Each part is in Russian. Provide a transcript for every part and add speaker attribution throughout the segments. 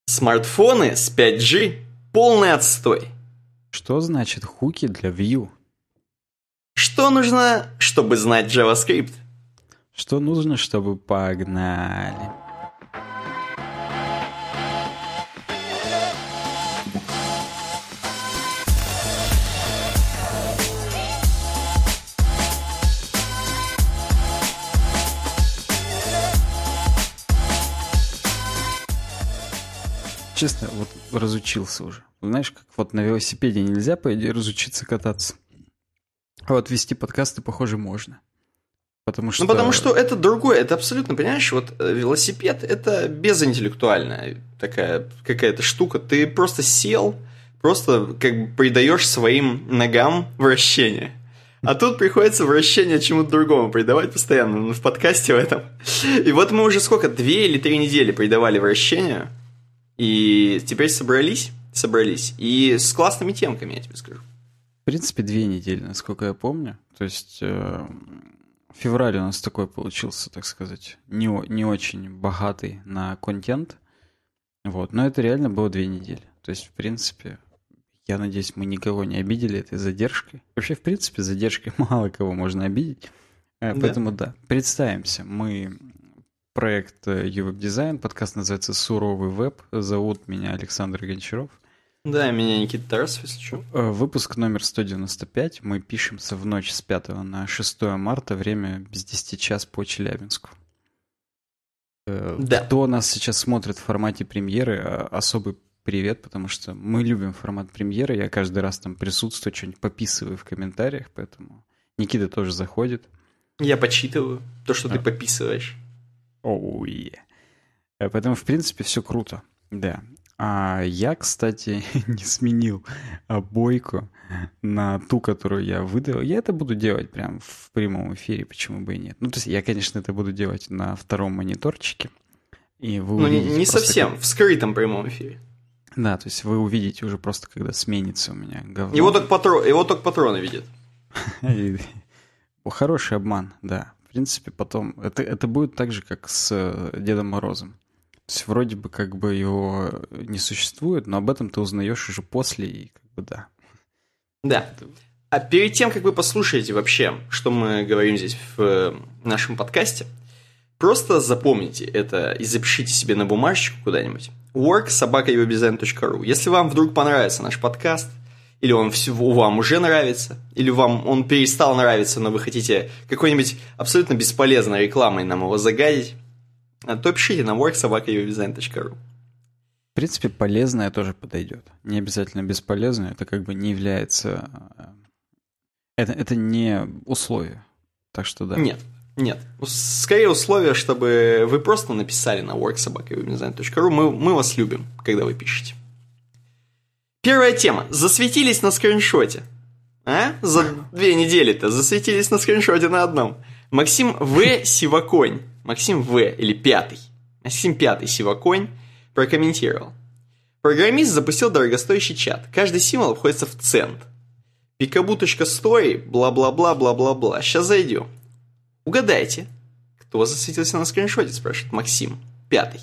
Speaker 1: Смартфоны с 5G – полный отстой.
Speaker 2: Что значит хуки для Vue?
Speaker 1: Что нужно, чтобы знать JavaScript?
Speaker 2: Что нужно, чтобы погнали? Честно, вот разучился уже. Знаешь, как вот на велосипеде нельзя, по идее, разучиться кататься. А вот вести подкасты, похоже, можно. Потому что...
Speaker 1: Ну, потому что это другое, это абсолютно, понимаешь, вот велосипед – это безинтеллектуальная такая какая-то штука. Ты просто сел, просто как бы придаешь своим ногам вращение. А тут приходится вращение чему-то другому придавать постоянно, в подкасте в этом. И вот мы уже сколько, 2 или 3 недели придавали вращению, и теперь собрались, и с классными темками, я тебе скажу.
Speaker 2: В принципе, 2 недели, насколько я помню. То есть... Февраль у нас такой получился, так сказать, не очень богатый на контент. Вот. Но это реально было 2 недели. То есть, в принципе, я надеюсь, мы никого не обидели этой задержкой. Вообще, в принципе, задержкой мало кого можно обидеть. Поэтому, да, представимся. Мы проект UWeb-дизайн, подкаст называется «Суровый веб». Зовут меня Александр Гончаров.
Speaker 1: Да, меня Никита Тарасов, если что.
Speaker 2: Выпуск номер 195. Мы пишемся в ночь с 5 на 6 марта. Время без 10 час по Челябинску.
Speaker 1: Да.
Speaker 2: Кто нас сейчас смотрит в формате премьеры, особый привет, потому что мы любим формат премьеры. Я каждый раз там присутствую, что-нибудь пописываю в комментариях, поэтому Никита тоже заходит.
Speaker 1: Я почитываю то, что ты пописываешь.
Speaker 2: Оу, Поэтому, в принципе, все круто. Да. А я, кстати, не сменил обойку на ту, которую я выдал. Я это буду делать прям в прямом эфире, почему бы и нет. Ну, то есть я, конечно, это буду делать на втором мониторчике. И вы увидите
Speaker 1: не
Speaker 2: просто,
Speaker 1: совсем, в скрытом прямом эфире.
Speaker 2: Да, то есть вы увидите уже просто, когда сменится у меня говно.
Speaker 1: Его только патроны видят.
Speaker 2: Хороший обман, да. В принципе, потом... Это будет так же, как с Дедом Морозом. То есть вроде бы как бы его не существует, но об этом ты узнаешь уже после, и как бы да.
Speaker 1: Да. А перед тем, как вы послушаете вообще, что мы говорим здесь в нашем подкасте, просто запомните это и запишите себе на бумажечку куда-нибудь. work@uwebdesign.ru. Если вам вдруг понравится наш подкаст, или он вам уже нравится, или вам он перестал нравиться, но вы хотите какой-нибудь абсолютно бесполезной рекламой нам его загадить, то пишите на work@uwebdesign.ru.
Speaker 2: В принципе, полезное тоже подойдет. Не обязательно бесполезное, это как бы не является... Это не условие. Так что да.
Speaker 1: Нет. Скорее условие, чтобы вы просто написали на work@uwebdesign.ru. Мы вас любим, когда вы пишете. Первая тема. Засветились на скриншоте. За 2 недели-то засветились на скриншоте на одном. Максим В. Сиваконь. Максим В. или Пятый. Максим Пятый Сиваконь прокомментировал. Программист запустил дорогостоящий чат. Каждый символ обходится в цент. Pikabu.story, бла-бла-бла-бла-бла-бла. Сейчас зайдем. Угадайте, кто засветился на скриншоте, спрашивает Максим Пятый.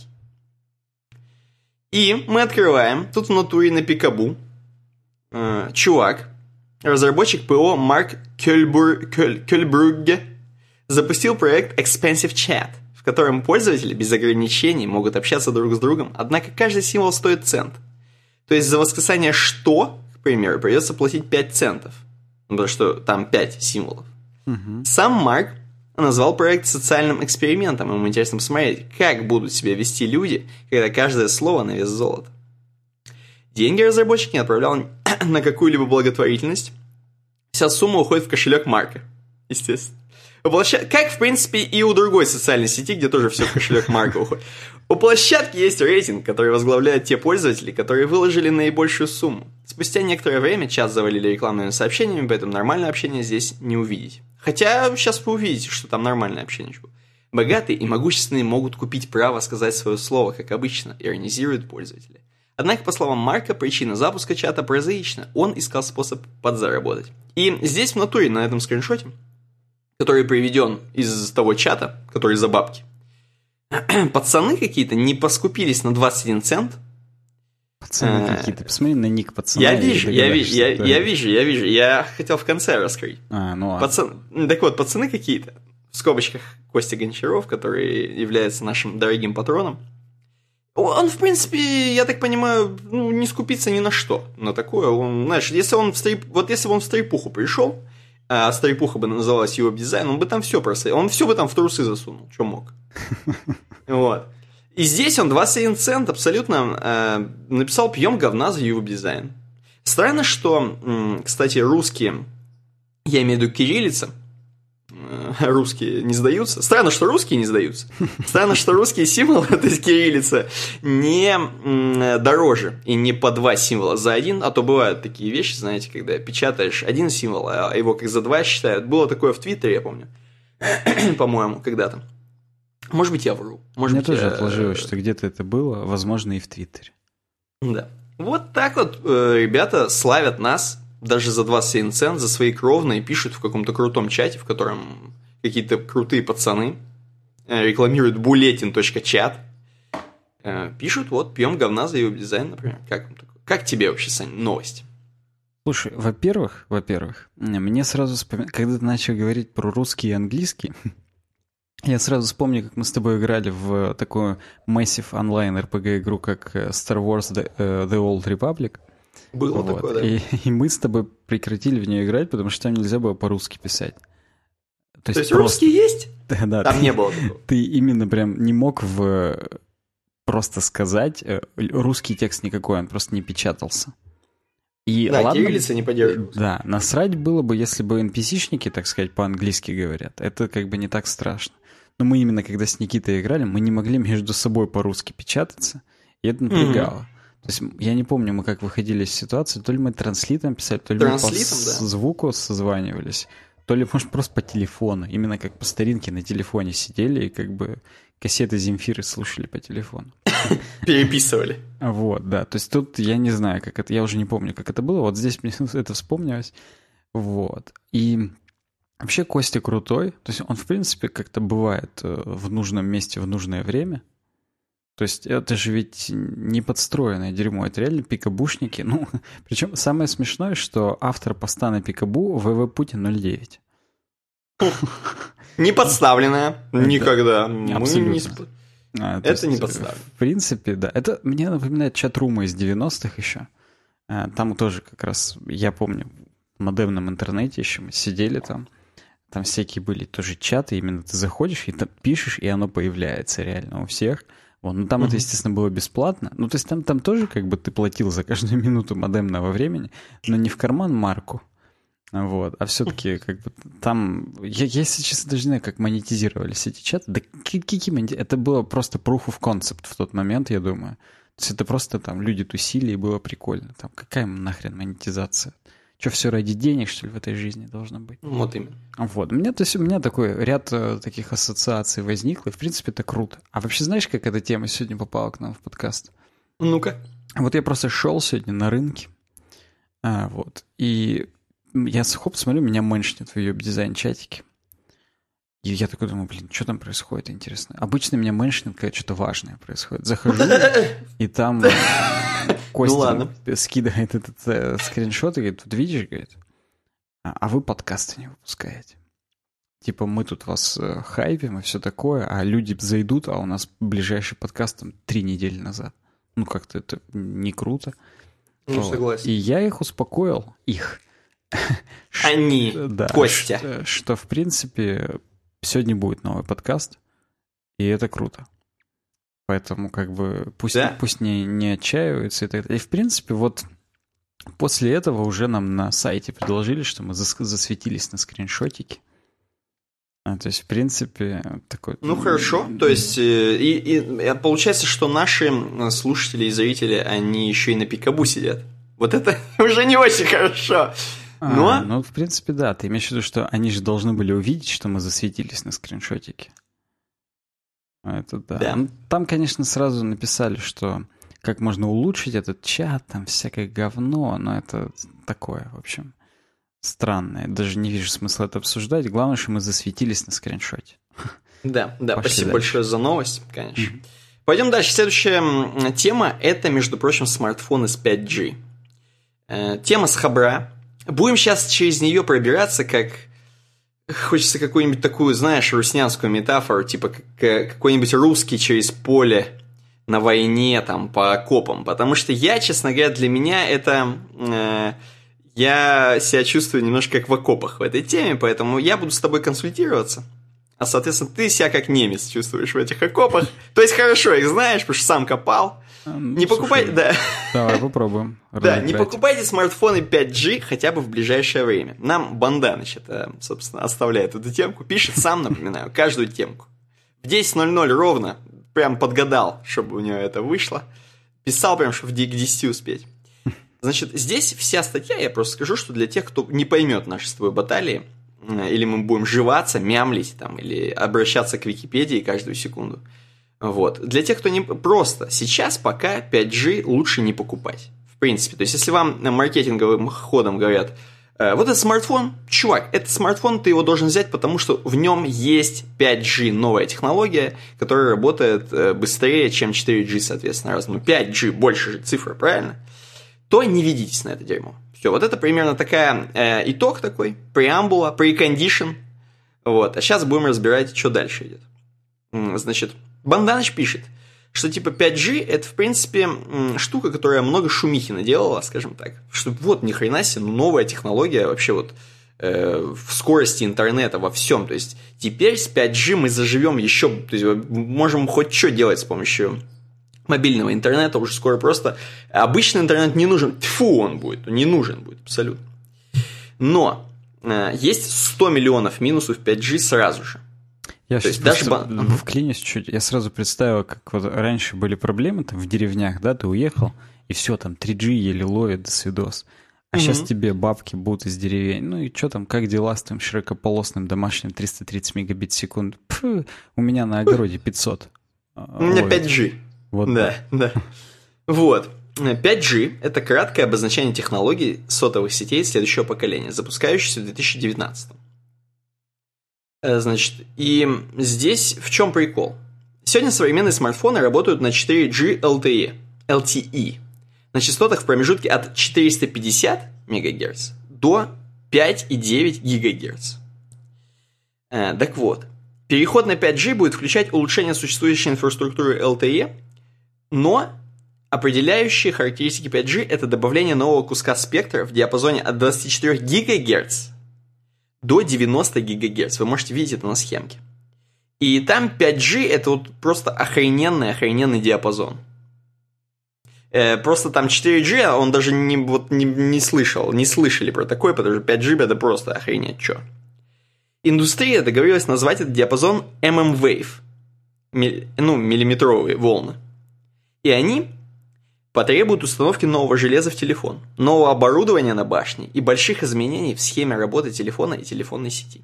Speaker 1: И мы открываем. Тут в натуре на Pikabu чувак, разработчик ПО Марк Кёльбрюгге, запустил проект Expensive Chat, в котором пользователи без ограничений могут общаться друг с другом, однако каждый символ стоит цент. То есть за восклицание «что», к примеру, придется платить 5 центов, потому что там 5 символов. Сам Марк назвал проект социальным экспериментом, ему интересно посмотреть, как будут себя вести люди, когда каждое слово на вес золота. Деньги разработчик не отправлял на какую-либо благотворительность, вся сумма уходит в кошелек Марка, естественно. Как, в принципе, и у другой социальной сети, где тоже все в кошелек Марка уходит. У площадки есть рейтинг, который возглавляют те пользователи, которые выложили наибольшую сумму. Спустя некоторое время чат завалили рекламными сообщениями, поэтому нормальное общение здесь не увидеть. Хотя сейчас вы увидите, что там нормальное общение. Богатые и могущественные могут купить право сказать свое слово, как обычно, иронизируют пользователи. Однако, по словам Марка, причина запуска чата прозаична. Он искал способ подзаработать. И здесь в натуре, на этом скриншоте, который приведен из того чата, который за бабки, пацаны какие-то не поскупились на 21 цент
Speaker 2: Пацаны какие-то. Посмотри на ник пацана.
Speaker 1: Я вижу. Я хотел в конце раскрыть. Так вот, пацаны какие-то, в скобочках Костя Гончаров, который является нашим дорогим патроном, он, в принципе, я так понимаю, не скупится ни на что. На такое, он, знаешь, если бы он в стрейпуху пришел, а стрейпуха бы называлась его дизайн, он бы там все просадил. Он все бы там в трусы засунул, что мог. Вот. И здесь он 21 цент абсолютно написал «Пьем говна за его дизайн». Странно, что, кстати, русские, я имею в виду кириллица, русские не сдаются. Странно, что русские не сдаются. Странно, что русские символы, то есть кириллица, не дороже и не по 2 символа за один, а то бывают такие вещи, знаете, когда печатаешь один символ, а его как за 2 считают. Было такое в Твиттере, я помню, по-моему, когда-то. Может быть, я вру.
Speaker 2: Мне тоже отложилось, что где-то это было, возможно, и в Твиттере.
Speaker 1: Да. Вот так вот ребята славят нас даже за 27 цент, за свои кровные, пишут в каком-то крутом чате, в котором какие-то крутые пацаны рекламируют bulletin.chat. Пишут, вот, пьем говна за его дизайн, например. Как тебе вообще, Сань, новость?
Speaker 2: Слушай, во-первых, мне сразу когда ты начал говорить про русский и английский, я сразу вспомнил, как мы с тобой играли в такую Massive онлайн RPG игру, как Star Wars The Old Republic.
Speaker 1: Было вот такое, да.
Speaker 2: И мы с тобой прекратили в нее играть, потому что там нельзя было по-русски писать.
Speaker 1: То есть русский есть?
Speaker 2: Да,
Speaker 1: там не было такого.
Speaker 2: Ты именно прям не мог просто сказать, русский текст никакой, он просто не печатался. И
Speaker 1: да,
Speaker 2: ладно,
Speaker 1: кириллица не поддерживалась.
Speaker 2: Да, насрать было бы, если бы NPC-шники, так сказать, по-английски говорят. Это как бы не так страшно. Но мы именно, когда с Никитой играли, мы не могли между собой по-русски печататься, и это напрягало. То есть я не помню, мы как выходили из ситуации, то ли мы транслитом писали, то ли мы по звуку созванивались, то ли, может, просто по телефону. Именно как по старинке на телефоне сидели и как бы кассеты Земфиры слушали по телефону.
Speaker 1: Переписывали.
Speaker 2: Вот, да. То есть тут я не знаю, как это, я уже не помню, как это было. Вот здесь мне это вспомнилось. Вот. И вообще Костя крутой. То есть он, в принципе, как-то бывает в нужном месте в нужное время. То есть это же ведь не подстроенное дерьмо, это реально пикабушники. Ну, причем самое смешное, что автор поста на пикабу ВВ Путин 09.
Speaker 1: Не подставленная. Никогда.
Speaker 2: Абсолютно.
Speaker 1: Это не подставлено.
Speaker 2: В принципе, да. Это мне напоминает чат-румы из 90-х еще. Там тоже как раз, я помню, в модемном интернете еще мы сидели там. Там всякие были тоже чаты, именно ты заходишь и там пишешь, и оно появляется реально у всех. Вот. Ну, там это, естественно, было бесплатно. Ну, то есть там тоже как бы ты платил за каждую минуту модемного времени, но не в карман марку. Вот. А все-таки как бы там... Я, если честно, даже не знаю, как монетизировались эти чаты. Да какие это было просто proof of concept в тот момент, я думаю. То есть это просто там люди тусили, и было прикольно. Там какая нахрен монетизация? Что, все ради денег, что ли, в этой жизни должно быть?
Speaker 1: Вот именно.
Speaker 2: Вот. У меня такой ряд таких ассоциаций возникло, и, в принципе, это круто. А вообще знаешь, как эта тема сегодня попала к нам в подкаст?
Speaker 1: Ну-ка.
Speaker 2: Вот я просто шел сегодня на рынке, вот, и я смотрю, меня меншнет в ее дизайн-чатике. И я такой думаю, блин, что там происходит, интересно. Обычно меня меншнет, когда что-то важное происходит. Захожу, и там Костя скидывает этот скриншот и говорит, вот видишь, говорит, а вы подкасты не выпускаете. Типа мы тут вас хайпим и все такое, а люди зайдут, а у нас ближайший подкаст там 3 недели назад. Ну как-то это не круто.
Speaker 1: Ну, согласен.
Speaker 2: И я их успокоил,
Speaker 1: Они,
Speaker 2: да,
Speaker 1: Костя.
Speaker 2: Что в принципе сегодня будет новый подкаст, и это круто. Поэтому как бы пусть не отчаиваются и так далее. И в принципе вот после этого уже нам на сайте предложили, что мы засветились на скриншотике. То есть, в принципе, такой...
Speaker 1: Ну, хорошо. То есть, и получается, что наши слушатели и зрители, они еще и на пикабу сидят. Вот это уже не очень хорошо. Но...
Speaker 2: Ну, в принципе, да. Ты имеешь в виду, что они же должны были увидеть, что мы засветились на скриншотике. Это да.
Speaker 1: Да.
Speaker 2: Ну, там, конечно, сразу написали, что как можно улучшить этот чат, там всякое говно, но это такое, в общем, странное. Даже не вижу смысла это обсуждать. Главное, что мы засветились на скриншоте.
Speaker 1: Да,
Speaker 2: Пошли
Speaker 1: спасибо
Speaker 2: дальше.
Speaker 1: большое за новость, конечно. Пойдем дальше. Следующая тема – это, между прочим, смартфоны с 5G. Тема с хабра. Будем сейчас через нее пробираться, как... Хочется какую-нибудь такую, знаешь, руснянскую метафору, типа какой-нибудь русский через поле на войне, там, по окопам. Потому что я, честно говоря, для меня это... Я себя чувствую немножко как в окопах в этой теме, поэтому я буду с тобой консультироваться. А, соответственно, ты себя как немец чувствуешь в этих окопах. То есть хорошо их знаешь, потому что сам копал. Не покупайте... Да.
Speaker 2: Давай попробуем.
Speaker 1: Да, не покупайте смартфоны 5G хотя бы в ближайшее время. Нам Богданыч это, собственно, оставляет эту темку. Пишет сам, напоминаю, каждую темку. В 10:00 ровно прям подгадал, чтобы у него это вышло. Писал прям, чтобы к 10 успеть. Значит, здесь вся статья, я просто скажу, что для тех, кто не поймет наши с тобой баталии, или мы будем жеваться, мямлить там, или обращаться к Википедии каждую секунду. Вот. Для тех, кто не... Просто сейчас пока 5G лучше не покупать. В принципе. То есть, если вам маркетинговым ходом говорят, вот этот смартфон, чувак, этот смартфон, ты его должен взять, потому что в нем есть 5G, новая технология, которая работает быстрее, чем 4G, соответственно. Раз, 5G, больше же цифра, правильно? То не ведитесь на это дерьмо. Все, вот это примерно такая итог такой, преамбула, прекондишн. Вот, а сейчас будем разбирать, что дальше идет. Значит, Богданыч пишет, что типа 5G это, в принципе, штука, которая много шумихи наделала, скажем так. Что вот, ни хрена себе, новая технология вообще вот в скорости интернета, во всем. То есть, теперь с 5G мы заживем еще, то есть, можем хоть что делать с помощью... мобильного интернета, уже скоро просто обычный интернет не нужен, тьфу, он будет, не нужен будет абсолютно. Но есть 100 миллионов минусов 5G сразу же.
Speaker 2: Я сейчас даже вклинюсь чуть, я сразу представил, как вот раньше были проблемы там в деревнях, да, ты уехал, и все, там 3G еле ловит, до свидос. А сейчас тебе бабки будут из деревень. Ну и что там, как дела с твоим широкополосным домашним 330 мегабит в секунду? Пфу, у меня на огороде 500.
Speaker 1: У меня 5G.
Speaker 2: Вот
Speaker 1: да. Вот. 5G – это краткое обозначение технологий сотовых сетей следующего поколения, запускающихся в 2019. Значит, и здесь в чем прикол? Сегодня современные смартфоны работают на 4G LTE на частотах в промежутке от 450 МГц до 5,9 ГГц. Так вот, переход на 5G будет включать улучшение существующей инфраструктуры LTE, но определяющие характеристики 5G – это добавление нового куска спектра в диапазоне от 24 ГГц до 90 ГГц. Вы можете видеть это на схемке. И там 5G – это вот просто охрененный диапазон. Просто там 4G, он даже не слышали про такое, потому что 5G – это просто охренеть что. Индустрия договорилась назвать этот диапазон MM-Wave, миллиметровые волны. И они потребуют установки нового железа в телефон, нового оборудования на башне и больших изменений в схеме работы телефона и телефонной сети.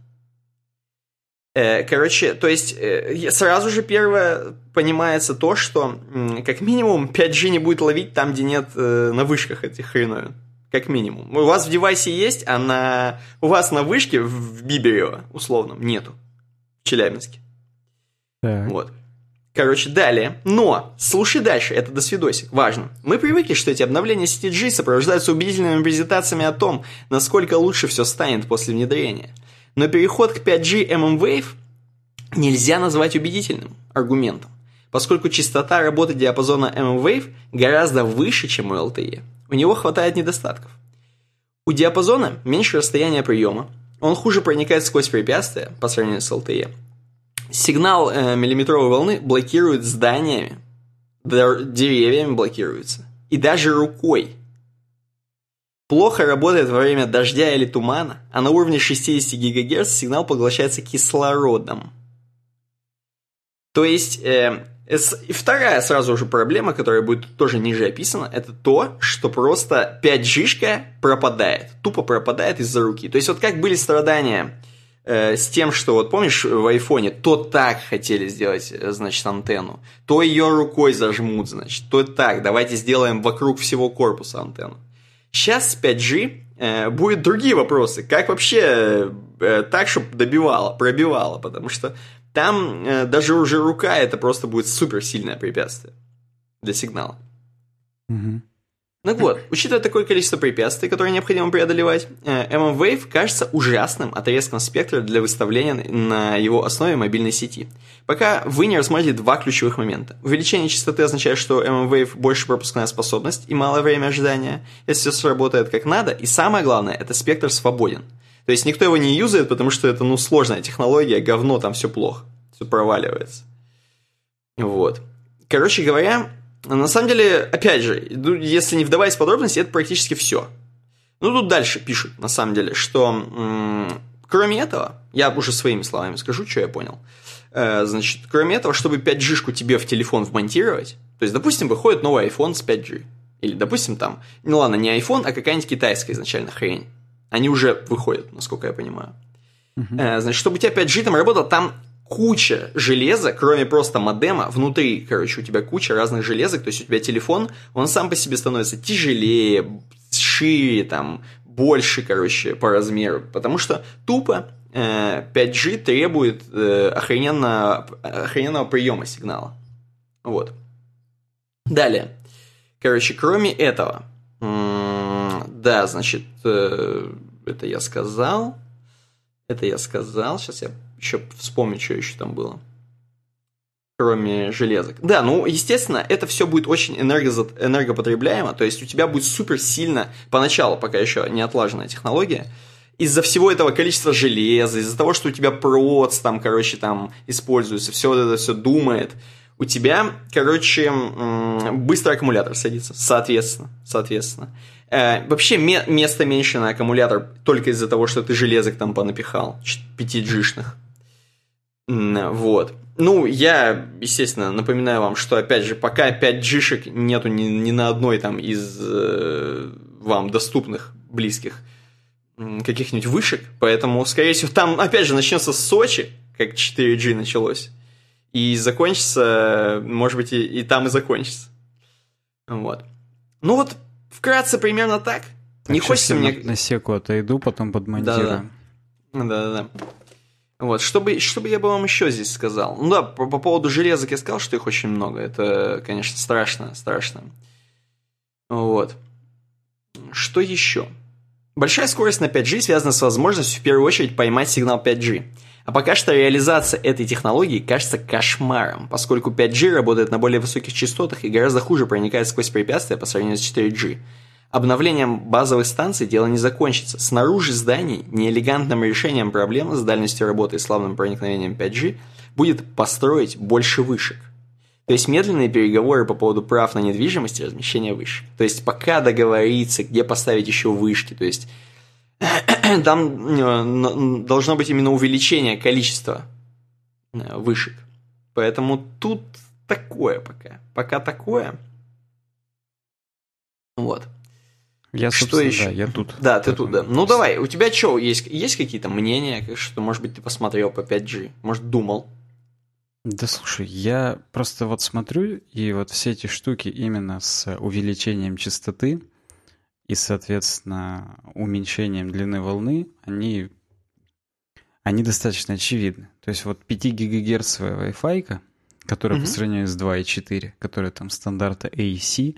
Speaker 1: Короче, то есть сразу же первое понимается то, что как минимум 5G не будет ловить там, где нет на вышках этих хреновин. Как минимум. У вас в девайсе есть, а у вас на вышке в Биберево условном нету. В Челябинске.
Speaker 2: Так.
Speaker 1: Вот. Короче, далее. Но, слушай дальше, это досвидосик, важно. Мы привыкли, что эти обновления сети G сопровождаются убедительными презентациями о том, насколько лучше все станет после внедрения. Но переход к 5G MM-Wave нельзя назвать убедительным аргументом, поскольку частота работы диапазона MM-Wave гораздо выше, чем у LTE. У него хватает недостатков. У диапазона меньше расстояния приема, он хуже проникает сквозь препятствия по сравнению с LTE. Сигнал миллиметровой волны блокирует зданиями, деревьями блокируется, и даже рукой. Плохо работает во время дождя или тумана, а на уровне 60 ГГц сигнал поглощается кислородом. То есть, и вторая сразу же проблема, которая будет тоже ниже описана, это то, что просто 5G-шка пропадает, тупо пропадает из-за руки. То есть, вот как были страдания с тем, что, вот помнишь, в айфоне то так хотели сделать, значит, антенну, то ее рукой зажмут, значит, то так, давайте сделаем вокруг всего корпуса антенну. Сейчас с 5G будут другие вопросы. Как вообще так, чтобы пробивало, потому что там даже уже рука это просто будет суперсильное препятствие для сигнала.
Speaker 2: Угу.
Speaker 1: Ну вот, учитывая такое количество препятствий, которые необходимо преодолевать, mmWave кажется ужасным отрезком спектра для выставления на его основе мобильной сети. Пока вы не рассмотрите два ключевых момента. Увеличение частоты означает, что mmWave больше пропускная способность и малое время ожидания, если все сработает как надо, и самое главное, это спектр свободен. То есть никто его не юзает, потому что это сложная технология, говно, там все плохо, все проваливается. Вот. Короче говоря, на самом деле, опять же, если не вдаваясь в подробности, это практически все. Тут дальше пишут, на самом деле, что кроме этого, я уже своими словами скажу, что я понял. Значит, кроме этого, чтобы 5G-шку тебе в телефон вмонтировать, то есть, допустим, выходит новый iPhone с 5G, или, допустим, там, не iPhone, а какая-нибудь китайская изначально хрень. Они уже выходят, насколько я понимаю. Значит, чтобы у тебя 5G там работал, там куча железа, кроме просто модема, внутри, у тебя куча разных железок, то есть у тебя телефон, он сам по себе становится тяжелее, шире, там, больше, по размеру, потому что тупо 5G требует охрененного приема сигнала. Вот. Далее. Кроме этого, да, значит, это я сказал, сейчас я еще вспомню, что еще там было. Кроме железок. Да, естественно, это все будет очень энергопотребляемо, то есть у тебя будет супер сильно, поначалу, пока еще не отлаженная технология, из-за всего этого количества железа, из-за того, что у тебя проц там, используется, все вот это все думает, у тебя, быстро аккумулятор садится, соответственно. Вообще места меньше на аккумулятор только из-за того, что ты железок там понапихал, 5G-шных. Вот. Я, естественно, напоминаю вам, что, опять же, пока 5G-шек нету ни на одной там из вам доступных, близких каких-нибудь вышек, поэтому, скорее всего, там, опять же, начнется с Сочи, как 4G началось, и закончится, может быть, и там и закончится. Вот. Вкратце примерно так. Не хочется мне...
Speaker 2: На секу отойду, потом подмонтирую.
Speaker 1: Да. Вот, чтобы я бы вам еще здесь сказал. По поводу железок я сказал, что их очень много. Это, конечно, страшно. Вот. Что еще? Большая скорость на 5G связана с возможностью в первую очередь поймать сигнал 5G. А пока что реализация этой технологии кажется кошмаром, поскольку 5G работает на более высоких частотах и гораздо хуже проникает сквозь препятствия по сравнению с 4G. Обновлением базовых станций дело не закончится. Снаружи зданий неэлегантным решением проблемы с дальностью работы и слабым проникновением 5G будет построить больше вышек. То есть медленные переговоры по поводу прав на недвижимость и размещение вышек. То есть пока договориться, где поставить еще вышки, то есть там должно быть именно увеличение количества вышек. Поэтому тут такое пока. Пока такое. Вот.
Speaker 2: Я,
Speaker 1: что еще?
Speaker 2: Да, я тут.
Speaker 1: Да, ты тут, да. Давай, у тебя что, есть какие-то мнения, что, может быть, ты посмотрел по 5G? Может, думал?
Speaker 2: Да слушай, я просто смотрю, и все эти штуки именно с увеличением частоты и, соответственно, уменьшением длины волны, они достаточно очевидны. То есть 5-гигагерцовая Wi-Fi, которая по сравнению с 2.4, которая там стандарта AEC,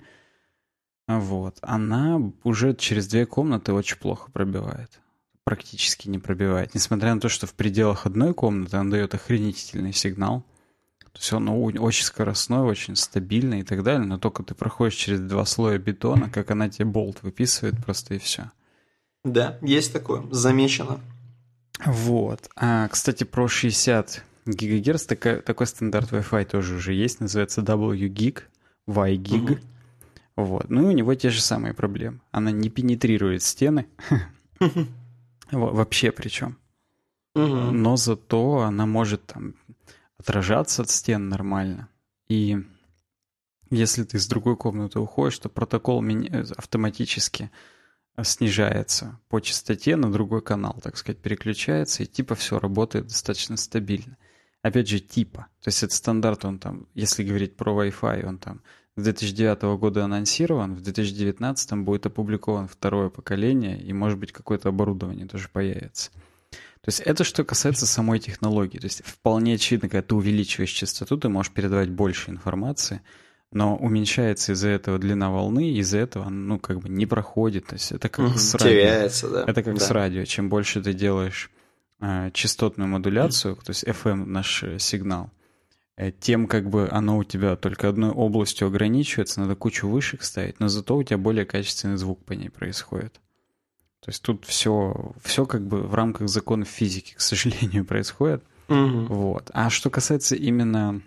Speaker 2: она уже через 2 комнаты очень плохо пробивает. Практически не пробивает. Несмотря на то, что в пределах одной комнаты он дает охренительный сигнал. То есть он очень скоростной, очень стабильный и так далее, но только ты проходишь через 2 слоя бетона, как она тебе болт выписывает просто и все.
Speaker 1: Да, есть такое, замечено.
Speaker 2: А, кстати, про 60 ГГц такой стандарт Wi-Fi тоже уже есть, называется WGIG, WiGig. И у него те же самые проблемы. Она не пенетрирует стены, вообще причем. Но зато она может отражаться от стен нормально. И если ты с другой комнаты уходишь, то протокол автоматически снижается по частоте, на другой канал, так сказать, переключается, и все работает достаточно стабильно. Опять же, То есть это стандарт, он если говорить про Wi-Fi, он с 2009 года анонсирован, в 2019 будет опубликован второе поколение, и, может быть, какое-то оборудование тоже появится. То есть это что касается самой технологии. То есть вполне очевидно, когда ты увеличиваешь частоту, ты можешь передавать больше информации, но уменьшается из-за этого длина волны, из-за этого, ну, как бы не проходит. То есть это как с радио.
Speaker 1: Теряется, да.
Speaker 2: Это как с радио. Чем больше ты делаешь частотную модуляцию, то есть FM наш сигнал, тем как бы оно у тебя только одной областью ограничивается, надо кучу вышек ставить, но зато у тебя более качественный звук по ней происходит. То есть тут все как бы в рамках законов физики, к сожалению, происходит. Вот. А что касается именно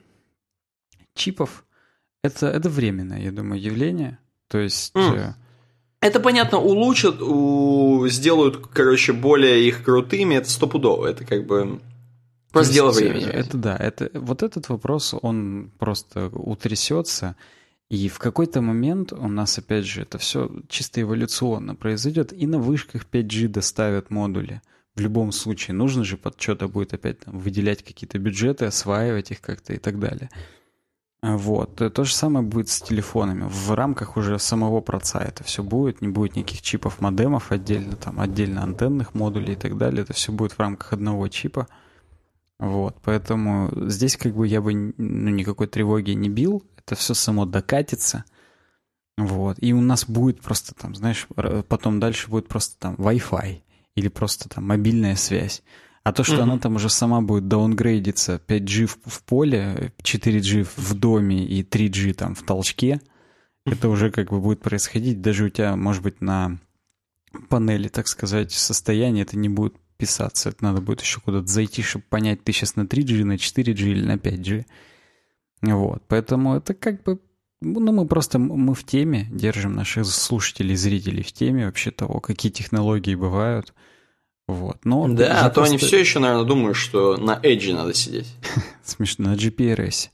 Speaker 2: чипов, это временное, я думаю, явление. То есть...
Speaker 1: Это, понятно, улучшат, сделают, короче, более их крутыми, это стопудово, это как бы просто дело времени.
Speaker 2: Это да, вот этот вопрос, он просто утрясется, и в какой-то момент у нас, опять же, это все чисто эволюционно произойдет, и на вышках 5G доставят модули. В любом случае, нужно же под что-то будет опять там выделять какие-то бюджеты, осваивать их как-то и так далее. Вот. То же самое будет с телефонами. В рамках уже самого проца это все будет. Не будет никаких чипов, модемов отдельно, там отдельно антенных модулей и так далее. Это все будет в рамках одного чипа. Вот. Поэтому здесь как бы я бы никакой тревоги не бил. Это все само докатится. Вот. И у нас будет просто там, знаешь, потом дальше будет просто там Wi-Fi или просто там мобильная связь. А то, что она там уже сама будет даунгрейдиться 5G в поле, 4G в доме и 3G там в толчке, это уже как бы будет происходить. Даже у тебя, может быть, на панели, так сказать, состояние это не будет писаться. Это надо будет еще куда-то зайти, чтобы понять, ты сейчас на 3G, на 4G или на 5G. Вот. Поэтому это как бы... Ну, мы в теме, держим наших слушателей, зрителей в теме вообще того, какие технологии бывают. Вот. Но
Speaker 1: да, а то они все еще, наверное, думают, что на Edge надо сидеть.
Speaker 2: Смешно, на GPRS.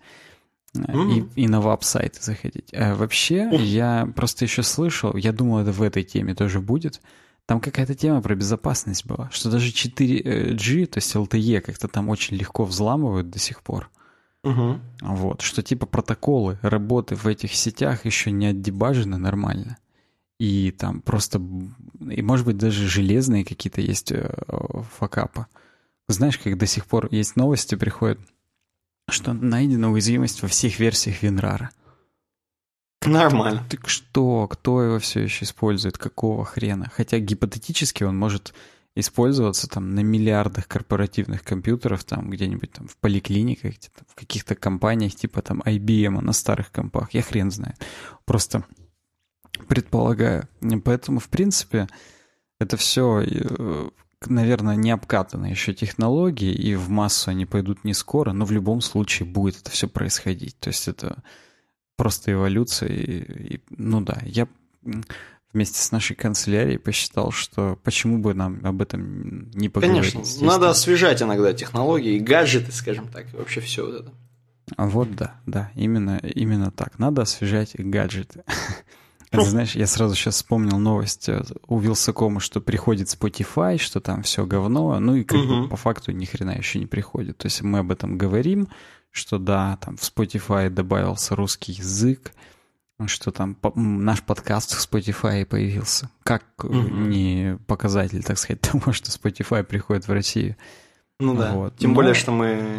Speaker 2: И на веб-сайты заходить. А вообще, я просто еще слышал, я думал, это в этой теме тоже будет. Там какая-то тема про безопасность была, что даже 4G, то есть LTE, как-то там очень легко взламывают до сих пор. Вот, что типа протоколы работы в этих сетях еще не отдебажены нормально. И там просто, и может быть даже железные какие-то есть факапы. Знаешь, как до сих пор есть новости приходят, что найдена уязвимость во всех версиях WinRAR.
Speaker 1: Нормально.
Speaker 2: Так что, кто его все еще использует, какого хрена? Хотя гипотетически он может использоваться там на миллиардах корпоративных компьютеров, там где-нибудь там в поликлиниках, в каких-то компаниях типа там IBM на старых компах, я хрен знаю. Просто... предполагаю. Поэтому, в принципе, это все, наверное, не обкатанные еще технологии, и в массу они пойдут не скоро, но в любом случае будет это все происходить. То есть это просто эволюция. Ну да, я вместе с нашей канцелярией посчитал, что почему бы нам об этом не поговорить.
Speaker 1: Конечно, надо освежать иногда технологии, гаджеты, скажем так, и вообще все вот это.
Speaker 2: Вот да, именно так. Надо освежать гаджеты. Это, знаешь, я сразу сейчас вспомнил новость у Вилсакома, что приходит Spotify, что там все говно, ну и как бы по факту ни хрена еще не приходит. То есть мы об этом говорим, что да, там в Spotify добавился русский язык, что там наш подкаст в Spotify появился. Как не показатель, так сказать, того, что Spotify приходит в Россию.
Speaker 1: Ну да, вот. Тем более, что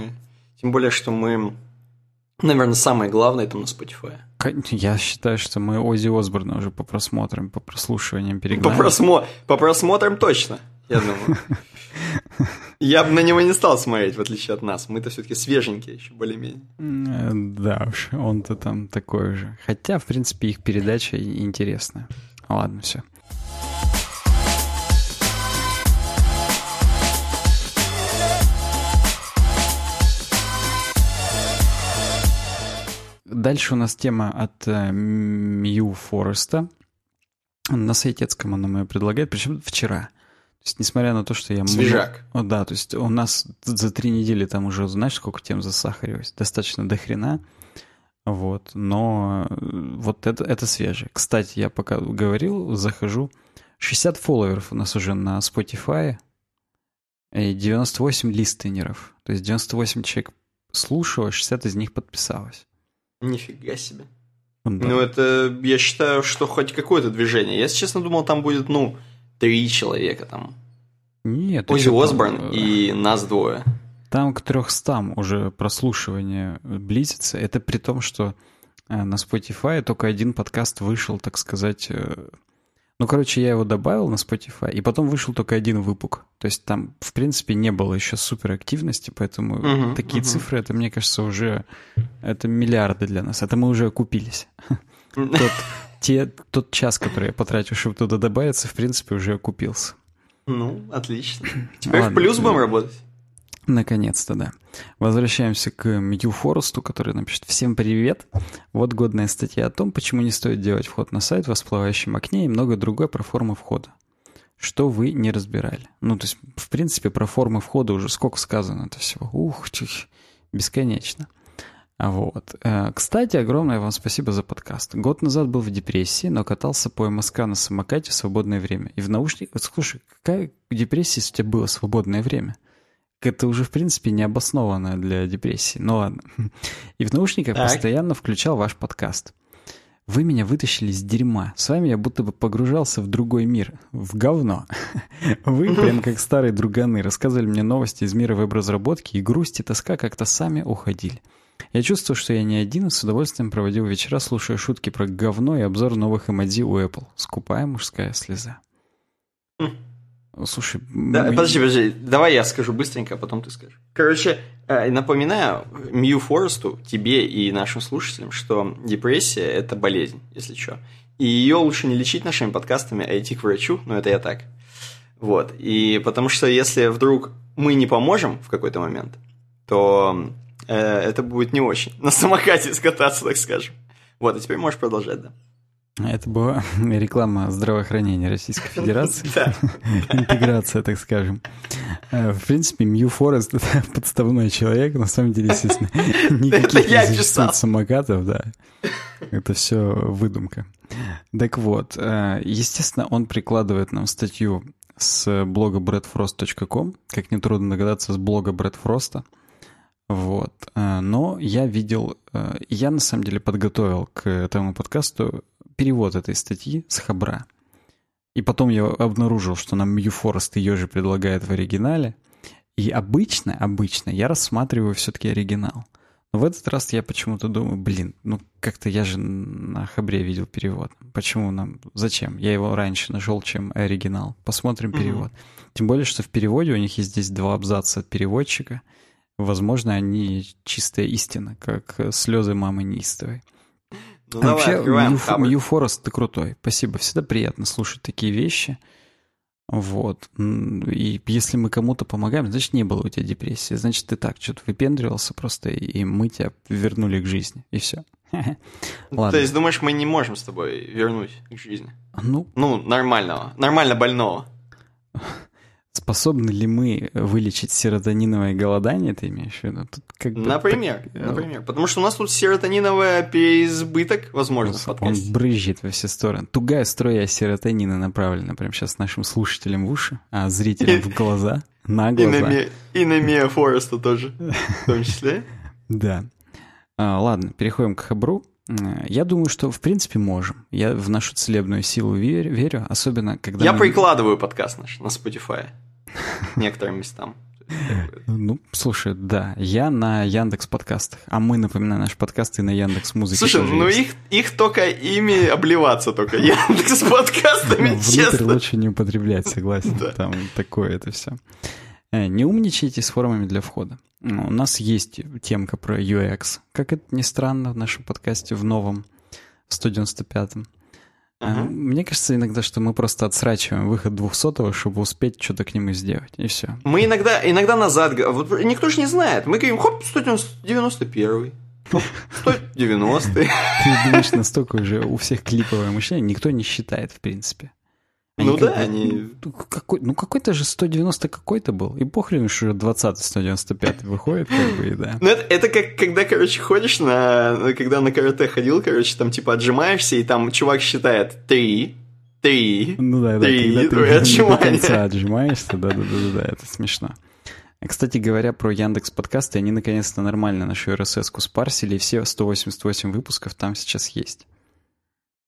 Speaker 1: мы, наверное, самое главное там на Spotify.
Speaker 2: Я считаю, что мы Оззи Осборна уже по просмотрам, по прослушиваниям перегнали.
Speaker 1: По просмотрам точно, я думаю. Я бы на него не стал смотреть, в отличие от нас. Мы-то все-таки свеженькие еще, более-менее.
Speaker 2: Да уж, он-то там такой же. Хотя, в принципе, их передача интересная. Ладно, все. Дальше у нас тема от Мью Фореста. На Сайтецком она мне предлагает, причем вчера. То есть, несмотря на то, что я...
Speaker 1: Свежак.
Speaker 2: Да, то есть у нас за 3 недели там уже, знаешь, сколько тем засахарилось? Достаточно дохрена. Вот, но вот это свежее. Кстати, я пока говорил, захожу. 60 фолловеров у нас уже на Spotify и 98 листенеров. То есть 98 человек слушало, 60 из них подписалось.
Speaker 1: Нифига себе.
Speaker 2: Да.
Speaker 1: Ну, это, я считаю, что хоть какое-то движение. Я, если честно, думал, там будет, 3 человека там.
Speaker 2: Нет.
Speaker 1: Оззи Осборн и нас двое.
Speaker 2: Там к 300 уже прослушивания близится. Это при том, что на Spotify только один подкаст вышел, так сказать... я его добавил на Spotify, и потом вышел только один выпуск. То есть там, в принципе, не было еще суперактивности, поэтому такие цифры, это, мне кажется, уже... Это миллиарды для нас. Это мы уже окупились. Тот час, который я потратил, чтобы туда добавиться, в принципе, уже окупился.
Speaker 1: Отлично. Теперь в плюс будем работать.
Speaker 2: Наконец-то, да. Возвращаемся к Мью Форесту, который напишет: «Всем привет! Вот годная статья о том, почему не стоит делать вход на сайт в всплывающем окне и многое другое про формы входа. Что вы не разбирали». То есть, в принципе, про формы входа уже сколько сказано это всего. Бесконечно. Вот. Кстати, огромное вам спасибо за подкаст. Год назад был в депрессии, но катался по МСК на самокате в свободное время. И в наушниках... Слушай, какая депрессия, если у тебя было свободное время? Это уже, в принципе, необоснованно для депрессии. Ну ладно. И в наушниках постоянно включал ваш подкаст. Вы меня вытащили из дерьма. С вами я будто бы погружался в другой мир. В говно. Вы, прям как старые друганы, рассказывали мне новости из мира веб-разработки, и грусть и тоска как-то сами уходили. Я чувствую, что я не один, и с удовольствием проводил вечера, слушая шутки про говно и обзор новых эмодзи у Apple. Скупая мужская слеза. Слушай...
Speaker 1: Подожди, давай я скажу быстренько, а потом ты скажешь. Короче, напоминаю Мью Форесту, тебе и нашим слушателям, что депрессия – это болезнь, если что. И ее лучше не лечить нашими подкастами, а идти к врачу, это я так. Вот, и потому что если вдруг мы не поможем в какой-то момент, то это будет не очень. На самокате скататься, так скажем. Вот, а теперь можешь продолжать, да.
Speaker 2: Это была реклама здравоохранения Российской Федерации. Интеграция, так скажем. В принципе, Мью Форест — это подставной человек. На самом деле, естественно, никаких не существует самокатов, да. Это все выдумка. Так вот, естественно, он прикладывает нам статью с блога bradfrost.com, как нетрудно догадаться, с блога Брэд Фроста. Вот. Но я видел... Я, на самом деле, подготовил к этому подкасту перевод этой статьи с Хабра. И потом я обнаружил, что нам Мью Форест ее же предлагает в оригинале. И обычно я рассматриваю все-таки оригинал. Но в этот раз я почему-то думаю, как-то я же на Хабре видел перевод. Почему нам? Зачем? Я его раньше нашел, чем оригинал. Посмотрим перевод. Тем более, что в переводе у них есть здесь 2 абзаца от переводчика. Возможно, они чистая истина, как слезы мамы неистовой. Вообще, Мью Форест, ты крутой. Спасибо. Всегда приятно слушать такие вещи. Вот. И если мы кому-то помогаем, значит, не было у тебя депрессии. Значит, ты так что-то выпендривался просто, и мы тебя вернули к жизни. И все.
Speaker 1: Ладно. То есть, думаешь, мы не можем с тобой вернуть к жизни? Нормально больного.
Speaker 2: Способны ли мы вылечить серотониновое голодание, ты имеешь в виду? Тут
Speaker 1: например. Потому что у нас тут серотониновый переизбыток, возможно, в подкасте.
Speaker 2: Он брызжет во все стороны. Тугая струя серотонина направлена прямо сейчас нашим слушателям в уши, а зрителям в глаза, на глаза.
Speaker 1: И на Мью Фореста тоже, в том числе.
Speaker 2: Да. Ладно, переходим к Хабру. Я думаю, что в принципе можем. Я в нашу целебную силу верю, особенно когда...
Speaker 1: Я прикладываю подкаст наш на Spotify некоторым местам.
Speaker 2: Слушай, да, я на Яндекс.Подкастах, а мы, напоминаю, наши подкасты на Яндекс.Музыке.
Speaker 1: Слушай, их только ими обливаться только, Яндекс.Подкастами, честно.
Speaker 2: Внутрь лучше не употреблять, согласен, там такое это все. Не умничайте с формами для входа. У нас есть темка про UX, как это ни странно, в нашем подкасте, в новом, 195-м. Мне кажется иногда, что мы просто отсрачиваем выход 200-го, чтобы успеть что-то к нему сделать, и все.
Speaker 1: Мы иногда назад... Вот никто же не знает. Мы говорим, 191-й, 190-й.
Speaker 2: Ты думаешь, настолько уже у всех клиповое мышление, никто не считает, в принципе.
Speaker 1: Они...
Speaker 2: какой-то же 190 какой-то был. И похрен, что уже 20-й 195 выходит, и да.
Speaker 1: Это как, когда, ходишь когда на карате ходил, там, отжимаешься, и там чувак считает 3, 3,
Speaker 2: когда ты до конца отжимаешься, да, это смешно. Кстати говоря, про Яндекс.Подкасты, они наконец-то нормально нашу RSS-ку спарсили, и все 188 выпусков там сейчас есть.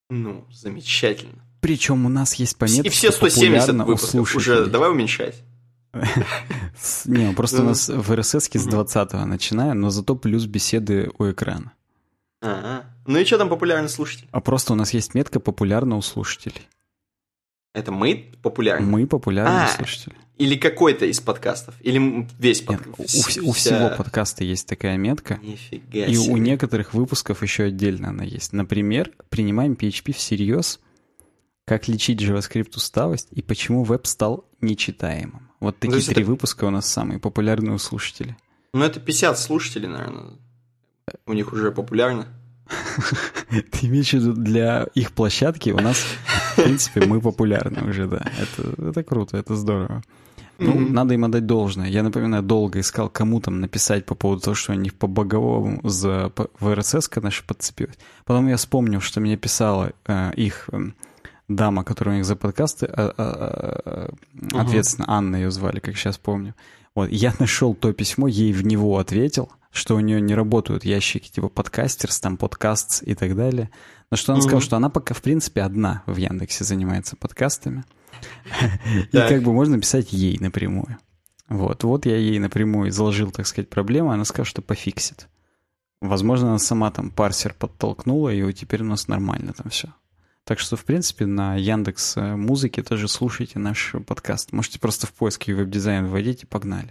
Speaker 1: Ну, замечательно.
Speaker 2: Причем у нас есть пометка,
Speaker 1: И все 170 выпусков уже давай уменьшать.
Speaker 2: Не, просто у нас в RSS с 20-го начиная, но зато плюс беседы у экрана.
Speaker 1: Ну и что там популярный слушатель?
Speaker 2: А просто у нас есть метка «популярно у слушателей».
Speaker 1: Это мы популярны?
Speaker 2: Мы популярные слушатели.
Speaker 1: Или какой-то из подкастов? Или весь подкаст?
Speaker 2: У всего подкаста есть такая метка.
Speaker 1: Нифига
Speaker 2: и
Speaker 1: себе.
Speaker 2: У некоторых выпусков еще отдельно она есть. Например, «Принимаем PHP всерьез», «Как лечить JavaScript усталость» и «Почему веб стал нечитаемым». Вот такие 3 выпуска у нас самые популярные у слушателей.
Speaker 1: Ну, это 50 слушателей, наверное. У них уже популярно.
Speaker 2: Ты имеешь в виду, для их площадки у нас, в принципе, мы популярны уже, да. Это круто, это здорово. Ну, надо им отдать должное. Я, напоминаю, долго искал, кому там написать по поводу того, что они по боговому в RSS наша подцепилась. Потом я вспомнил, что мне писала их дама, которая у них за подкасты, ответственно, Анна ее звали, как сейчас помню. Вот, я нашел то письмо, ей в него ответил, что у нее не работают ящики типа подкастерс, там подкастс и так далее. Но что она сказала, что она пока, в принципе, одна в Яндексе занимается подкастами. И как бы можно писать ей напрямую. Вот я ей напрямую изложил, так сказать, проблему, она сказала, что пофиксит. Возможно, она сама там парсер подтолкнула, и теперь у нас нормально там все. Так что, в принципе, на Яндекс.Музыке тоже слушайте наш подкаст. Можете просто в поиске веб-дизайн вводить и погнали.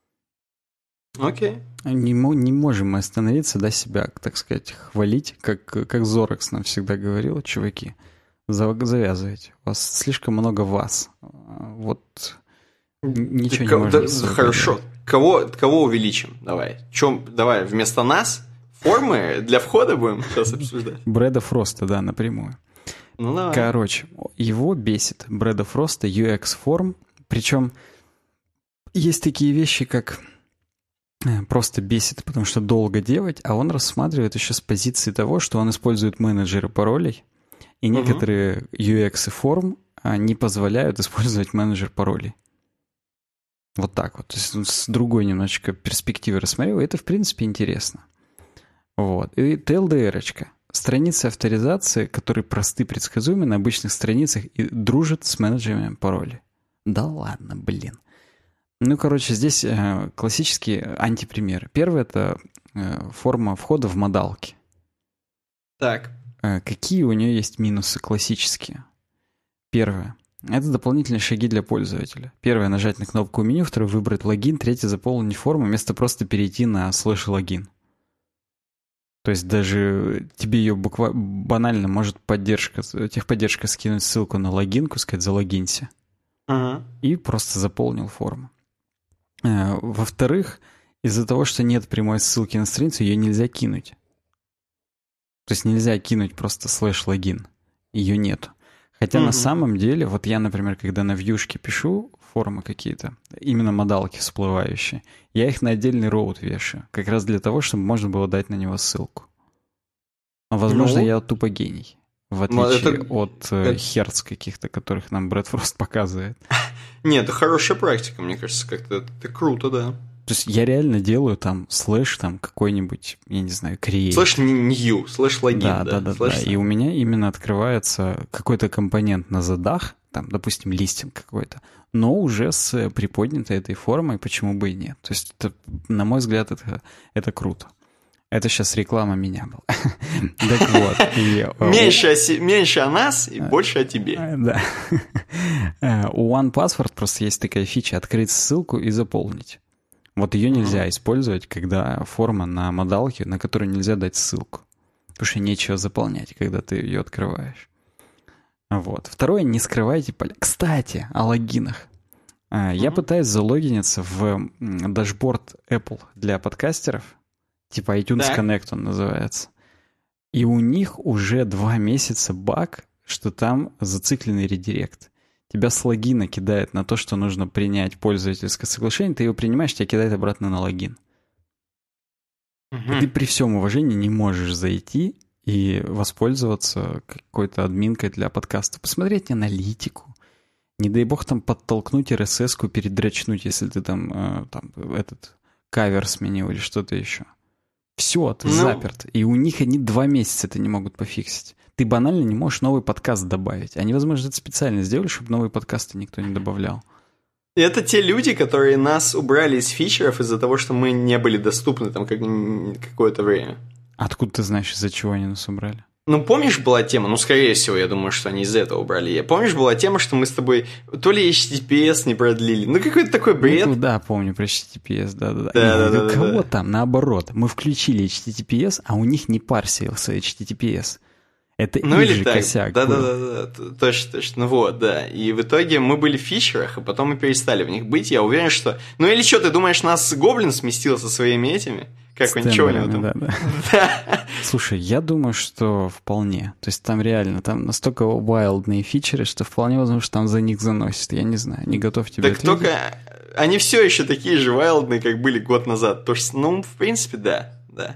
Speaker 1: Окей.
Speaker 2: Не можем мы остановиться, да, себя, так сказать, хвалить, как Зорекс нам всегда говорил, чуваки. Завязывайте. У вас слишком много вас. Вот ничего не можно.
Speaker 1: Хорошо. Кого увеличим? Давай вместо нас формы для входа будем сейчас обсуждать.
Speaker 2: Брэда Фроста, да, напрямую.
Speaker 1: Ну, давай.
Speaker 2: Короче, его бесит Брэда Фроста UX-форм. Причем есть такие вещи, как просто бесит, потому что долго делать, а он рассматривает еще с позиции того, что он использует менеджеры паролей, и некоторые UX и форм не позволяют использовать менеджер паролей. Вот так вот. То есть он с другой немножечко перспективы рассмотрел, и это, в принципе, интересно. Вот. И TLDR-очка. Страницы авторизации, которые просты, предсказуемы на обычных страницах и дружат с менеджерами паролей. Да ладно, блин. Ну, короче, здесь классические антипримеры. Первый — это форма входа в модалки.
Speaker 1: Так.
Speaker 2: Какие у нее есть минусы классические? Первое. Это дополнительные шаги для пользователя. Первое — нажать на кнопку меню, второе — выбрать логин, третье — заполнить форму, вместо просто перейти на /логин. То есть даже тебе ее банально может техподдержка скинуть ссылку на логинку, сказать «залогинься». И просто заполнил форму. Во-вторых, из-за того, что нет прямой ссылки на страницу, ее нельзя кинуть. То есть нельзя кинуть просто /логин. Ее нет. Хотя на самом деле, вот я, например, когда на вьюшке пишу формы какие-то, именно модалки всплывающие, я их на отдельный роут вешаю. Как раз для того, чтобы можно было дать на него ссылку. Но, возможно, я тупо гений. В отличие от херц каких-то, которых нам Брэд Фрост показывает.
Speaker 1: Нет, это хорошая практика, мне кажется, как-то это круто, да.
Speaker 2: То есть я реально делаю там слэш, там какой-нибудь, я не знаю, create.
Speaker 1: /new, /логин,
Speaker 2: да. И у меня именно открывается какой-то компонент на задах, там, допустим, листинг какой-то, но уже с приподнятой этой формой, почему бы и нет. То есть, это, на мой взгляд, это круто. Это сейчас реклама меня была. Так вот.
Speaker 1: Меньше о нас и больше о тебе.
Speaker 2: Да. У OnePassword просто есть такая фича — открыть ссылку и заполнить. Вот ее нельзя использовать, когда форма на модалке, на которую нельзя дать ссылку. Потому что нечего заполнять, когда ты ее открываешь. Вот. Второе, не скрывайте поля. Кстати, о логинах. Я пытаюсь залогиниться в дашборд Apple для подкастеров. Типа iTunes Connect он называется. И у них уже 2 месяца баг, что там зацикленный редирект. Тебя с логина кидает на то, что нужно принять пользовательское соглашение, ты его принимаешь, тебя кидает обратно на логин. И ты при всем уважении не можешь зайти и воспользоваться какой-то админкой для подкаста. Посмотреть аналитику. Не дай бог там подтолкнуть RSS-ку, передрачнуть, если ты там этот кавер сменил или что-то еще. Все, ты заперт. И у них они 2 месяца это не могут пофиксить. Ты банально не можешь новый подкаст добавить. Они, возможно, это специально сделали, чтобы новые подкасты никто не добавлял.
Speaker 1: Это те люди, которые нас убрали из фичеров из-за того, что мы не были доступны там какое-то время.
Speaker 2: Откуда ты знаешь, из-за чего они нас убрали?
Speaker 1: Ну, помнишь, была тема, ну, скорее всего, я думаю, что они из-за этого убрали. Помнишь, была тема, что мы с тобой то ли HTTPS не продлили, ну, какой-то такой бред.
Speaker 2: Ну, да, помню про HTTPS, да-да-да.
Speaker 1: Да.
Speaker 2: У кого там, наоборот, мы включили HTTPS, а у них не парсился HTTPS. Это
Speaker 1: ну,
Speaker 2: их
Speaker 1: или
Speaker 2: же
Speaker 1: так.
Speaker 2: косяк
Speaker 1: Да, точно. Ну вот, да. И в итоге мы были в фичерах, и потом мы перестали в них быть. Я уверен, что... Ну или что, ты думаешь, нас Гоблин сместил со своими этими? Как он, чего у него там?
Speaker 2: Да. Слушай, я думаю, что вполне. То есть там реально, там настолько вайлдные фичеры, что вполне возможно, что там за них заносит. Я не знаю, не готов тебе
Speaker 1: ответить. Так только они все еще такие же вайлдные, как были год назад. То есть, ну, в принципе, да.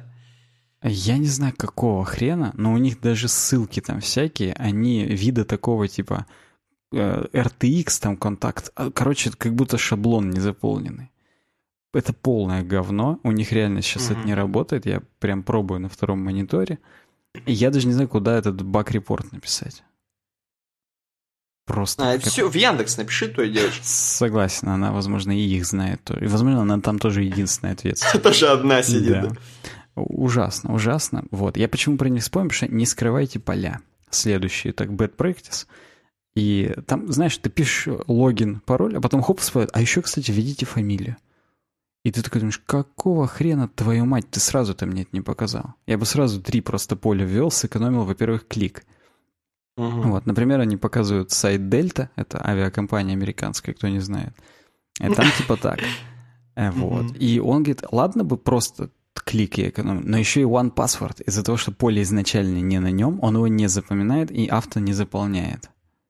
Speaker 2: Я не знаю, какого хрена, но у них даже ссылки там всякие, они вида такого типа RTX, там контакт. Короче, как будто шаблон не заполненный. Это полное говно. У них реально сейчас это не работает. Я прям пробую на втором мониторе. И я даже не знаю, куда этот баг-репорт написать. Просто.
Speaker 1: Все, в Яндекс напиши той девочке.
Speaker 2: Согласен, она, возможно, и их знает тоже. И, возможно, она там тоже единственная ответственная.
Speaker 1: Тоже одна сидит, да.
Speaker 2: Ужасно. Вот. Я почему про них вспомнил, потому что не скрывайте поля. Следующие, так, bad practice. И там, знаешь, ты пишешь логин, пароль, а потом хоп, всплывает. А еще, кстати, введите фамилию. И ты такой думаешь, какого хрена, твою мать, ты сразу-то мне это не показал? Я бы сразу 3 просто поля ввел, сэкономил, во-первых, клик. Вот, например, они показывают сайт Delta, это авиакомпания американская, кто не знает. И там типа так. Вот. И он говорит, ладно бы просто клик я экономил, но еще и OnePassword. Из-за того, что поле изначально не на нем, он его не запоминает и авто не заполняет.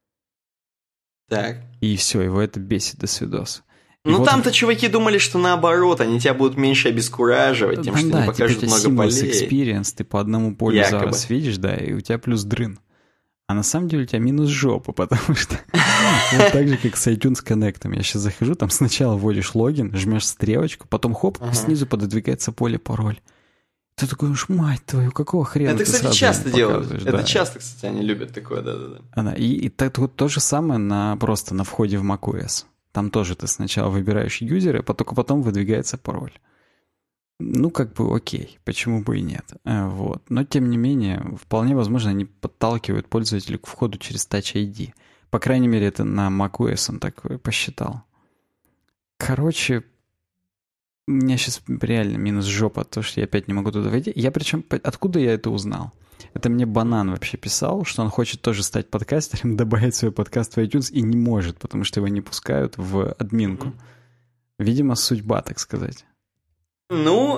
Speaker 1: Так.
Speaker 2: И все, его это бесит до свидос.
Speaker 1: Ну вот там-то чуваки думали, что наоборот, они тебя будут меньше обескураживать, тем, что не покажут
Speaker 2: типа
Speaker 1: много полей.
Speaker 2: Experience, ты по одному полю за раз видишь, да, и у тебя плюс дрын. А на самом деле у тебя минус жопа, потому что вот так же, как с iTunes Connect. Я сейчас захожу, там сначала вводишь логин, жмешь стрелочку, потом хоп, снизу пододвигается поле пароль. Ты такой, уж мать твою, какого хрена
Speaker 1: это,
Speaker 2: ты
Speaker 1: кстати,
Speaker 2: сразу
Speaker 1: часто делают.
Speaker 2: Да.
Speaker 1: Это часто, кстати, они любят такое, да.
Speaker 2: И то же самое просто на входе в macOS. Там тоже ты сначала выбираешь юзера, только потом выдвигается пароль. Ну, как бы окей, почему бы и нет. Вот. Но, тем не менее, вполне возможно, они подталкивают пользователя к входу через Touch ID. По крайней мере, это на macOS он так посчитал. Короче, у меня сейчас реально минус жопа, то, что я опять не могу туда войти. Откуда я это узнал? Это мне Банан вообще писал, что он хочет тоже стать подкастером, добавить свой подкаст в iTunes и не может, потому что его не пускают в админку. Видимо, судьба, так сказать.
Speaker 1: Ну,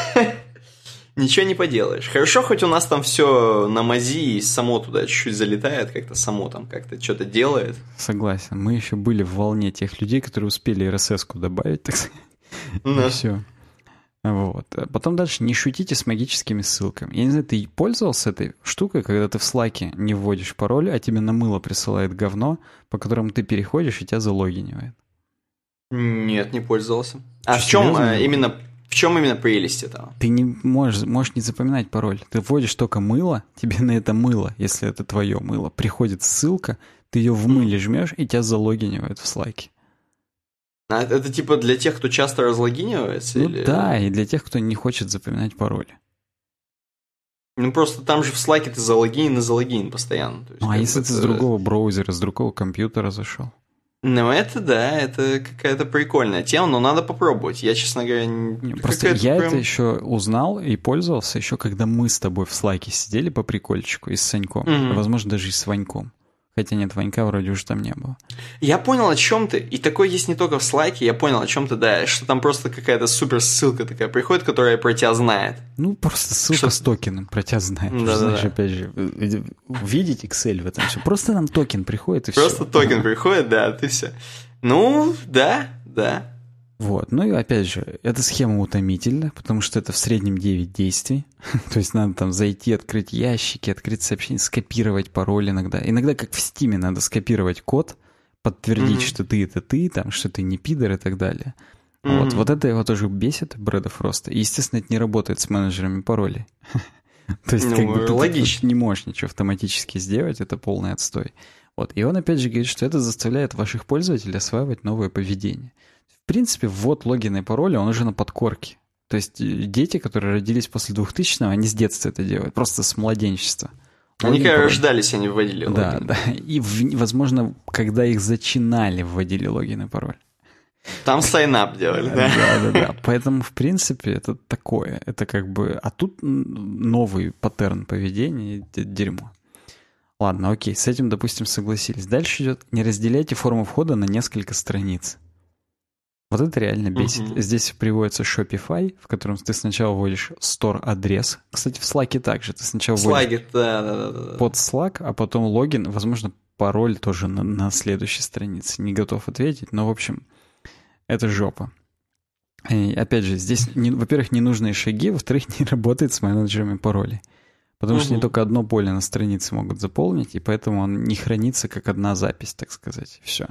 Speaker 1: ничего не поделаешь. Хорошо, хоть у нас там все на мази и само туда чуть-чуть залетает, как-то само там как-то что-то делает.
Speaker 2: Согласен. Мы еще были в волне тех людей, которые успели RSS-ку добавить, так сказать. И все. Вот. Потом дальше не шутите с магическими ссылками. Я не знаю, ты пользовался этой штукой, когда ты в Slack'е не вводишь пароль, а тебе на мыло присылает говно, по которому ты переходишь и тебя залогинивает?
Speaker 1: Нет, не пользовался. А в чем именно прелесть этого?
Speaker 2: Ты не можешь не запоминать пароль. Ты вводишь только мыло, тебе на это мыло, если это твое мыло, приходит ссылка, ты ее в мыле жмешь, и тебя залогинивают в Slack'е.
Speaker 1: А это типа для тех, кто часто разлогинивается?
Speaker 2: Ну или... да, и для тех, кто не хочет запоминать пароль.
Speaker 1: Ну просто там же в Slack'е ты залогинен постоянно. То есть,
Speaker 2: а если ты с другого браузера, с другого компьютера зашел?
Speaker 1: Ну это да, это какая-то прикольная тема, но надо попробовать. Я, честно говоря,
Speaker 2: просто я это еще узнал и пользовался еще, когда мы с тобой в Slack'е сидели по прикольчику и с Саньком. Возможно, даже и с Ваньком. Хотя нет, Ванька вроде уже там не было.
Speaker 1: Я понял, о чем ты. И такое есть не только в Slack'е, я понял, о чем ты, да. Что там просто какая-то супер ссылка такая приходит, которая про тебя знает.
Speaker 2: Ну, просто ссылка с токеном про тебя знает.
Speaker 1: Да.
Speaker 2: Знаешь, опять же, увидеть Excel в этом все. Просто нам токен приходит и
Speaker 1: просто все. Просто токен приходит, да, ты все. Ну, да.
Speaker 2: Вот, ну и опять же, эта схема утомительна, потому что это в среднем 9 действий. То есть надо там зайти, открыть ящики, открыть сообщение, скопировать пароль иногда. Иногда, как в Стиме, надо скопировать код, подтвердить, что ты это ты, там, что ты не пидор и так далее. Вот это его тоже бесит, Брэда Фроста. И, естественно, это не работает с менеджерами паролей. То есть, как бы, ты не можешь ничего автоматически сделать, это полный отстой. Вот. И он опять же говорит, что это заставляет ваших пользователей осваивать новое поведение. В принципе, ввод логина и пароля, он уже на подкорке. То есть дети, которые родились после 2000-го, они с детства это делают, просто с младенчества.
Speaker 1: Они когда рождались, они вводили логин.
Speaker 2: Да, да. И, возможно, когда их зачинали, вводили логин и пароль.
Speaker 1: Там сайнап делали, да?
Speaker 2: Да. Поэтому, в принципе, это такое. Это как бы... А тут новый паттерн поведения, дерьмо. Ладно, окей, с этим, допустим, согласились. Дальше идет: не разделяйте форму входа на несколько страниц. Вот это реально бесит. Здесь приводится Shopify, в котором ты сначала вводишь store-адрес. Кстати, в Slack также. Ты сначала вводишь под Slack, а потом логин, возможно, пароль тоже на следующей странице. Не готов ответить, но, в общем, это жопа. И, опять же, здесь, во-первых, ненужные шаги, во-вторых, не работает с менеджерами паролей. Потому что не только одно поле на странице могут заполнить, и поэтому он не хранится как одна запись, так сказать. Все.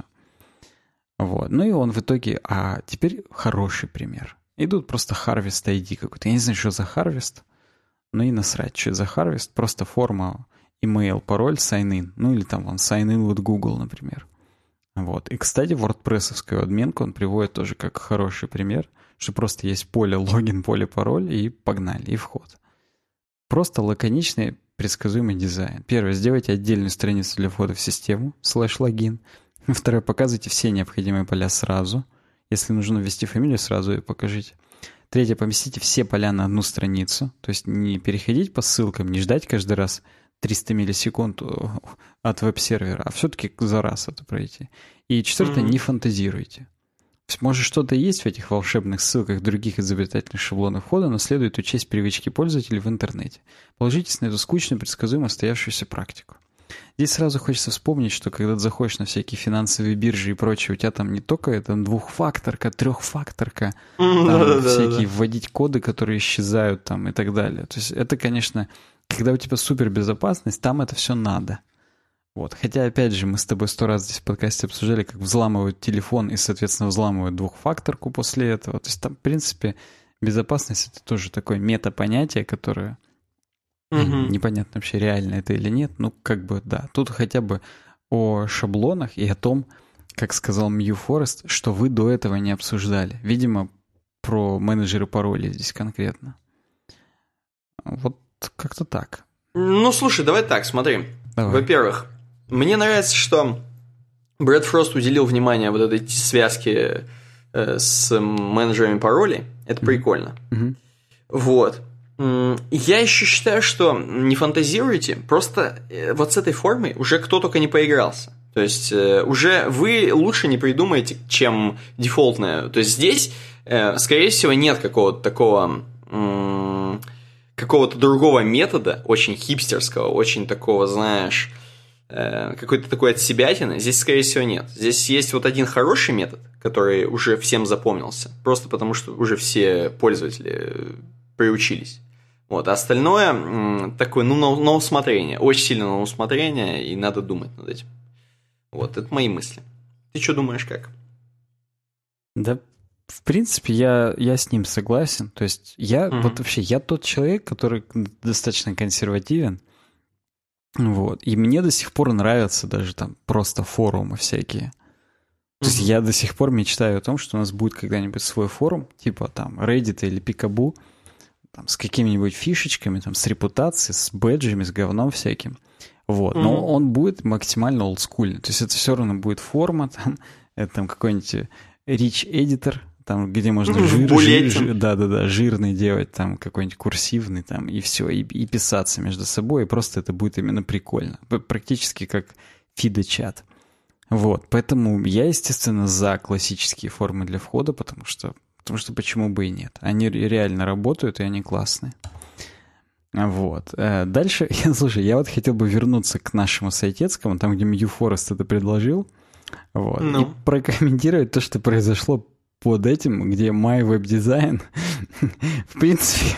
Speaker 2: Вот. Ну и он в итоге... А теперь хороший пример. Идут просто Harvest ID какой-то. Я не знаю, что за Harvest. Ну и насрать, что за Harvest. Просто форма, email, пароль, sign-in. Ну или там он sign-in with Google, например. Вот. И, кстати, WordPress-овскую админку он приводит тоже как хороший пример, что просто есть поле логин, поле пароль, и погнали, и вход. Просто лаконичный, предсказуемый дизайн. Первое, сделайте отдельную страницу для входа в систему, /логин. Второе, показывайте все необходимые поля сразу. Если нужно ввести фамилию, сразу ее покажите. Третье, поместите все поля на одну страницу. То есть не переходить по ссылкам, не ждать каждый раз 300 миллисекунд от веб-сервера, а все-таки за раз это пройти. И четвертое, не фантазируйте. Может, что-то есть в этих волшебных ссылках других изобретательных шаблонов входа, но следует учесть привычки пользователей в интернете. Положитесь на эту скучную, предсказуемо стоявшуюся практику. Здесь сразу хочется вспомнить, что когда ты заходишь на всякие финансовые биржи и прочее, у тебя там не только это двухфакторка, трехфакторка, всякие вводить коды, которые исчезают там и так далее. То есть это, конечно, когда у тебя супербезопасность, там это все надо. Вот. Хотя, опять же, мы с тобой 100 раз здесь в подкасте обсуждали, как взламывают телефон и, соответственно, взламывают двухфакторку после этого. То есть там, в принципе, безопасность — это тоже такое мета-понятие, которое непонятно вообще, реально это или нет. Ну, как бы, да. Тут хотя бы о шаблонах и о том, как сказал Мью Форест, что вы до этого не обсуждали. Видимо, про менеджеры паролей здесь конкретно. Вот как-то так.
Speaker 1: Ну, слушай, давай так, смотри.
Speaker 2: Давай.
Speaker 1: Во-первых, мне нравится, что Брэд Фрост уделил внимание вот этой связке с менеджерами паролей. Это прикольно. Вот. Я еще считаю, что не фантазируйте, просто вот с этой формой уже кто только не поигрался. То есть уже вы лучше не придумаете, чем дефолтное. То есть здесь, скорее всего, нет какого-то такого... какого-то другого метода, очень хипстерского, очень такого, знаешь, какой-то такой отсебятины, здесь, скорее всего, нет. Здесь есть вот один хороший метод, который уже всем запомнился, просто потому что уже все пользователи приучились. Вот, а остальное такое, ну, на усмотрение, очень сильно на усмотрение, и надо думать над этим. Вот, это мои мысли. Ты что думаешь, как?
Speaker 2: Да, в принципе, я с ним согласен. То есть вот вообще, я тот человек, который достаточно консервативен. Вот. И мне до сих пор нравятся даже там просто форумы всякие. То есть я до сих пор мечтаю о том, что у нас будет когда-нибудь свой форум, типа там Reddit или Picaboo, там, с какими-нибудь фишечками, там, с репутацией, с бэджами, с говном всяким. Вот. Но он будет максимально олдскульный. То есть это все равно будет форма, там, это там какой-нибудь rich editor, там, где можно жирный делать, там, какой-нибудь курсивный, там, и все, и писаться между собой, и просто это будет именно прикольно. Практически как фидо-чат. Вот, поэтому я, естественно, за классические формы для входа, потому что почему бы и нет. Они реально работают, и они классные. Вот. Дальше, слушай, я вот хотел бы вернуться к нашему сайтецкому, там, где Мью Форест это предложил, вот, и прокомментировать то, что произошло под этим, где My Web Design. В принципе,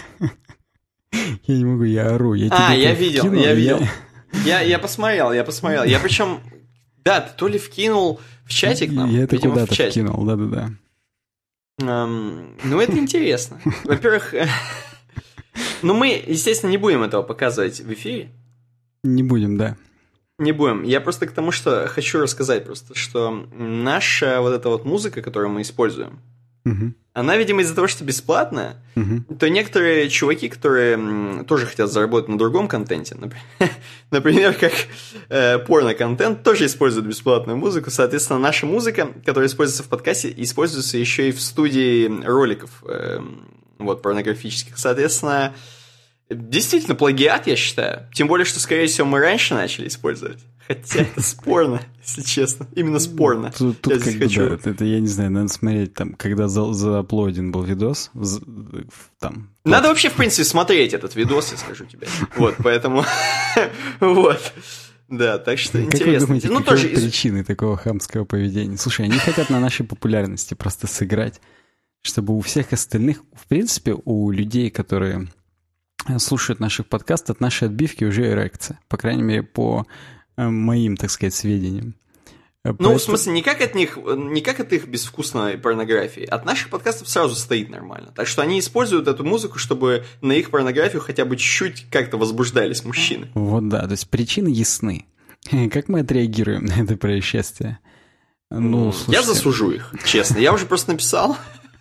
Speaker 2: я не могу, я ору.
Speaker 1: Я видел. Я посмотрел. Я причем, да, ты то ли вкинул в чатик нам,
Speaker 2: я это куда-то вкинул, да-да-да.
Speaker 1: Ну, это интересно. Во-первых, мы, естественно, не будем этого показывать в эфире.
Speaker 2: Не будем, да.
Speaker 1: Не будем. Я просто к тому, что хочу рассказать просто, что наша вот эта вот музыка, которую мы используем, она, видимо, из-за того, что бесплатная, то некоторые чуваки, которые тоже хотят заработать на другом контенте, например, как порно-контент, тоже используют бесплатную музыку. Соответственно, наша музыка, которая используется в подкасте, используется еще и в студии роликов вот, порнографических. Соответственно, действительно плагиат, я считаю. Тем более, что, скорее всего, мы раньше начали использовать. Хотя это спорно, если честно. Именно спорно.
Speaker 2: Тут
Speaker 1: я здесь хочу...
Speaker 2: Да, это, я не знаю, надо смотреть, там, когда зааплоден был видос, там...
Speaker 1: Надо вообще, в принципе, смотреть этот видос, я скажу тебе. Вот, поэтому... Вот. Да, так что интересно.
Speaker 2: Как вы думаете, какие причины такого хамского поведения? Слушай, они хотят на нашей популярности просто сыграть, чтобы у всех остальных, в принципе, у людей, которые слушают наших подкастов, от нашей отбивки уже эрекция. По крайней мере, по моим, так сказать, сведениям.
Speaker 1: Ну, в смысле, не как от их безвкусной порнографии. От наших подкастов сразу стоит нормально. Так что они используют эту музыку, чтобы на их порнографию хотя бы чуть-чуть как-то возбуждались мужчины.
Speaker 2: Вот да, то есть причины ясны. Как мы отреагируем на это происшествие? Ну, слушайте...
Speaker 1: Я засужу их, честно. Я уже просто написал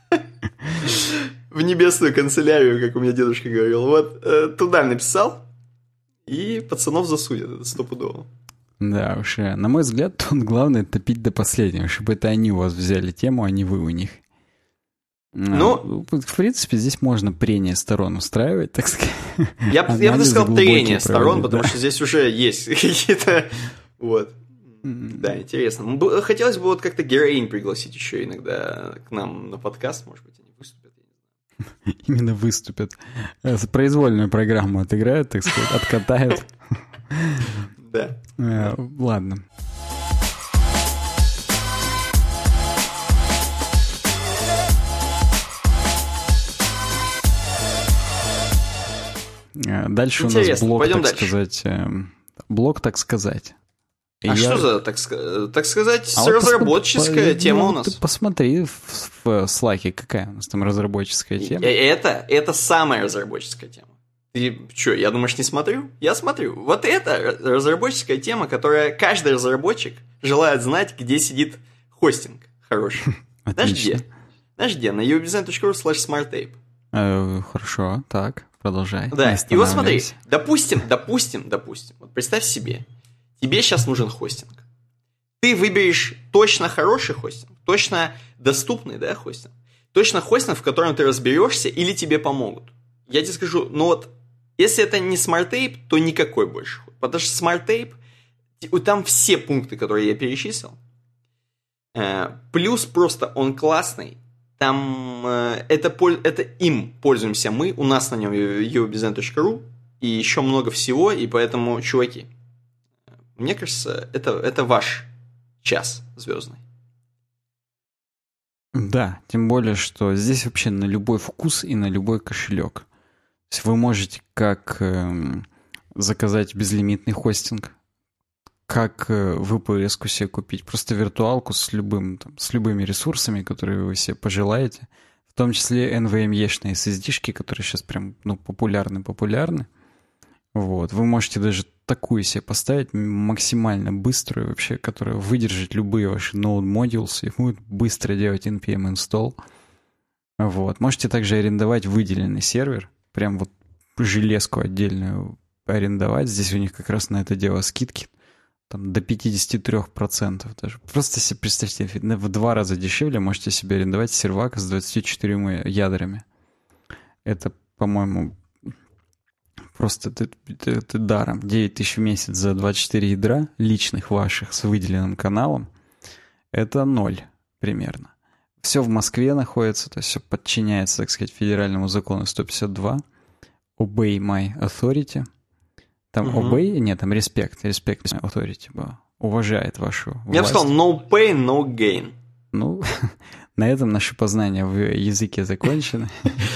Speaker 1: в небесную канцелярию, как у меня дедушка говорил. Вот туда написал, и пацанов засудят, это стопудово.
Speaker 2: Да уж, на мой взгляд, тут главное топить до последнего, чтобы это они у вас взяли тему, а не вы у них. Ну, в принципе, здесь можно прение сторон устраивать, так сказать.
Speaker 1: Я бы сказал трение сторон, потому что здесь уже есть какие-то... Вот. Да, интересно. Хотелось бы вот как-то героинь пригласить еще иногда к нам на подкаст, может быть, они выступят, я не знаю.
Speaker 2: Именно выступят. Произвольную программу отыграют, так сказать, откатают.
Speaker 1: Да.
Speaker 2: Ладно. Дальше
Speaker 1: интересно.
Speaker 2: У нас блок,
Speaker 1: пойдем
Speaker 2: так
Speaker 1: дальше.
Speaker 2: Сказать. Блок, так сказать.
Speaker 1: Что за, так сказать, разработческая тема у нас?
Speaker 2: Ты посмотри в Slack, какая у нас там разработческая тема.
Speaker 1: Это самая разработческая тема. Ты что, я думаешь, не смотрю? Я смотрю. Вот это разработческая тема, которая каждый разработчик желает знать, где сидит хостинг хороший. Знаешь где? На uwdesign.ru/smarttape.
Speaker 2: Хорошо, так, продолжай.
Speaker 1: Да, и вот смотри, допустим, вот представь себе, тебе сейчас нужен хостинг. Ты выберешь точно хороший хостинг, точно доступный, да, хостинг, точно хостинг, в котором ты разберешься или тебе помогут. Я тебе скажу, ну вот, если это не SmartTape, то никакой больше. Потому что SmartTape, там все пункты, которые я перечислил, плюс просто он классный, там это им пользуемся мы, у нас на нем uwdesign.ru и еще много всего, и поэтому, чуваки, мне кажется, это ваш час звездный.
Speaker 2: Да, тем более, что здесь вообще на любой вкус и на любой кошелек. То есть вы можете как заказать безлимитный хостинг, как VPS-ку себе купить, просто виртуалку с любыми ресурсами, которые вы себе пожелаете, в том числе NVMe-шные SSD-шки, которые сейчас прям популярны. Вот. Вы можете даже такую себе поставить, максимально быструю вообще, которая выдержит любые ваши Node Modules и будет быстро делать npm install. Вот. Можете также арендовать выделенный сервер, прям вот железку отдельную арендовать. Здесь у них как раз на это дело скидки. Там до 53% даже. Просто себе представьте, в 2 раза дешевле можете себе арендовать сервак с 24 ядрами. Это, по-моему, просто это даром. 9 тысяч в месяц за 24 ядра личных ваших с выделенным каналом. Это 0 примерно. Все в Москве находится, то есть все подчиняется, так сказать, федеральному закону 152. Obey my authority. Там obey, нет, там respect my authority. Уважает вашу власть.
Speaker 1: Я бы сказал no pain, no gain.
Speaker 2: Ну, на этом наши познания в языке закончены.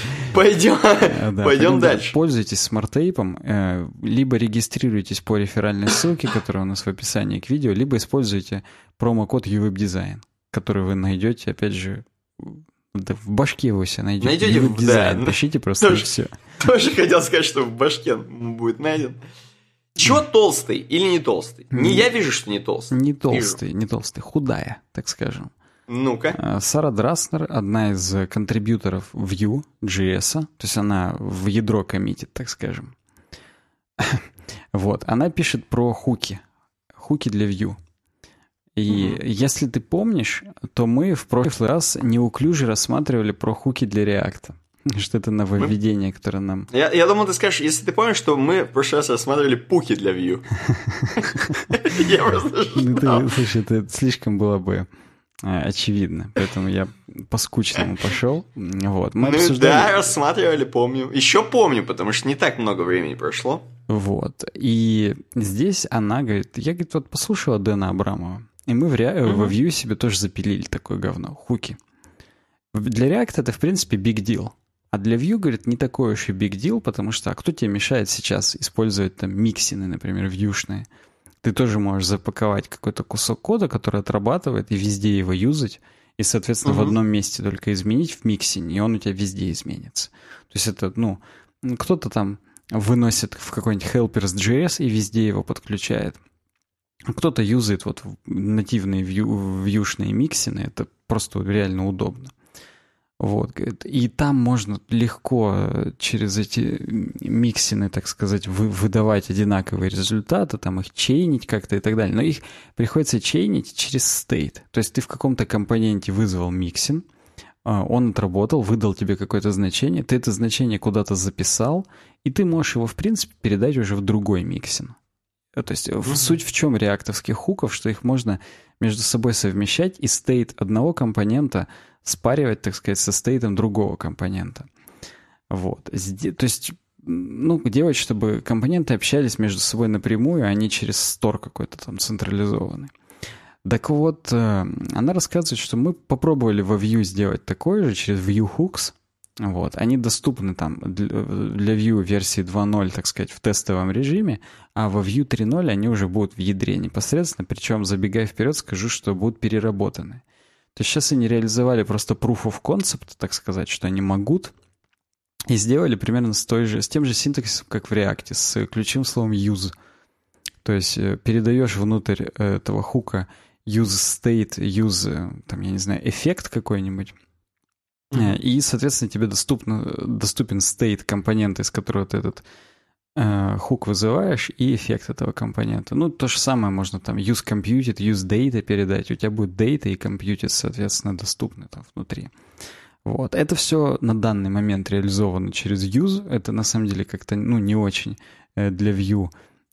Speaker 1: Пойдем дальше.
Speaker 2: Пользуйтесь смарт-тейпом, либо регистрируйтесь по реферальной ссылке, которая у нас в описании к видео, либо используйте промокод uwebdesign, который вы найдете, опять же, в Да в башке его себе найдете.
Speaker 1: Найдете в
Speaker 2: дизайн, пишите просто
Speaker 1: тоже,
Speaker 2: и все.
Speaker 1: Тоже хотел сказать, что в башке будет найден. Чё толстый или не толстый? Не я вижу, что не толстый.
Speaker 2: Не толстый, не толстый. Худая, так скажем.
Speaker 1: Ну-ка.
Speaker 2: Сара Драснер, одна из контрибьюторов Vue.js, то есть она в ядро коммитит, так скажем. Вот, она пишет про хуки. Хуки для Vue. И если ты помнишь, то мы в прошлый раз неуклюже рассматривали про хуки для React. Что это нововведение, которое нам...
Speaker 1: Я думал, ты скажешь, если ты помнишь, что мы в прошлый раз рассматривали пуки для Vue. Я просто ждал.
Speaker 2: Слушай, это слишком было бы очевидно, поэтому я по-скучному пошел. Вот. Мы обсуждали...
Speaker 1: Да, рассматривали, помню. Еще помню, потому что не так много времени прошло.
Speaker 2: Вот. И здесь она говорит, я, говорит, вот послушала Дэна Абрамова, и мы во Vue себе тоже запилили такое говно, хуки. Для React это, в принципе, big deal. А для Vue, говорит, не такой уж и big deal, потому что, а кто тебе мешает сейчас использовать там миксины, например, вьюшные? Ты тоже можешь запаковать какой-то кусок кода, который отрабатывает, и везде его юзать, и, соответственно, в одном месте только изменить в миксине, и он у тебя везде изменится. То есть это, ну, кто-то там выносит в какой-нибудь helpers.js и везде его подключает. Кто-то юзает вот нативные вьюшные миксины, это просто реально удобно. Вот, и там можно легко через эти миксины, так сказать, выдавать одинаковые результаты, там их чейнить как-то и так далее. Но их приходится чейнить через state. То есть ты в каком-то компоненте вызвал миксин, он отработал, выдал тебе какое-то значение, ты это значение куда-то записал, и ты можешь его, в принципе, передать уже в другой миксин. То есть суть в чем реактовских хуков, что их можно между собой совмещать, и стейт одного компонента спаривать, так сказать, со стейтом другого компонента. Вот. То есть, ну, делать, чтобы компоненты общались между собой напрямую, а не через стор какой-то там централизованный. Так вот, она рассказывает, что мы попробовали во Vue сделать такое же через Vue Hooks. Вот. Они доступны там для Vue версии 2.0, так сказать, в тестовом режиме, а во Vue 3.0 они уже будут в ядре непосредственно, причем, забегая вперед, скажу, что будут переработаны. То есть сейчас они реализовали просто proof of concept, так сказать, что они могут, и сделали примерно с тем же синтаксисом, как в React, с ключевым словом use. То есть передаешь внутрь этого хука use state, use, там, я не знаю, эффект какой-нибудь, и, соответственно, тебе доступен state компонента, из которого ты этот хук вызываешь, и эффект этого компонента. Ну, то же самое можно там use computed, use data передать. У тебя будет data и computed, соответственно, доступны там внутри. Вот. Это все на данный момент реализовано через use. Это, на самом деле, как-то, ну, не очень для Vue,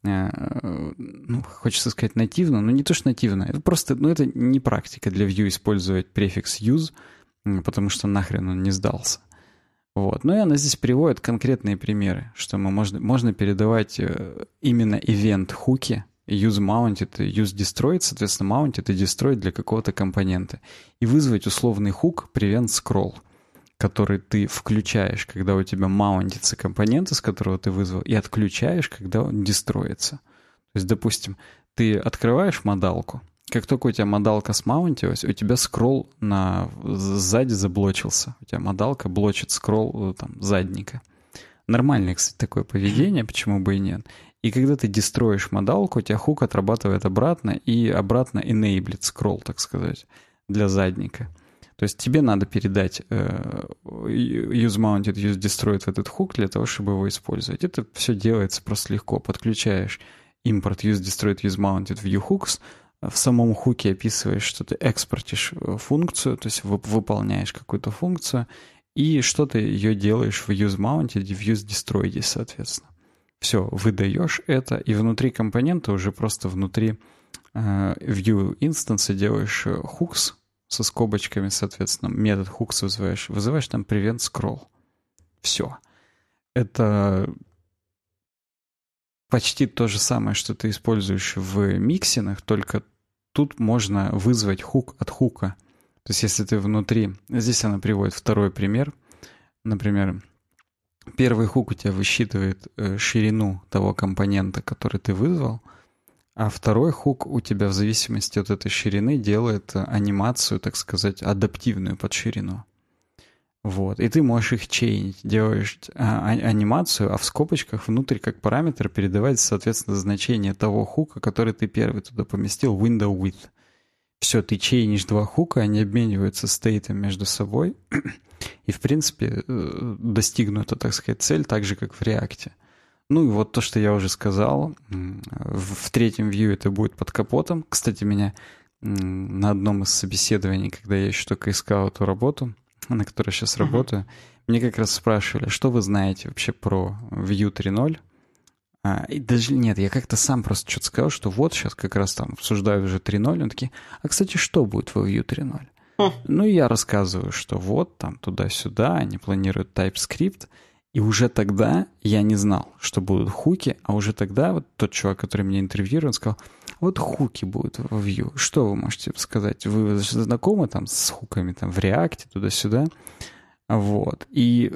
Speaker 2: ну, хочется сказать нативно, но не то, что нативно. Это просто, ну, это не практика для Vue использовать префикс use, потому что нахрен он не сдался. Вот. Ну и она здесь приводит конкретные примеры, что можно передавать именно event-хуки, use-mounted, use-destroyed, соответственно, mounted и destroyed для какого-то компонента, и вызвать условный хук prevent-scroll, который ты включаешь, когда у тебя маунтится компонент, из которого ты вызвал, и отключаешь, когда он дестроится. То есть, допустим, ты открываешь модалку, как только у тебя модалка смаунтилась, у тебя скролл сзади заблочился. У тебя модалка блочит скролл там, задника. Нормальное, кстати, такое поведение, почему бы и нет. И когда ты дестроишь модалку, у тебя хук отрабатывает обратно и обратно enable скролл, так сказать, для задника. То есть тебе надо передать use-mounted, use-destroyed в этот хук для того, чтобы его использовать. Это все делается просто легко. Подключаешь импорт use-destroyed, use-mounted в VueHooks, в самом хуке описываешь, что ты экспортишь функцию, то есть выполняешь какую-то функцию, и что ты ее делаешь в use-mounted и в use-destroyed, соответственно. Все, выдаешь это, и внутри компонента уже просто внутри view инстанса делаешь hooks со скобочками, соответственно, метод hooks вызываешь там prevent scroll. Все. Это почти то же самое, что ты используешь в миксинах, только тут можно вызвать хук от хука. То есть если ты внутри... Здесь она приводит второй пример. Например, первый хук у тебя высчитывает ширину того компонента, который ты вызвал, а второй хук у тебя в зависимости от этой ширины делает анимацию, так сказать, адаптивную под ширину. Вот. И ты можешь их чейнить, делаешь анимацию, а в скобочках внутрь как параметр передавать, соответственно, значение того хука, который ты первый туда поместил, window width. Все, ты чейнишь два хука, они обмениваются стейтом между собой, и, в принципе, достигнута, так сказать, цель, так же, как в React. Ну и вот то, что я уже сказал, в третьем view это будет под капотом. Кстати, меня на одном из собеседований, когда я еще только искал эту работу, на которой сейчас работаю, мне как раз спрашивали, что вы знаете вообще про Vue 3.0? И даже нет, я как-то сам просто что-то сказал, что вот сейчас как раз там обсуждают уже 3.0, он такие, а, кстати, что будет во Vue 3.0? Ну и я рассказываю, что вот там туда-сюда, они планируют TypeScript, и уже тогда я не знал, что будут хуки, а уже тогда вот тот чувак, который меня интервьюировал, он сказал, вот хуки будут во Vue. Что вы можете сказать? Вы знакомы там с хуками там в React, туда-сюда? Вот. И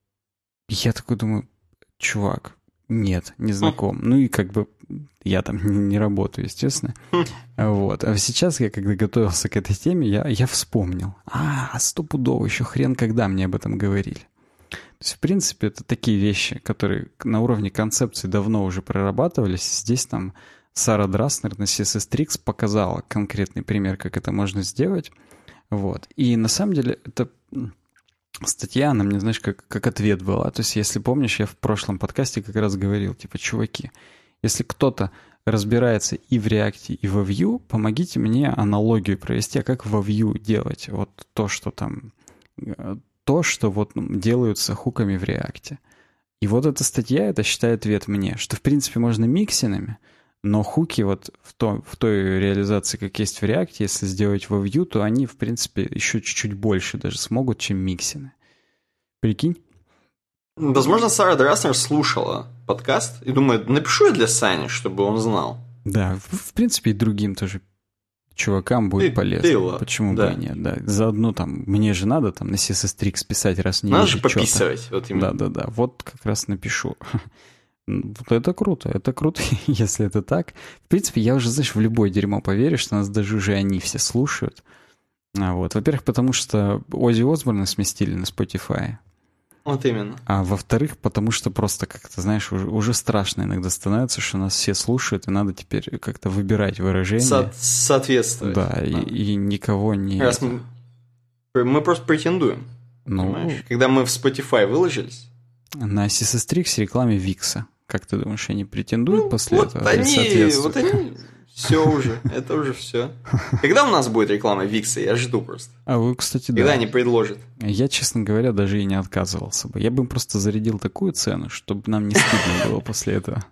Speaker 2: я такой думаю, чувак, нет, не знаком. Ну и как бы я там не работаю, естественно. Вот. А сейчас я, когда готовился к этой теме, я вспомнил. Стопудово, еще хрен когда мне об этом говорили. То есть, в принципе, это такие вещи, которые на уровне концепции давно уже прорабатывались. Здесь там Сара Драснер на CSS Tricks показала конкретный пример, как это можно сделать. Вот. И на самом деле это статья, она мне, знаешь, как ответ была. То есть, если помнишь, я в прошлом подкасте как раз говорил, типа, чуваки, если кто-то разбирается и в React, и во Vue, помогите мне аналогию провести, а как во Vue делать вот то, что там... то, что вот делаются хуками в React. И вот эта статья, это считает ответ мне, что, в принципе, можно миксинами, но хуки вот в той реализации, как есть в React, если сделать во Vue, то они, в принципе, еще чуть-чуть больше даже смогут, чем миксины. Прикинь?
Speaker 1: Возможно, Сара Драснер слушала подкаст и думает, напишу я для Сани, чтобы он знал.
Speaker 2: Да, в принципе, и другим тоже чувакам будет полезно. Почему бы и нет, да. Заодно там, мне же надо там на CSS Tricks писать, раз не
Speaker 1: надо
Speaker 2: вижу
Speaker 1: же пописывать. Вот именно.
Speaker 2: Да. Вот как раз напишу. Это круто, если это так. В принципе, я уже, знаешь, в любое дерьмо поверю, что нас даже уже они все слушают. Вот. Во-первых, потому что Оззи Осборна сместили на Spotify.
Speaker 1: Вот именно.
Speaker 2: А во-вторых, потому что просто как-то, знаешь, уже страшно иногда становится, что нас все слушают, и надо теперь как-то выбирать выражения.
Speaker 1: Соответствовать.
Speaker 2: Да, и никого не...
Speaker 1: Раз мы просто претендуем. Понимаешь? Когда мы в Spotify выложились...
Speaker 2: На CSS Tricks рекламе Викса. Как ты думаешь, они претендуют после
Speaker 1: вот
Speaker 2: этого?
Speaker 1: Они, все уже, это уже все. Когда у нас будет реклама Викса? Я жду просто.
Speaker 2: А вы, кстати,
Speaker 1: Когда они предложат?
Speaker 2: Я, честно говоря, даже и не отказывался бы. Я бы им просто зарядил такую цену, чтобы нам не стыдно было после этого.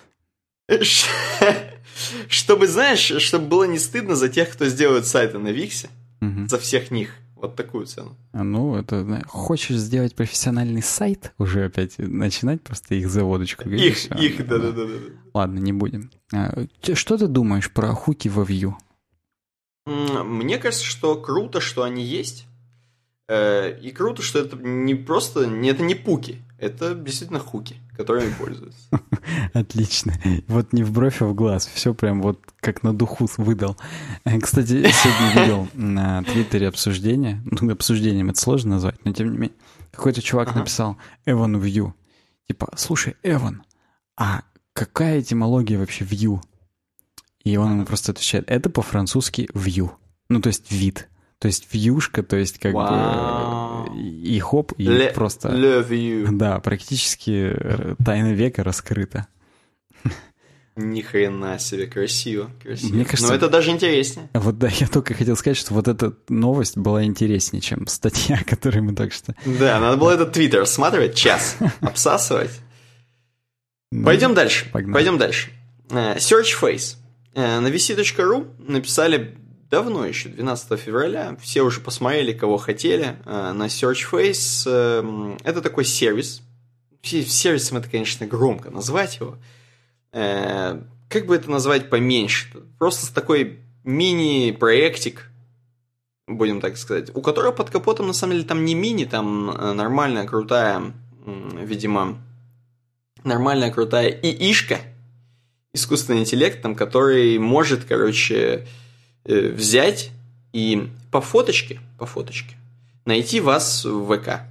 Speaker 1: Чтобы, знаешь, чтобы было не стыдно за тех, кто сделает сайты на Виксе, за всех них. Вот такую цену.
Speaker 2: Ну, это, хочешь сделать профессиональный сайт, уже опять начинать просто их за водочку.
Speaker 1: Их, да.
Speaker 2: Ладно, не будем. Что ты думаешь про хуки во Vue?
Speaker 1: Мне кажется, что круто, что они есть. И круто, что это не просто, это не пуки, это действительно хуки, которыми пользуются.
Speaker 2: Отлично. Вот не в бровь, а в глаз. Все прям вот как на духу выдал. Кстати, сегодня видел на Твиттере обсуждение. Ну, обсуждением это сложно назвать, но тем не менее. Какой-то чувак написал Эван Vue. Типа, слушай, Эван, а какая этимология вообще Vue? И он ему просто отвечает, это по-французски Vue. Ну, то есть вид. То есть вьюшка, то есть как бы и хоп, и просто...
Speaker 1: Le view.
Speaker 2: Да, практически тайна века раскрыта.
Speaker 1: Ни хрена себе, красиво.
Speaker 2: Мне кажется,
Speaker 1: но это даже интереснее.
Speaker 2: Вот да, я только хотел сказать, что вот эта новость была интереснее, чем статья, которую мы только что...
Speaker 1: Да, надо было этот твиттер рассматривать, час, обсасывать. Пойдем дальше. Пойдем дальше. Search Face. На vc.ru написали... Давно еще, 12 февраля, все уже посмотрели, кого хотели, на Search Face. Это такой сервис. Сервисом это, конечно, громко назвать его. Как бы это назвать поменьше? Просто такой мини-проектик, будем так сказать, у которого под капотом, на самом деле, там не мини, там нормальная, крутая, видимо, нормальная, крутая ИИшка, искусственный интеллект, там, который может, короче... взять и по фоточке найти вас в ВК.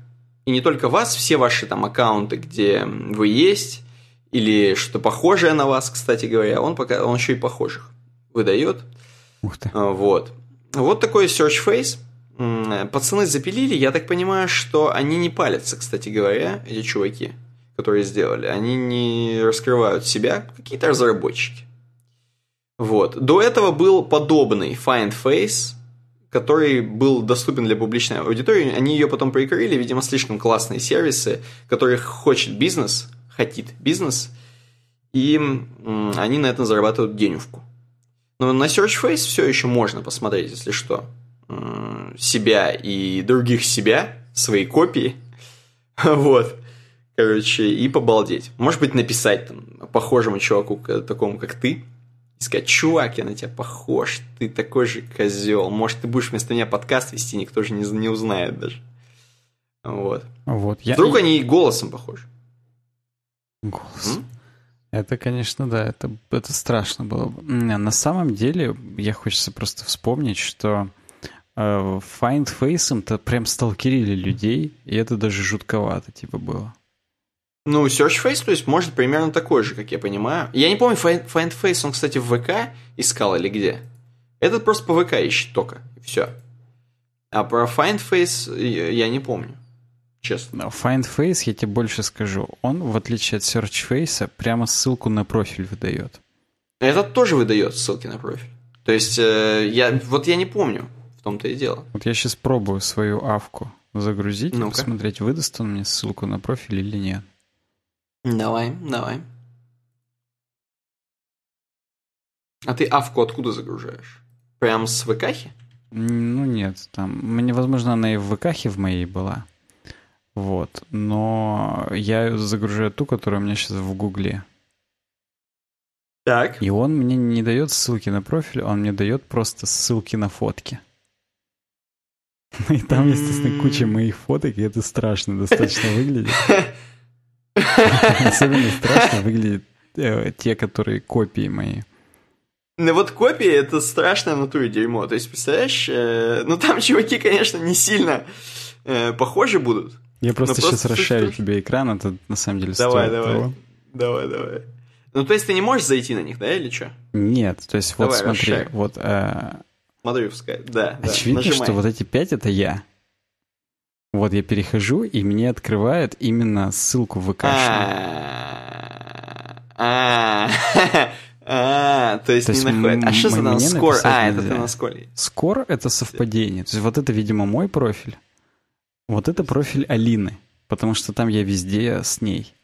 Speaker 1: и не только вас, все ваши там аккаунты, где вы есть, или что-то похожее на вас, кстати говоря, он еще и похожих выдает.
Speaker 2: Ух ты.
Speaker 1: Вот. Вот такой search face. Пацаны запилили, я так понимаю, что они не палятся, кстати говоря, эти чуваки, которые сделали. Они не раскрывают себя, какие-то разработчики. Вот. До этого был подобный Find Face, который был доступен для публичной аудитории. Они ее потом прикрыли, видимо, слишком классные сервисы, которых хотит бизнес, и они на этом зарабатывают денежку. Но на Search Face все еще можно посмотреть, если что, себя и других себя, свои копии, вот, короче, и побалдеть. Может быть, написать там похожему чуваку, такому как ты, и сказать: чувак, я на тебя похож, ты такой же козел, может, ты будешь вместо меня подкаст вести, никто же не узнает даже. Вот. Вдруг они и голосом похожи.
Speaker 2: Голос. Это, конечно, да, это страшно было бы. На самом деле, я хочется просто вспомнить, что Find Face-ом-то прям сталкерили людей, и это даже жутковато типа было.
Speaker 1: Ну, Search Face, то есть, может, примерно такой же, как я понимаю. Я не помню, Find Face, он, кстати, в ВК искал или где. Этот просто по ВК ищет только, и все. А про Find Face я не помню, честно.
Speaker 2: Find Face, я тебе больше скажу, он, в отличие от Search Face, прямо ссылку на профиль выдает.
Speaker 1: Этот тоже выдает ссылки на профиль. То есть, я не помню, в том-то и дело.
Speaker 2: Вот я сейчас пробую свою авку загрузить,
Speaker 1: Ну-ка.
Speaker 2: И посмотреть, выдаст он мне ссылку на профиль или нет.
Speaker 1: Давай. А ты авку откуда загружаешь? Прям с ВКхи?
Speaker 2: Ну нет, там, мне, возможно, она и в ВКхе в моей была. Вот, но я загружаю ту, которая у меня сейчас в Гугле.
Speaker 1: Так.
Speaker 2: И он мне не дает ссылки на профиль, он мне дает просто ссылки на фотки. И там, естественно, куча моих фоток, и это страшно достаточно выглядит. Особенно страшно выглядят те, которые копии мои.
Speaker 1: Ну вот копии — это страшное в натуре дерьмо. То есть, представляешь, ну там чуваки, конечно, не сильно похожи будут.
Speaker 2: Я просто сейчас расшарю тебе экран, это на самом деле
Speaker 1: Давай.
Speaker 2: стоит того.
Speaker 1: Давай. Ну, то есть ты не можешь зайти на них, да, или что?
Speaker 2: Нет, то есть вот
Speaker 1: Давай,
Speaker 2: смотри,
Speaker 1: расшарь.
Speaker 2: вот...
Speaker 1: Смотри в Skype, да.
Speaker 2: Очевидно,
Speaker 1: нажимай.
Speaker 2: что вот эти 5 — это я. Вот я перехожу, и мне открывает именно ссылку в ВК.
Speaker 1: То есть не находит. А что за там скор? Это ты на скоре.
Speaker 2: Скор — это совпадение. То есть вот это, видимо, мой профиль. Вот это профиль Алины. Потому что там я везде с ней.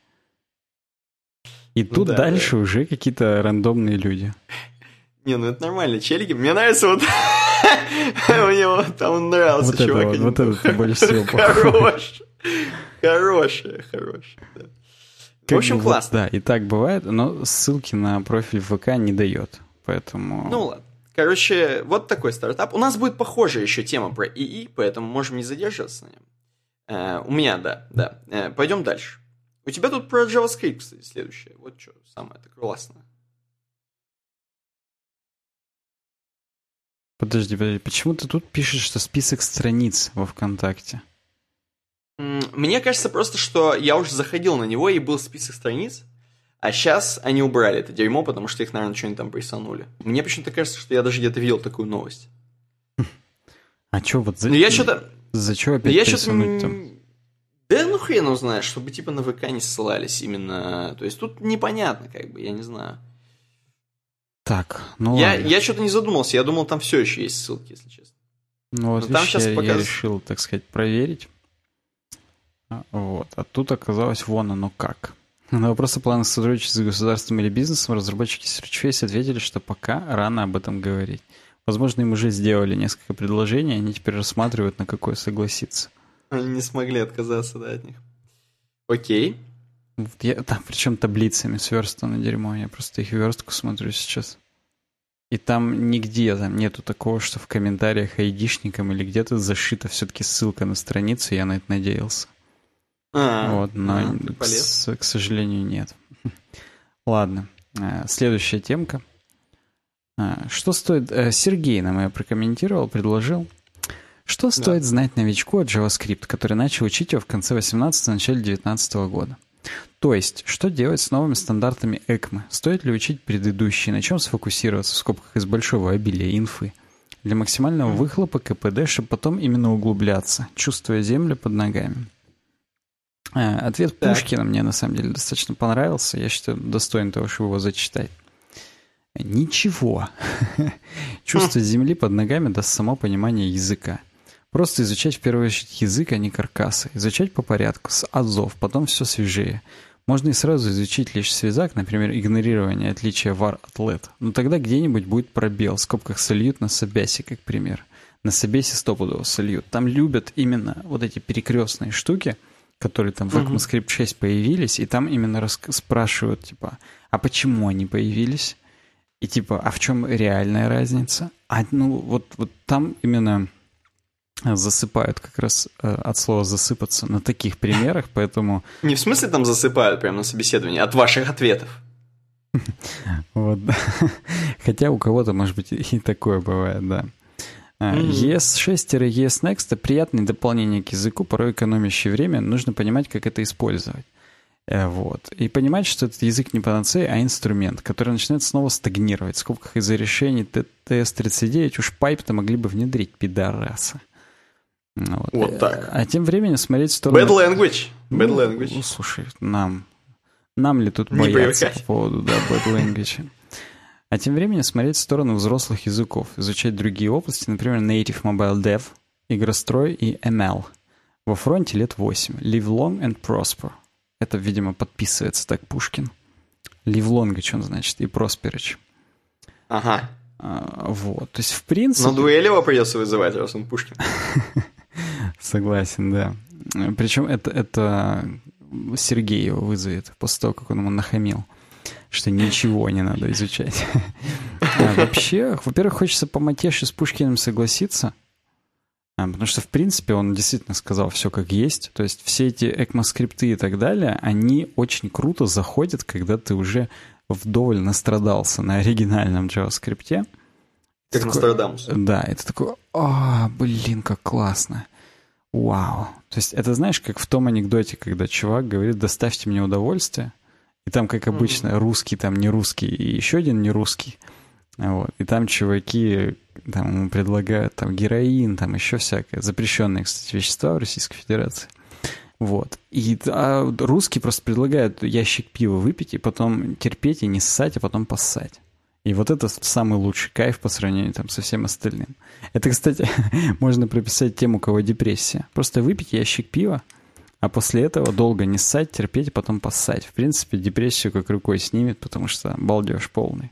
Speaker 2: И
Speaker 1: Ну
Speaker 2: тут
Speaker 1: да,
Speaker 2: дальше уже какие-то рандомные люди.
Speaker 1: Не, ну это нормально, челики. Мне нравится вот... Мне там нравился
Speaker 2: вот
Speaker 1: чувак.
Speaker 2: Вот это больше всего похож.
Speaker 1: Хороший. В общем, классно.
Speaker 2: Да, и так бывает, но ссылки на профиль ВК не дает. Поэтому...
Speaker 1: Ну ладно. Короче, вот такой стартап. У нас будет похожая еще тема про ИИ, поэтому можем не задерживаться на нем. У меня, да. Пойдем дальше. У тебя тут про JavaScript, кстати, следующее. Вот что самое-то классное.
Speaker 2: Подожди, почему ты тут пишешь, что список страниц во ВКонтакте?
Speaker 1: Мне кажется просто, что я уже заходил на него, и был список страниц, а сейчас они убрали это дерьмо, потому что их, наверное, что-нибудь там присанули. Мне почему-то кажется, что я даже где-то видел такую новость.
Speaker 2: А чё вот за...
Speaker 1: Ну, я что-то...
Speaker 2: За чё опять присунуть там?
Speaker 1: Да ну хрен его знает, чтобы типа на ВК не ссылались именно... То есть тут непонятно, как бы, я не знаю.
Speaker 2: Так, ну ладно.
Speaker 1: Я что-то не задумался, я думал, там все еще есть ссылки, если честно.
Speaker 2: Ну вот,
Speaker 1: там
Speaker 2: видишь,
Speaker 1: сейчас
Speaker 2: я решил, так сказать, проверить. Вот. А тут оказалось вон оно как. На вопрос о планах сотрудничества с государством или бизнесом разработчики SearchFace ответили, что пока рано об этом говорить. Возможно, им уже сделали несколько предложений, они теперь рассматривают, на какое согласиться.
Speaker 1: Они не смогли отказаться, да, от них. Окей.
Speaker 2: Вот там причем таблицами сверстано дерьмо, я просто их верстку смотрю сейчас. И там нигде там нету такого, что в комментариях айдишникам или где-то зашита все-таки ссылка на страницу, я на это надеялся. Вот, но, к сожалению, нет. Ладно, следующая темка. Что стоит... Сергей нам ее прокомментировал, предложил. Что стоит знать новичку от JavaScript, который начал учить его в конце 18-го, начале 19 года? То есть, что делать с новыми стандартами ECMA? Стоит ли учить предыдущие? На чем сфокусироваться, в скобках, из большого обилия инфы? Для максимального выхлопа КПД, чтобы потом именно углубляться, чувствуя землю под ногами. Ответ Пушкина мне, на самом деле, достаточно понравился. Я считаю, достоин того, чтобы его зачитать. Ничего. Чувство земли под ногами даст само понимание языка. Просто изучать в первую очередь язык, а не каркасы. Изучать по порядку, с азов, потом все свежее. Можно и сразу изучить лишь связак, например, игнорирование отличия var от let. Но тогда где-нибудь будет пробел, в скобках сольют на собясе, как пример. На собесе стопудово сольют. Там любят именно вот эти перекрестные штуки, которые там в ECMAScript 6 появились, и там именно спрашивают, типа, а почему они появились? И типа, а в чем реальная разница? Вот там именно засыпают как раз от слова «засыпаться» на таких примерах, поэтому...
Speaker 1: Не в смысле там засыпают прямо на собеседовании, от ваших ответов.
Speaker 2: Вот, да. Хотя у кого-то, может быть, и такое бывает, да. ES6-ES Next — это приятное дополнение к языку, порой экономящее время, нужно понимать, как это использовать. Вот. И понимать, что этот язык не панацея, а инструмент, который начинает снова стагнировать. В скобках из-за решений TS-39 уж пайп-то могли бы внедрить, пидорасы.
Speaker 1: Вот так.
Speaker 2: А тем временем смотреть в сторону...
Speaker 1: Bad language. Bad language.
Speaker 2: Слушай, нам ли тут бояться по поводу bad language? А тем временем смотреть в сторону взрослых языков, изучать другие области, например, Native Mobile Dev, игрострой и ML. Во фронте лет 8. Live long and prosper. Это, видимо, подписывается так Пушкин. Live long, что он значит, и prosperage.
Speaker 1: Ага.
Speaker 2: Вот, то есть, в принципе...
Speaker 1: На дуэль его придется вызывать, раз он Пушкин.
Speaker 2: Согласен, да. Причем это Сергей его вызовет после того, как он ему нахамил, что ничего не надо изучать. Вообще, во-первых, хочется по матеше с Пушкиным согласиться, потому что, в принципе, он действительно сказал все как есть. То есть все эти ECMAScript'ы и так далее, они очень круто заходят, когда ты уже вдоволь настрадался на оригинальном JavaScript'е.
Speaker 1: Как Нострадамус.
Speaker 2: Да, это такой, блин, как классно. Вау. То есть это, знаешь, как в том анекдоте, когда чувак говорит, доставьте мне удовольствие, и там, как обычно, русский, там не русский, и еще один не русский. Вот. И там чуваки там, ему предлагают там героин, там еще всякое. Запрещенные, кстати, вещества в Российской Федерации. Вот. А русский просто предлагают ящик пива выпить, и потом терпеть, и не ссать, а потом поссать. И вот это самый лучший кайф по сравнению там, со всем остальным. Это, кстати, можно прописать тем, у кого депрессия. Просто выпить ящик пива, а после этого долго не ссать, терпеть, а потом поссать. В принципе, депрессию как рукой снимет, потому что балдеж полный.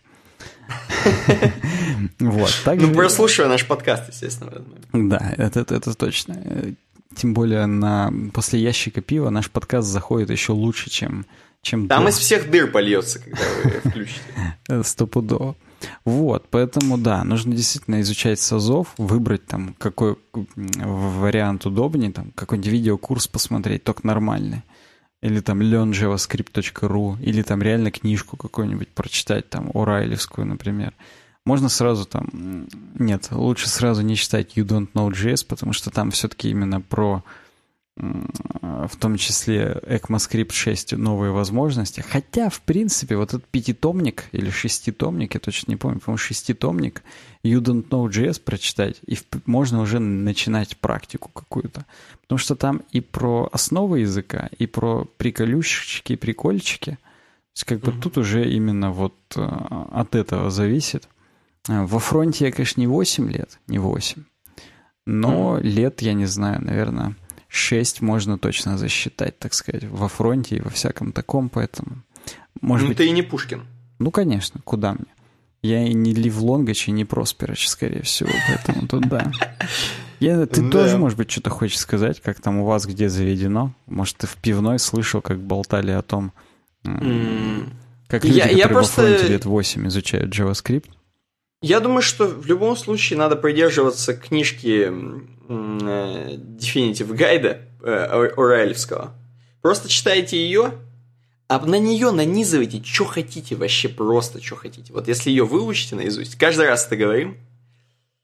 Speaker 1: Ну, прослушивая наш подкаст, естественно.
Speaker 2: Да, это точно. Тем более после ящика пива наш подкаст заходит еще лучше, чем
Speaker 1: там из всех дыр польется, когда вы включите.
Speaker 2: Стопудово. Вот, поэтому, да, нужно действительно изучать с азов, выбрать там, какой вариант удобнее, там, какой-нибудь видеокурс посмотреть, только нормальный. Или там learnjavascript.ru, или там реально книжку какую-нибудь прочитать, там, Орайлевскую, например. Можно сразу там... Нет, лучше сразу не читать You Don't Know JS, потому что там все-таки именно про... в том числе ECMAScript 6 новые возможности. Хотя, в принципе, вот этот 5-томник или 6-томник, я точно не помню, по-моему, 6-томник You Don't Know JS прочитать, и можно уже начинать практику какую-то. Потому что там и про основы языка, и про приколюшечки, и прикольчики. То есть как бы тут уже именно вот от этого зависит. Во фронте я, конечно, не 8 лет, не 8, но лет, я не знаю, наверное... 6 можно точно засчитать, так сказать, во фронте и во всяком таком, поэтому... Может быть...
Speaker 1: ты и не Пушкин.
Speaker 2: Ну, конечно, куда мне? Я и не Ливлонгач, и не Просперач, скорее всего, поэтому тут да. Ты тоже, может быть, что-то хочешь сказать, как там у вас где заведено? Может, ты в пивной слышал, как болтали о том, как люди, которые во фронте лет 8 изучают JavaScript?
Speaker 1: Я думаю, что в любом случае надо придерживаться книжки Definitive Guide Орайлевского. Просто читайте ее, а на нее нанизывайте, что хотите, вообще просто, что хотите. Вот если ее выучите наизусть, каждый раз это говорим,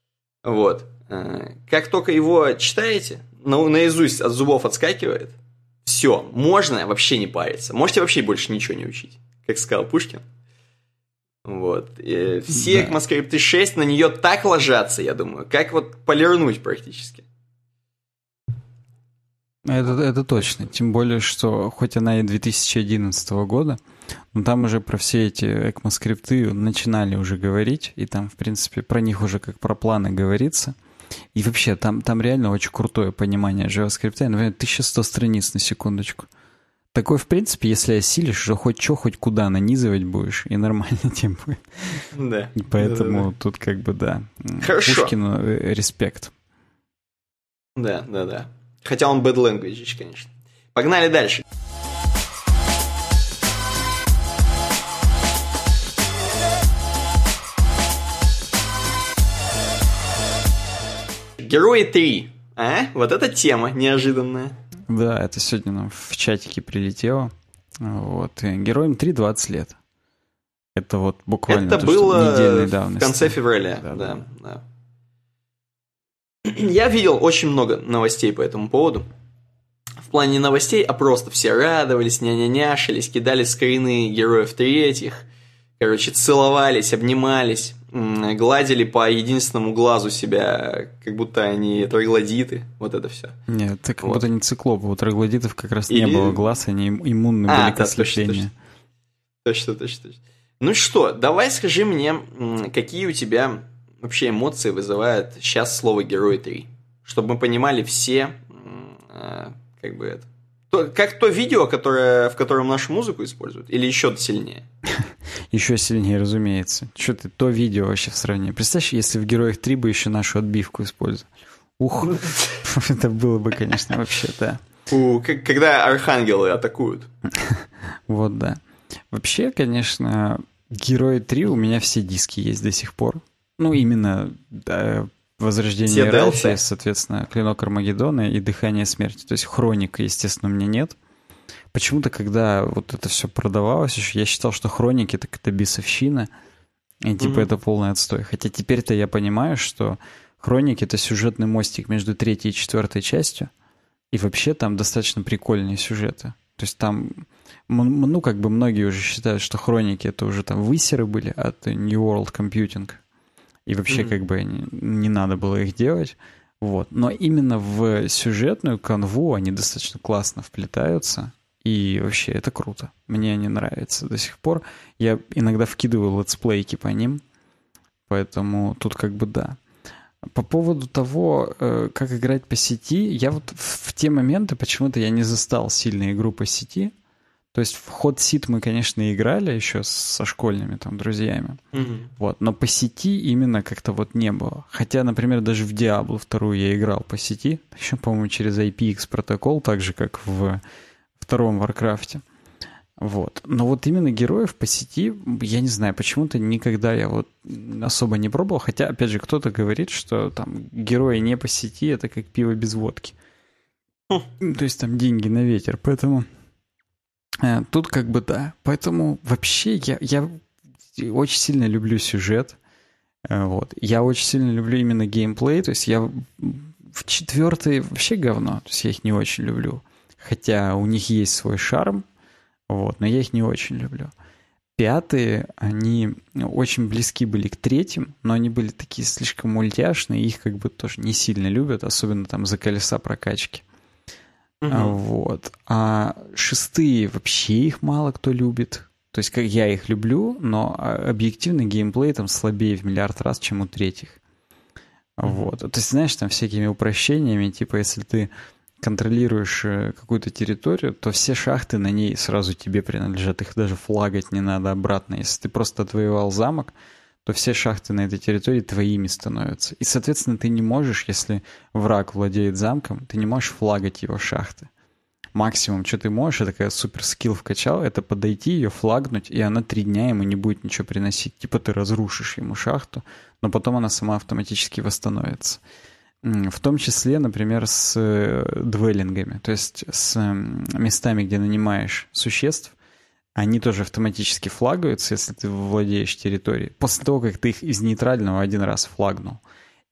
Speaker 1: Вот. Как только его читаете, наизусть от зубов отскакивает, все, можно вообще не париться. Можете вообще больше ничего не учить, как сказал Пушкин. Вот. И все ECMAScript 6 на нее так ложатся, я думаю, как вот полирнуть практически.
Speaker 2: Это точно. Тем более, что хоть она и 2011 года, но там уже про все эти ECMAScript начинали уже говорить, и там, в принципе, про них уже как про планы говорится. И вообще, там реально очень крутое понимание JavaScript. Например, 1100 страниц на секундочку. Такое, в принципе, если осилишь, уже хоть что, хоть куда нанизывать будешь, и нормально тебе будет.
Speaker 1: Да.
Speaker 2: И поэтому тут как бы, да.
Speaker 1: Хорошо.
Speaker 2: Пушкину респект.
Speaker 1: Да. Хотя он bad language, конечно. Погнали дальше. Герои 3. Вот эта тема неожиданная.
Speaker 2: Да, это сегодня нам в чатике прилетело. Вот. И Героям 3 20 лет. Это вот буквально
Speaker 1: это
Speaker 2: то,
Speaker 1: было
Speaker 2: что недельной давности.
Speaker 1: В конце февраля. Да. Я видел очень много новостей по этому поводу. В плане не новостей, а просто все радовались, няшились, кидали скрины героев третьих. Короче, целовались, обнимались, гладили по единственному глазу себя, как будто они троглодиты. Вот это все.
Speaker 2: Нет, это как будто не циклопы. У троглодитов как раз не было глаз, они иммунны были к ослеплению.
Speaker 1: Точно. Ну что, давай скажи мне, какие у тебя вообще эмоции вызывает сейчас слово «Герой 3», чтобы мы понимали все, как бы это... Как то видео, в котором нашу музыку используют, или еще сильнее?
Speaker 2: Еще сильнее, разумеется. Что ты, то видео вообще в сравнении. Представь, если в «Героях 3» бы еще нашу отбивку использовали. Ух, это было бы, конечно, вообще, да.
Speaker 1: Когда архангелы атакуют.
Speaker 2: Вот, да. Вообще, конечно, «Герои 3» у меня все диски есть до сих пор. Ну, именно «Возрождение Иерархии», соответственно, «Клинок Армагеддона» и «Дыхание смерти». То есть «Хроника», естественно, у меня нет. Почему-то, когда вот это все продавалось еще, я считал, что «Хроники» — это какая-то бесовщина, и типа это полный отстой. Хотя теперь-то я понимаю, что «Хроники» — это сюжетный мостик между 3-й и 4-й частью, и вообще там достаточно прикольные сюжеты. То есть там, ну, как бы многие уже считают, что «Хроники» — это уже там высеры были от New World Computing, и вообще как бы не надо было их делать. Вот. Но именно в сюжетную канву они достаточно классно вплетаются, и вообще это круто. Мне они нравятся до сих пор. Я иногда вкидываю летсплейки по ним, поэтому тут как бы да. По поводу того, как играть по сети, я вот в те моменты почему-то я не застал сильную игру по сети. То есть в Hot Seat мы, конечно, играли еще со школьными там друзьями, вот, но по сети именно как-то вот не было. Хотя, например, даже в Diablo 2 я играл по сети, еще, по-моему, через IPX протокол, так же, как в втором Warcraft'е. Вот. Но вот именно героев по сети, я не знаю, почему-то никогда я вот особо не пробовал. Хотя, опять же, кто-то говорит, что там герои не по сети — это как пиво без водки. То есть там деньги на ветер. Поэтому тут как бы да. Поэтому вообще я очень сильно люблю сюжет. Вот. Я очень сильно люблю именно геймплей. То есть я в 4-й вообще говно. То есть я их не очень люблю. Хотя у них есть свой шарм. Вот, но я их не очень люблю. 5-е, они очень близки были к 3-м, но они были такие слишком мультяшные, их как бы тоже не сильно любят, особенно там за колеса прокачки. Вот. А 6-е вообще их мало кто любит. То есть как я их люблю, но объективный геймплей там слабее в миллиард раз, чем у 3-х. Вот. То есть, знаешь, там всякими упрощениями, типа если ты контролируешь какую-то территорию, то все шахты на ней сразу тебе принадлежат, их даже флагать не надо обратно. Если ты просто отвоевал замок, то все шахты на этой территории твоими становятся. И, соответственно, ты не можешь, если враг владеет замком, ты не можешь флагать его шахты. Максимум, что ты можешь, это когда супер скилл вкачал, это подойти, ее флагнуть, и она 3 дня ему не будет ничего приносить. Типа ты разрушишь ему шахту, но потом она сама автоматически восстановится. В том числе, например, с двеллингами, то есть с местами, где нанимаешь существ, они тоже автоматически флагаются, если ты владеешь территорией, после того, как ты их из нейтрального один раз флагнул.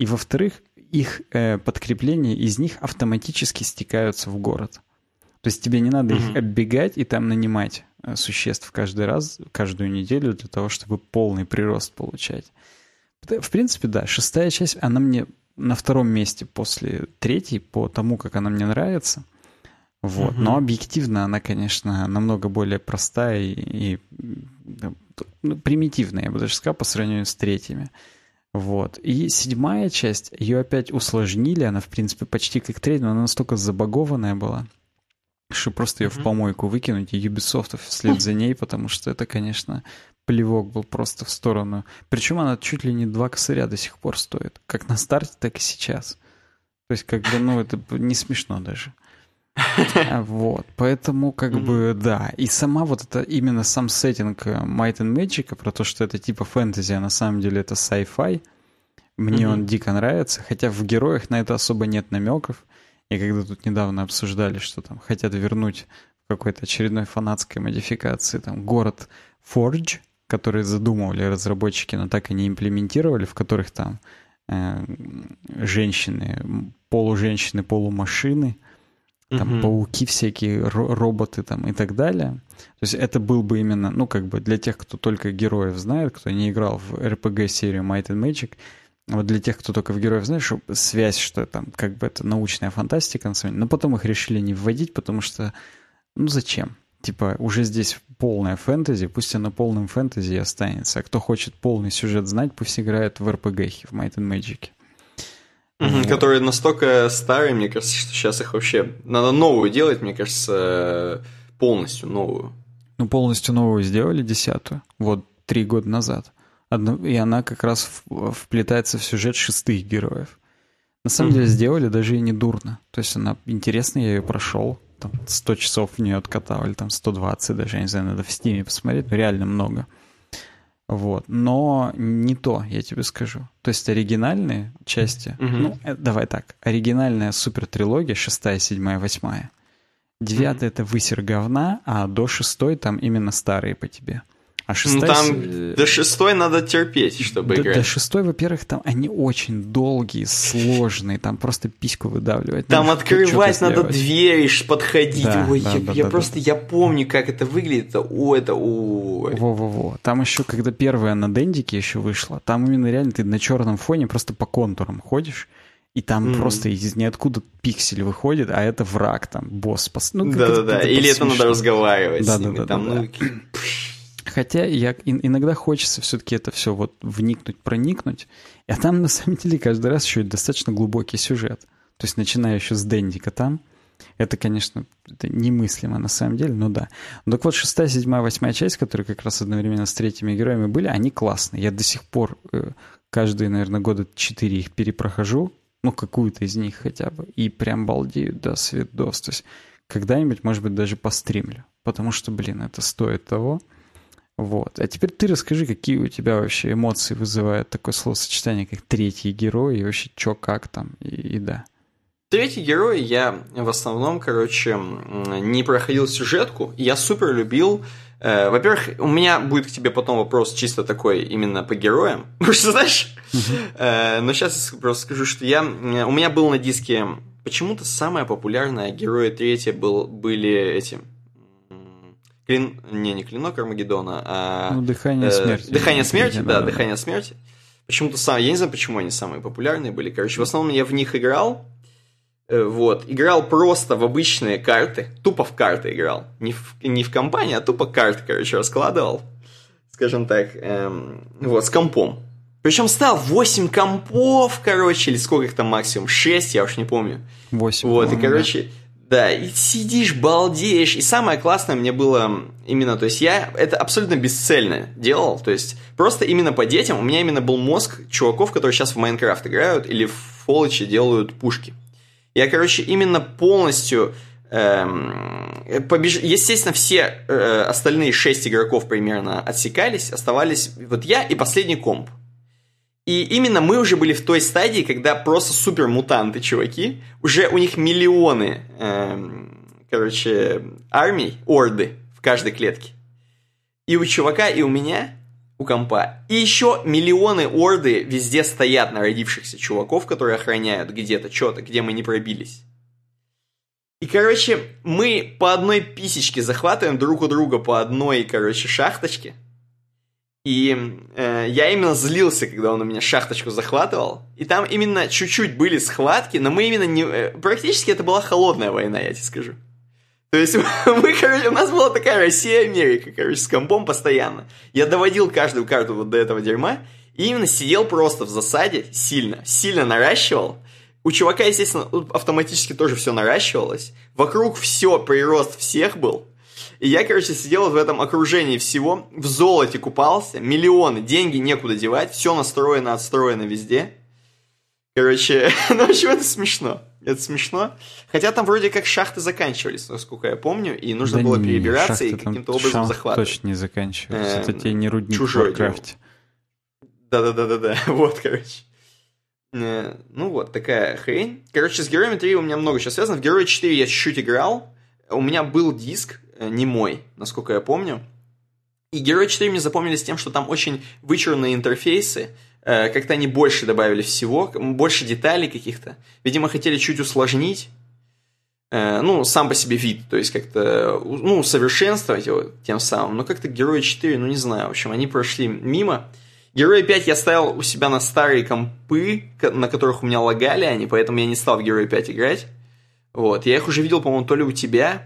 Speaker 2: И во-вторых, их подкрепления из них автоматически стекаются в город. То есть тебе не надо их оббегать и там нанимать существ каждый раз, каждую неделю для того, чтобы полный прирост получать. В принципе, да, 6-я часть, она мне на 2-м месте после 3-й по тому, как она мне нравится. Вот. Но объективно она, конечно, намного более простая и примитивная, я бы даже сказал, по сравнению с 3-ми. Вот. И 7-я часть, ее опять усложнили, она, в принципе, почти как 3-я, но она настолько забагованная была, что просто ее в помойку выкинуть, и Ubisoft вслед за ней, потому что это, конечно, плевок был просто в сторону. Причем она чуть ли не 2 косаря до сих пор стоит. Как на старте, так и сейчас. То есть, как бы, ну, это не смешно даже. Вот, поэтому, как бы, да. И сама вот это, именно сам сеттинг Might and Magic, про то, что это типа фэнтези, а на самом деле это sci-fi, мне он дико нравится, хотя в героях на это особо нет намеков. И когда тут недавно обсуждали, что там хотят вернуть в какой-то очередной фанатской модификации там город Forge, который задумывали разработчики, но так и не имплементировали, в которых там женщины, полумашины, там пауки всякие, роботы там и так далее. То есть это был бы именно, ну, как бы для тех, кто только героев знает, кто не играл в RPG-серию Might and Magic, вот для тех, кто только в героев знает, что связь, что там как бы это научная фантастика, на самом деле. Но потом их решили не вводить, потому что, ну, зачем? Типа, уже здесь полная фэнтези, пусть оно полным фэнтези и останется. А кто хочет полный сюжет знать, пусть играет в RPG, в Might and Magic.
Speaker 1: Которые настолько старые, мне кажется, что сейчас их вообще... Надо новую делать, мне кажется, полностью новую.
Speaker 2: Ну, полностью новую сделали, 10-ю, вот 3 года назад. И она как раз вплетается в сюжет 6-х героев. На самом деле сделали даже и не дурно. То есть она интересная, я ее прошел. Там 100 часов в нее откатал, или там 120 даже, я не знаю, надо в Steam посмотреть, но реально много. Вот. Но не то, я тебе скажу. То есть оригинальные части, ну, давай так, оригинальная супер-трилогия, 6-я, 7-я, 8-я. 9-я это высер говна, а до 6-й там именно старые по тебе. А 6-я...
Speaker 1: Ну, там до 6-й надо терпеть, чтобы играть.
Speaker 2: До 6-й, во-первых, там они очень долгие, сложные, там просто письку выдавливать.
Speaker 1: Там открывать надо двери, подходить.
Speaker 2: Да,
Speaker 1: ой,
Speaker 2: да,
Speaker 1: я просто, я помню, как это выглядит.
Speaker 2: Во-во-во. Там еще, когда первая на Дендике еще вышла, там именно реально ты на черном фоне просто по контурам ходишь, и там просто из ниоткуда пиксель выходит, а это враг, там, босс. Ну,
Speaker 1: да-да-да, или это надо разговаривать с ними.
Speaker 2: Да. Хотя иногда хочется все-таки это все вот вникнуть, проникнуть. А там, на самом деле, каждый раз еще и достаточно глубокий сюжет. То есть, начиная еще с Дендика там. Это, конечно, это немыслимо на самом деле, но да. Так вот, 6-я, 7-я, 8-я часть, которые как раз одновременно с 3-ми героями были, они классные. Я до сих пор каждые, наверное, года 4 их перепрохожу. Ну, какую-то из них хотя бы. И прям балдею до свидос. То есть, когда-нибудь, может быть, даже постримлю. Потому что, блин, это стоит того. Вот. А теперь ты расскажи, какие у тебя вообще эмоции вызывает такое словосочетание, как третий герой, и вообще чё, как там, и да.
Speaker 1: Третий герой, я в основном, не проходил сюжетку, я супер любил. Во-первых, у меня будет к тебе потом вопрос чисто такой именно по героям, потому что, знаешь, но сейчас просто скажу, что у меня был на диске, почему-то самая популярная герои третья были эти... Не Клинок Армагеддона, а...
Speaker 2: Ну, Дыхание смерти.
Speaker 1: Дыхание смерти, да, Дыхание смерти. Почему-то я не знаю, почему они самые популярные были. Короче, в основном я в них играл. Вот. Играл просто в обычные карты. Тупо в карты играл. Не в компании, а тупо карты, короче, раскладывал. Скажем так. Вот, с компом. Причем стал 8 компов, короче, или сколько их там максимум? 6, я уж не помню.
Speaker 2: 8.
Speaker 1: Вот, и, короче... Да, и сидишь, балдеешь. И самое классное мне было именно, то есть я это абсолютно бесцельно делал, то есть просто именно по детям. У меня именно был мозг чуваков, которые сейчас в Майнкрафт играют или в Фоллаче делают пушки. Я, короче, именно полностью... Естественно, все остальные 6 игроков примерно отсекались, оставались вот я и последний комп. И именно мы уже были в той стадии, когда просто супер-мутанты, чуваки, уже у них миллионы, армий, орды в каждой клетке. И у чувака, и у меня у компа. И еще миллионы орды везде стоят народившихся чуваков, которые охраняют где-то что-то, где мы не пробились. И, короче, мы по одной писечке захватываем друг у друга по одной, короче, шахточке. И я именно злился, когда он у меня шахточку захватывал. И там именно чуть-чуть были схватки, но мы именно не... Практически это была холодная война, я тебе скажу. То есть мы, короче, у нас была такая Россия-Америка, короче, с компом постоянно. Я доводил каждую карту вот до этого дерьма. И именно сидел просто в засаде сильно наращивал. У чувака, естественно, автоматически тоже все наращивалось. Вокруг все, прирост всех был. И я, короче, сидел вот в этом окружении всего, в золоте купался, миллионы, деньги некуда девать, все настроено, отстроено везде. Короче, ну, в общем, это смешно. Это смешно. Хотя там вроде как шахты заканчивались, насколько я помню, и нужно было перебираться и каким-то образом захватывать.
Speaker 2: Точно не заканчивались. Это тебе не рудник в Warcraft.
Speaker 1: Да. Вот, короче. Ну вот, такая хрень. Короче, с Героями 3 у меня много чего связано. В Герои 4 я чуть-чуть играл. У меня был диск, не мой, насколько я помню. И Герои 4 мне запомнились тем, что там очень вычурные интерфейсы. Как-то они больше добавили всего, больше деталей каких-то. Видимо, хотели чуть усложнить. Ну, сам по себе вид. То есть, как-то, ну, усовершенствовать его тем самым. Но как-то Герои 4, ну, не знаю. В общем, они прошли мимо. Герои 5 я ставил у себя на старые компы, на которых у меня лагали они, поэтому я не стал в Герои 5 играть. Вот. Я их уже видел, по-моему, то ли у тебя,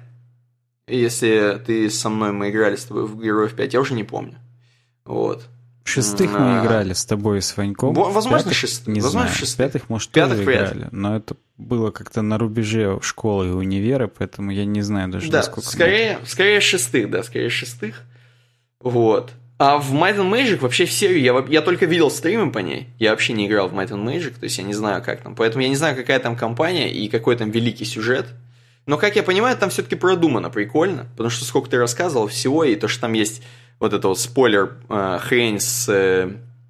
Speaker 1: если ты со мной, мы играли с тобой в Героев 5, я уже не помню. Вот.
Speaker 2: В шестых мы играли с тобой и с Ваньком.
Speaker 1: Возможно, шестых.
Speaker 2: Не знаю. В пятых, может, тоже играли. Но это было как-то на рубеже школы и универа, поэтому я не знаю даже, насколько...
Speaker 1: Скорее шестых, да, скорее шестых. Вот. А в Might and Magic вообще в серию я только видел стримы по ней. Я вообще не играл в Might and Magic, то есть я не знаю, как там. Поэтому я не знаю, какая там кампания и какой там великий сюжет. Но, как я понимаю, там все-таки продумано прикольно. Потому что сколько ты рассказывал всего, и то, что там есть вот это вот спойлер хрень с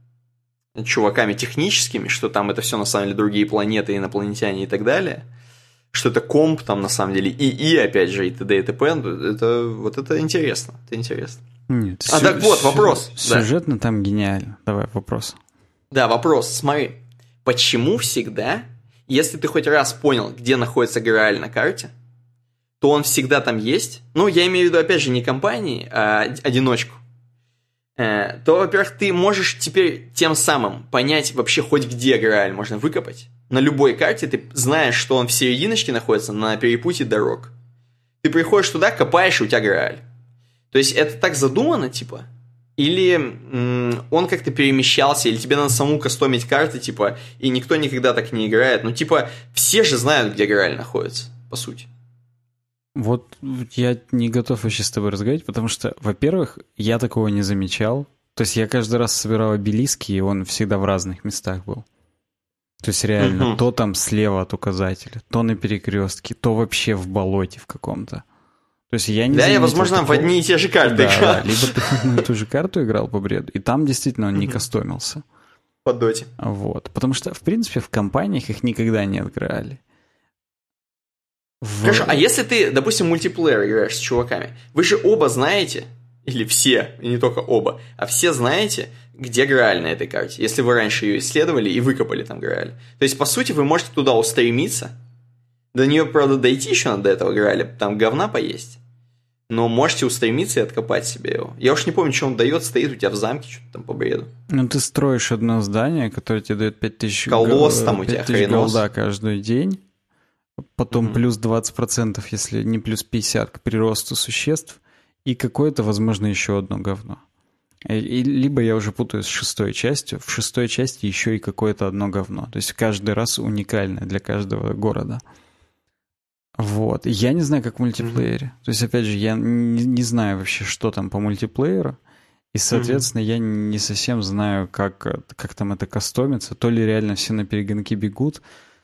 Speaker 1: чуваками техническими, что там это все на самом деле другие планеты, инопланетяне и так далее. Что это комп там на самом деле, и опять же, и т.д. и т.п. Это интересно. Это интересно.
Speaker 2: Нет,
Speaker 1: так вот, вопрос.
Speaker 2: Сюжетно там гениально. Давай, вопрос.
Speaker 1: Да, вопрос. Смотри. Почему всегда, если ты хоть раз понял, где находится Грааль на карте, то он всегда там есть? Ну, я имею в виду, опять же, не компании, а одиночку. То, во-первых, ты можешь теперь тем самым понять вообще хоть где Грааль можно выкопать. На любой карте ты знаешь, что он в серединочке находится на перепутье дорог. Ты приходишь туда, копаешь, и у тебя Грааль. То есть это так задумано, типа? Или он как-то перемещался, или тебе надо саму кастомить карты, типа, и никто никогда так не играет. Ну, типа, все же знают, где Грааль находится, по сути.
Speaker 2: Вот я не готов вообще с тобой разговаривать, потому что, во-первых, я такого не замечал. То есть я каждый раз собирал обелиски, и он всегда в разных местах был. То есть реально, то там слева от указателя, то на перекрестке, то вообще в болоте в каком-то. То есть я не
Speaker 1: я, возможно, такого... в одни и те же карты играл.
Speaker 2: Да, либо ты на ту же карту играл по бреду, и там действительно он не кастомился.
Speaker 1: По доте.
Speaker 2: Вот. Потому что, в принципе, в компаниях их никогда не отграли.
Speaker 1: Хорошо, а если ты, допустим, мультиплеер играешь с чуваками, вы же оба знаете, или все, и не только оба, а все знаете, где Грааль на этой карте, если вы раньше ее исследовали и выкопали там Грааль. То есть, по сути, вы можете туда устремиться. До нее, правда, дойти еще надо до этого Грааля, там говна поесть. Но можете устремиться и откопать себе его. Я уж не помню, что он дает, стоит у тебя в замке, что-то там по бреду.
Speaker 2: Ну, ты строишь одно здание, которое тебе дает 5000
Speaker 1: колосс там у тебя, хренос.
Speaker 2: Голда каждый день. Потом плюс 20%, если не плюс 50% к приросту существ. И какое-то, возможно, еще одно говно. Либо я уже путаю с шестой частью. В шестой части еще и какое-то одно говно. То есть каждый раз уникальное для каждого города. Вот. Я не знаю, как в мультиплеере. То есть, опять же, я не знаю вообще, что там по мультиплееру. И, соответственно, я не совсем знаю, как там это кастомится. То ли реально все на перегонки бегут,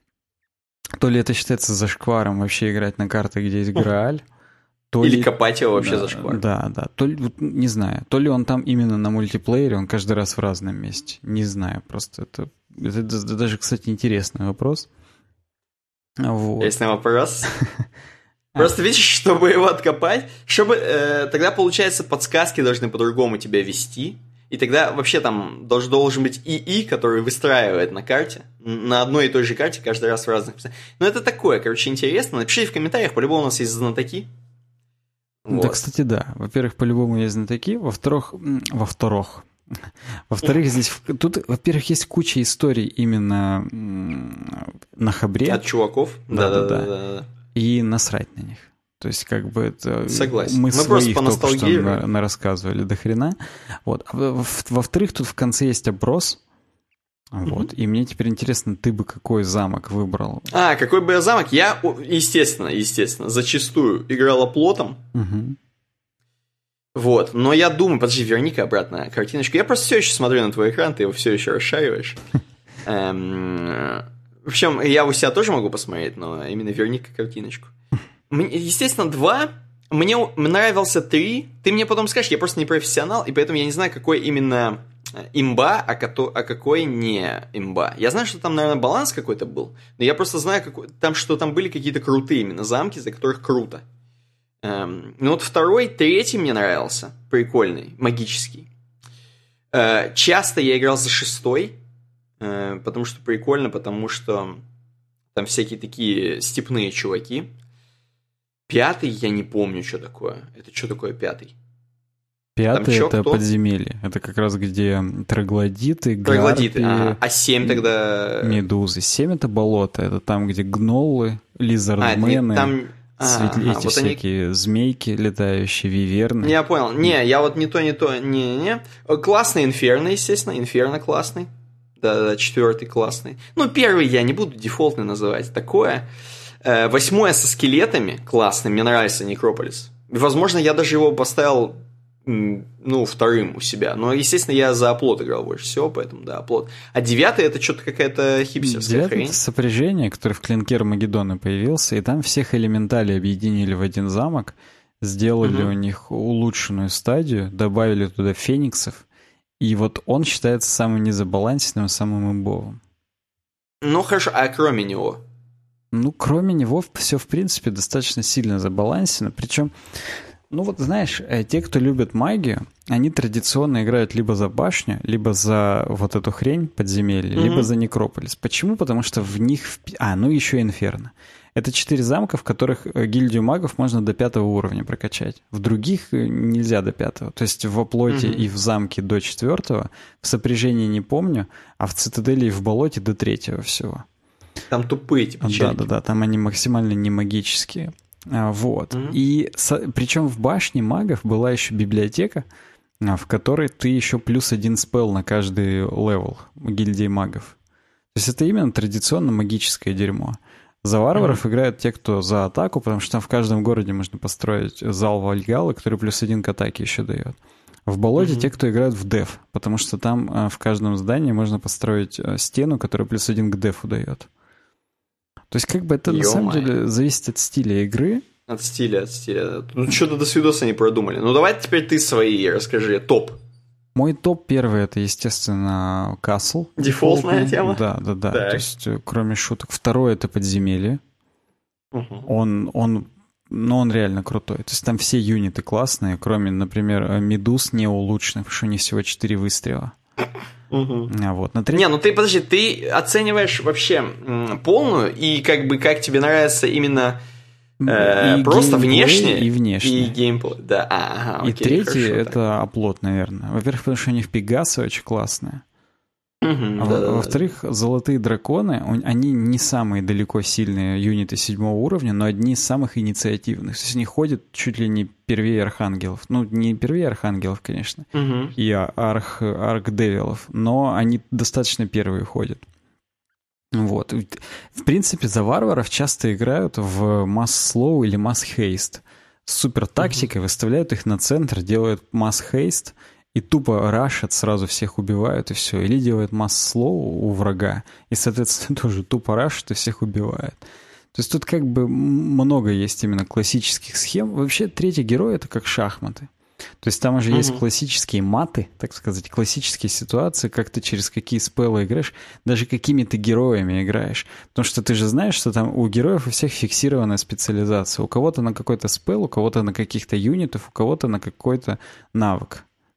Speaker 2: то ли это считается зашкваром вообще играть на картах, где есть Грааль.
Speaker 1: Или копать его вообще зашквар.
Speaker 2: Да. То ли, не знаю. То ли он там именно на мультиплеере, он каждый раз в разном месте. Не знаю. Просто это даже, кстати, интересный вопрос. Вот.
Speaker 1: Есть вопрос. Просто видишь, чтобы его откопать, тогда, получается, подсказки должны по-другому тебя вести. И тогда вообще там должен быть ИИ, который выстраивает на карте, на одной и той же карте каждый раз в разных... Ну, это такое, короче, интересно. Напишите в комментариях, по-любому у нас есть знатоки.
Speaker 2: Вот. Да, кстати, да. Во-первых, по-любому есть знатоки. Во-вторых, здесь... Тут, во-первых, есть куча историй именно на Хабре.
Speaker 1: От чуваков? Да.
Speaker 2: И насрать на них. То есть, как бы это...
Speaker 1: Согласен.
Speaker 2: Мы своих только что рассказывали до хрена. Вот. Во-вторых, тут в конце есть опрос. Вот. И мне теперь интересно, ты бы какой замок выбрал?
Speaker 1: Какой бы я замок? Я, естественно, зачастую играл оплотом. Вот. Но я думаю, подожди, верни-ка обратно картиночку. Я просто все еще смотрю на твой экран, ты его все еще расшариваешь. Причем я у себя тоже могу посмотреть, но именно верни-ка картиночку. Естественно, 2. Мне нравился 3. Ты мне потом скажешь, я просто не профессионал, и поэтому я не знаю, какой именно имба, а какой не имба. Я знаю, что там, наверное, баланс какой-то был, но я просто знаю, что там были какие-то крутые именно замки, за которых круто. Ну вот 2, 3 мне нравился. Прикольный, магический. Часто я играл за 6, потому что прикольно, потому что там всякие такие степные чуваки. 5 я не помню, что такое. Это что такое 5?
Speaker 2: 5 это подземелье. Это как раз где троглодиты, гарпии,
Speaker 1: а 7 тогда...
Speaker 2: Медузы. 7 это болото. Это там, где гноллы, лизардмены, эти всякие змейки летающие, виверны.
Speaker 1: Я понял. Не, я вот не то. Не. Классный Инферно, естественно. Инферно классный. Да, 4 классный. Ну, 1 я не буду дефолтный называть. Такое... 8 со скелетами классный, мне нравится Некрополис. Возможно, я даже его поставил, 2 у себя. Но, естественно, я за оплот играл больше всего, поэтому да, оплот. А 9 это что-то какая-то хипстерская хрень.
Speaker 2: 9 это сопряжение, который в клинке Армагеддона появился, и там всех элементалей объединили в один замок, сделали у них улучшенную стадию, добавили туда фениксов, и вот он считается самым незабалансенным, самым имбовым.
Speaker 1: Ну, хорошо, а кроме него?
Speaker 2: Ну, кроме него все, в принципе, достаточно сильно забалансено. Причем, ну вот знаешь, те, кто любит магию, они традиционно играют либо за башню, либо за вот эту хрень подземелья, либо за Некрополис. Почему? Потому что в них... ну еще Инферно. Это 4 замка, в которых гильдию магов можно до 5 уровня прокачать. В других нельзя до 5. То есть в оплоте и в замке до 4, в сопряжении не помню, а в цитадели и в болоте до 3 всего.
Speaker 1: Там тупые типа челики.
Speaker 2: Да, там они максимально не магические. Вот. И причем в башне магов была еще библиотека, в которой ты еще +1 спелл на каждый левел гильдии магов. То есть это именно традиционно магическое дерьмо. За варваров играют те, кто за атаку, потому что там в каждом городе можно построить зал Вальгаллы, который +1 к атаке еще дает. В болоте те, кто играют в деф, потому что там в каждом здании можно построить стену, которая +1 к дефу дает. То есть как бы это на самом деле зависит от стиля игры.
Speaker 1: От стиля. Ну что-то до свидоса не продумали. Ну давай теперь ты свои расскажи. Топ.
Speaker 2: Мой топ первый это, естественно, Castle.
Speaker 1: Дефолтная тема?
Speaker 2: Да.
Speaker 1: Так.
Speaker 2: То есть кроме шуток. Второй это подземелье. Он реально крутой. То есть там все юниты классные, кроме, например, медуз неулучшенных, потому что у них всего 4 выстрела. Вот, на 3...
Speaker 1: Не, ну ты подожди, ты оцениваешь вообще полную, и как тебе нравится именно просто внешне
Speaker 2: и внешне.
Speaker 1: И геймплей, да.
Speaker 2: И третий это оплот, наверное. Во-первых, потому что они в Пегасы очень классные. Во-вторых, золотые драконы, они не самые далеко сильные юниты 7 уровня, но одни из самых инициативных. То есть они ходят чуть ли не первее архангелов. Ну, не первее архангелов, конечно, и архдевилов, но они достаточно первые ходят. Вот. В принципе, за варваров часто играют в масс-слоу или масс-хейст. С супер тактикой выставляют их на центр, делают масс-хейст, и тупо рашат, сразу всех убивают, и все. Или делают масс-слоу у врага, и, соответственно, тоже тупо рашат и всех убивают. То есть тут как бы много есть именно классических схем. Вообще, третий герой — это как шахматы. То есть там уже есть классические маты, так сказать, классические ситуации, как ты через какие спеллы играешь, даже какими ты героями играешь. Потому что ты же знаешь, что там у героев у всех фиксированная специализация. У кого-то на какой-то спелл, у кого-то на каких-то юнитов, у кого-то на какой-то навык.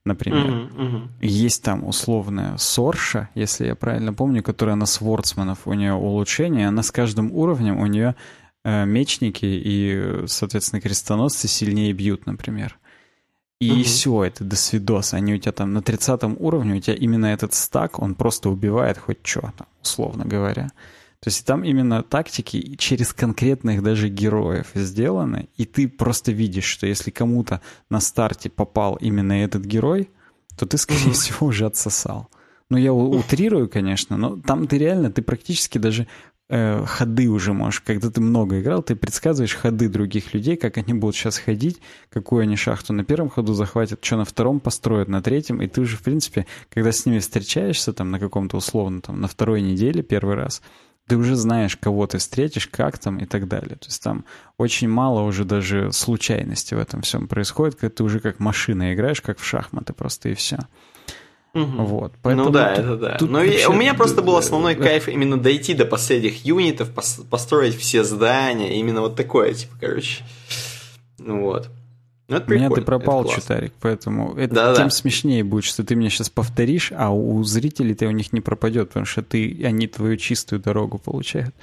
Speaker 2: например. Есть там условная Сорша, если я правильно помню, которая на Свордсманов, у нее улучшение, она с каждым уровнем, у нее мечники и, соответственно, крестоносцы сильнее бьют, например. И все, это до свидос. Они у тебя там на 30 уровне, у тебя именно этот стак, он просто убивает хоть что, условно говоря. То есть там именно тактики через конкретных даже героев сделаны, и ты просто видишь, что если кому-то на старте попал именно этот герой, то ты, скорее всего, уже отсосал. Ну, я утрирую, конечно, но там ты практически даже ходы уже можешь, когда ты много играл, ты предсказываешь ходы других людей, как они будут сейчас ходить, какую они шахту на первом ходу захватят, что на втором построят, на третьем, и ты уже, в принципе, когда с ними встречаешься там на каком-то условно, там, на второй неделе первый раз, ты уже знаешь, кого ты встретишь, как там и так далее. То есть там очень мало уже даже случайности в этом всем происходит, когда ты уже как машина играешь, как в шахматы просто, и все. Вот,
Speaker 1: ну да, это да. Но вообще, у меня просто был основной кайф именно дойти до последних юнитов, построить все здания, именно вот такое, типа, короче. Ну вот. Ну, это прикольно.
Speaker 2: У меня ты пропал, Чутарик, поэтому это тем смешнее будет, что ты мне сейчас повторишь, а у зрителей-то у них не пропадет, потому что они твою чистую дорогу получают.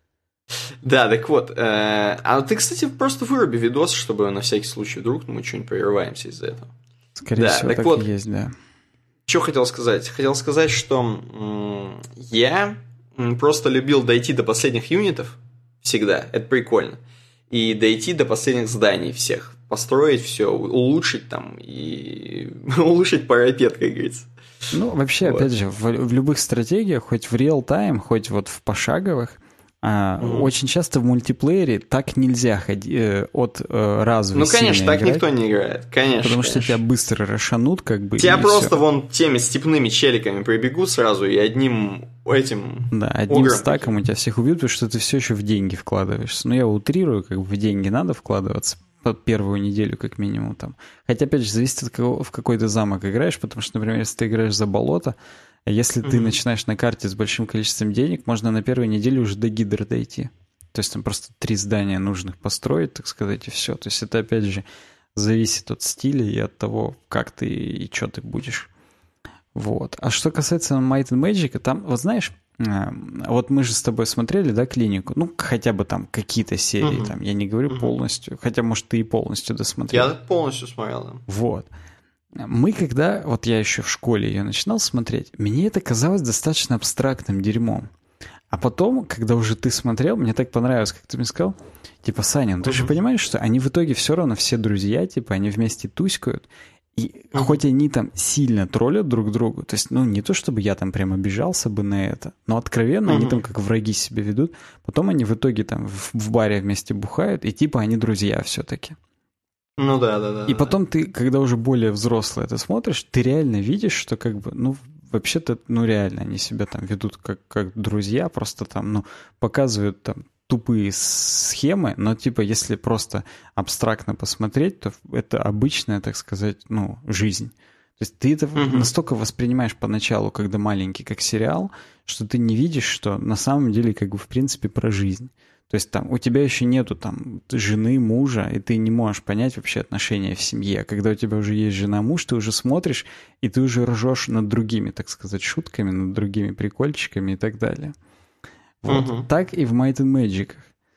Speaker 1: Да, так вот. А ты, кстати, просто выруби видос, чтобы на всякий случай вдруг мы что-нибудь прерываемся из-за этого.
Speaker 2: Скорее всего, так вот, и есть, да.
Speaker 1: Что хотел сказать? Хотел сказать, что я просто любил дойти до последних юнитов всегда. Это прикольно. И дойти до последних зданий всех. Построить все, улучшить там и улучшить парапет, как говорится.
Speaker 2: Ну, вообще, опять же, в любых стратегиях, хоть в реал-тайм, хоть вот в пошаговых, очень часто в мультиплеере так нельзя ходить от раза.
Speaker 1: Ну, конечно, так играть, никто не играет. Конечно.
Speaker 2: Потому что тебя быстро расшанут, как бы.
Speaker 1: Тебя просто вон теми степными челиками пробегут сразу и одним этим.
Speaker 2: Да, одним стаком у тебя всех убьют, потому что ты все еще в деньги вкладываешься. Ну, я утрирую, как бы в деньги надо вкладываться под первую неделю, как минимум там. Хотя, опять же, зависит от кого в какой ты замок играешь, потому что, например, если ты играешь за болото, если ты начинаешь на карте с большим количеством денег, можно на первой неделе уже до Гидры дойти. То есть там просто 3 здания нужных построить, так сказать, и все. То есть это, опять же, зависит от стиля и от того, как ты и что ты будешь. Вот. А что касается Might and Magic, там, вот знаешь, вот мы же с тобой смотрели, да, клинику, ну, хотя бы там какие-то серии, там, я не говорю полностью, хотя, может, ты и полностью досмотрел.
Speaker 1: Я полностью смотрел, да.
Speaker 2: Вот. Мы когда, вот я еще в школе ее начинал смотреть, мне это казалось достаточно абстрактным дерьмом. А потом, когда уже ты смотрел, мне так понравилось, как ты мне сказал, типа, Саня, ну ты же понимаешь, что они в итоге все равно все друзья, типа, они вместе туськают, и хоть они там сильно троллят друг друга, то есть, ну, не то чтобы я там прям обижался бы на это, но откровенно они там как враги себя ведут, потом они в итоге там в баре вместе бухают, и типа они друзья все-таки.
Speaker 1: Ну да.
Speaker 2: И потом ты, когда уже более взрослый это смотришь, ты реально видишь, что как бы, ну, вообще-то, ну, реально они себя там ведут как друзья, просто там, ну, показывают там тупые схемы, но типа если просто абстрактно посмотреть, то это обычная, так сказать, ну, жизнь. То есть ты это настолько воспринимаешь поначалу, когда маленький, как сериал, что ты не видишь, что на самом деле как бы в принципе про жизнь. То есть там у тебя еще нету там жены, мужа, и ты не можешь понять вообще отношения в семье. А когда у тебя уже есть жена, муж, ты уже смотришь, и ты уже ржешь над другими, так сказать, шутками, над другими прикольчиками и так далее. Вот. Так и в Might and Magic.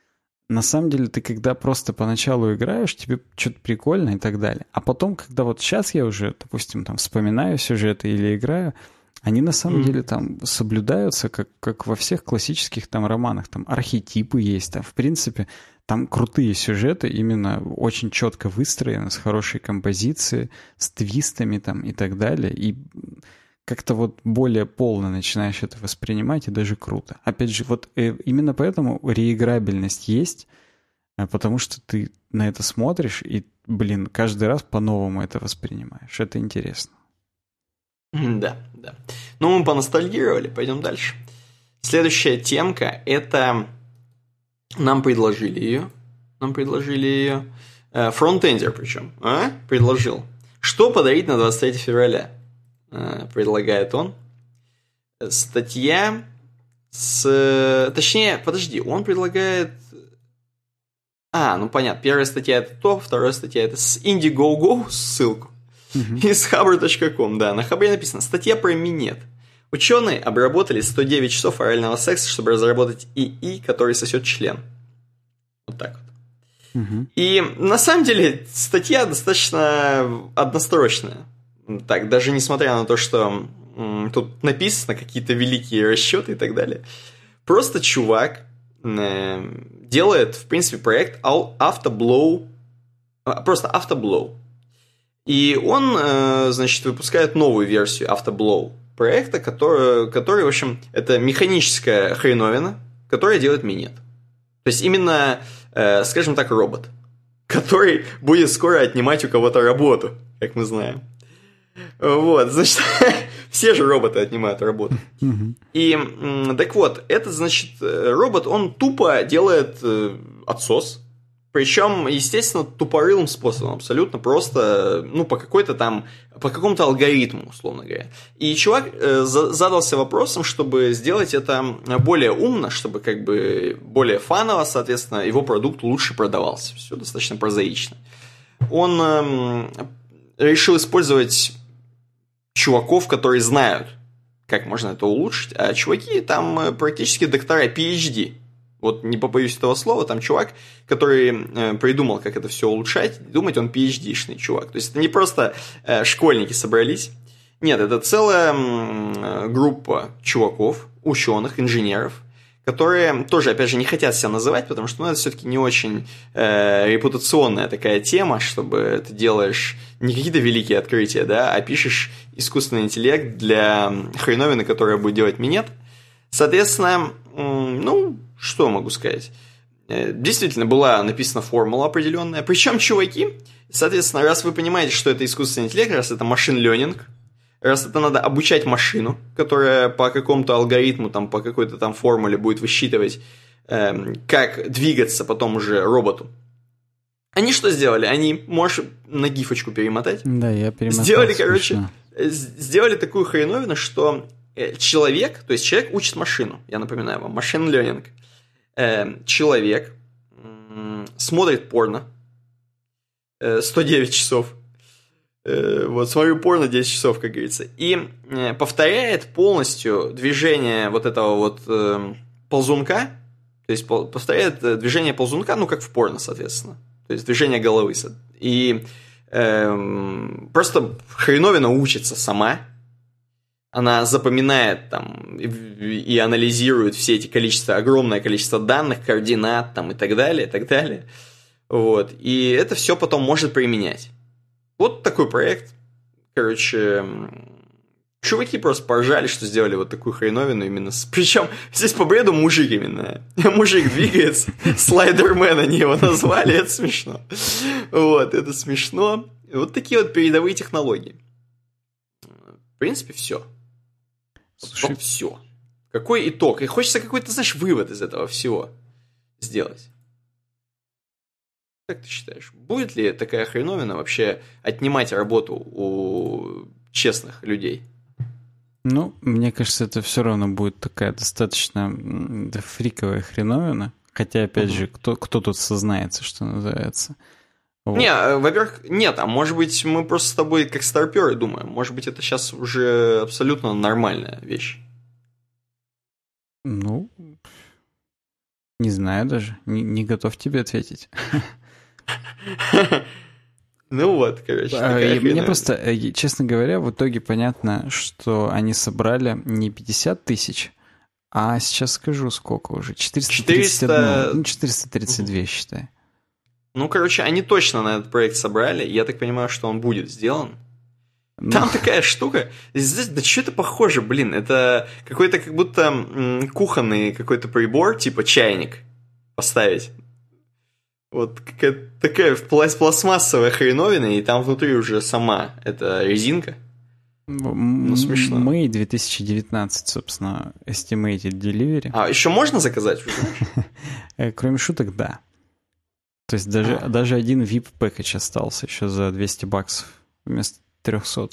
Speaker 2: На самом деле ты когда просто поначалу играешь, тебе что-то прикольно и так далее. А потом, когда вот сейчас я уже, допустим, там вспоминаю сюжеты или играю, они на самом деле там соблюдаются, как во всех классических там романах. Там архетипы есть, там в принципе там крутые сюжеты, именно очень четко выстроены, с хорошей композицией, с твистами там и так далее. И как-то вот более полно начинаешь это воспринимать, и даже круто. Опять же, вот именно поэтому реиграбельность есть, потому что ты на это смотришь и, блин, каждый раз по-новому это воспринимаешь. Это интересно.
Speaker 1: Да. Ну, мы поностальгировали, пойдем дальше. Следующая темка, это... Нам предложили ее. Фронтендер причем. Предложил. Что подарить на 23 февраля? Предлагает он. Статья с... Точнее, подожди, он предлагает... ну понятно. Первая статья это то, вторая статья это с Indiegogo, ссылку. Из Хабр.ком, да. На Хабре написано: статья про минет. Ученые обработали 109 часов орального секса, чтобы разработать ИИ, который сосет член. Вот так вот. И на самом деле статья достаточно однострочная. Так, даже несмотря на то, что тут написано какие-то великие расчеты и так далее. Просто чувак делает, в принципе, проект Автоблоу. Просто Автоблоу. И он, значит, выпускает новую версию Автоблоу проекта, который, в общем, это механическая хреновина, которая делает минет. То есть именно, скажем так, робот, который будет скоро отнимать у кого-то работу, как мы знаем. Вот, значит, все же роботы отнимают работу. И, так вот, этот, значит, робот, он тупо делает отсос. Причем, естественно, тупорылым способом, абсолютно просто, ну, по какому-то алгоритму, условно говоря. И чувак задался вопросом, чтобы сделать это более умно, чтобы как бы более фаново, соответственно, его продукт лучше продавался. Все достаточно прозаично. Он решил использовать чуваков, которые знают, как можно это улучшить, а чуваки там практически доктора PhD. Вот не побоюсь этого слова, там чувак, который придумал, как это все улучшать, думать, он PhD-шный чувак. То есть это не просто школьники собрались. Нет, это целая группа чуваков, ученых, инженеров, которые тоже, опять же, не хотят себя называть, потому что это все-таки не очень репутационная такая тема, чтобы ты делаешь не какие-то великие открытия, да, а пишешь искусственный интеллект для хреновины, которая будет делать минет. Соответственно, ну, что могу сказать? Действительно, была написана формула определенная. Причем, чуваки, соответственно, раз вы понимаете, что это искусственный интеллект, раз это машин ленинг, раз это надо обучать машину, которая по какому-то алгоритму, там, по какой-то там формуле будет высчитывать, как двигаться потом уже роботу. Они что сделали? Они, можешь на гифочку перемотать?
Speaker 2: Да, я перемотал.
Speaker 1: Сделали, короче, сделали такую хреновину, что человек, то есть человек учит машину, я напоминаю вам, машин ленинг. Человек смотрит порно 109 часов. Вот, смотрю порно 10 часов, как говорится. И повторяет полностью движение вот этого вот ползунка. То есть повторяет движение ползунка, ну, как в порно, соответственно. То есть движение головы. И просто хреновина учится сама. Она запоминает там и анализирует все эти огромное количество данных, координат там, и так далее, и так далее. Вот. И это все потом может применять. Вот такой проект. Короче, чуваки просто поржали, что сделали вот такую хреновину именно. Причем здесь по бреду мужик именно. Мужик двигается. Слайдермен они его назвали. Это смешно. Вот, это смешно. Вот такие вот передовые технологии. В принципе, все.
Speaker 2: Слушай,
Speaker 1: вот все. Какой итог? И хочется какой-то, знаешь, вывод из этого всего сделать. Как ты считаешь, будет ли такая хреновина вообще отнимать работу у честных людей?
Speaker 2: Ну, мне кажется, это все равно будет такая достаточно фриковая хреновина. Хотя, опять же, кто тут сознается, что называется. Вот.
Speaker 1: Не, во-первых, нет, а может быть, мы просто с тобой как старперы думаем. Может быть, это сейчас уже абсолютно нормальная вещь.
Speaker 2: Ну, не знаю даже. Не готов тебе ответить.
Speaker 1: Ну вот, короче.
Speaker 2: Мне просто, честно говоря, в итоге понятно, что они собрали не 50 тысяч, а сейчас скажу, сколько уже. 431, 432, считай.
Speaker 1: Ну, короче, они точно на этот проект собрали. Я так понимаю, что он будет сделан. Там такая штука. Здесь, да что это похоже, блин. Это какой-то как будто кухонный какой-то прибор, типа чайник поставить. Вот какая-то такая пластмассовая хреновина, и там внутри уже сама эта резинка. Ну, смешно.
Speaker 2: Мэй 2019, собственно, estimated delivery.
Speaker 1: А еще можно заказать?
Speaker 2: Кроме шуток, да. То есть даже один VIP-пэкэдж остался еще за $200 вместо 300.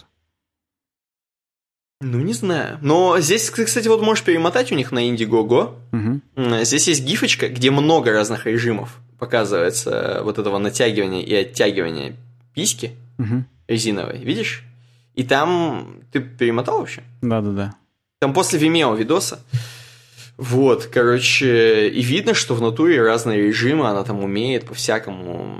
Speaker 1: Ну, не знаю. Но здесь, кстати, вот можешь перемотать у них на Indiegogo. Здесь есть гифочка, где много разных режимов показывается вот этого натягивания и оттягивания письки. резиновой, видишь? И там... Ты перемотал вообще?
Speaker 2: Да-да-да.
Speaker 1: Там после Vimeo видоса. Вот, короче, и видно, что в натуре разные режимы, она там умеет по-всякому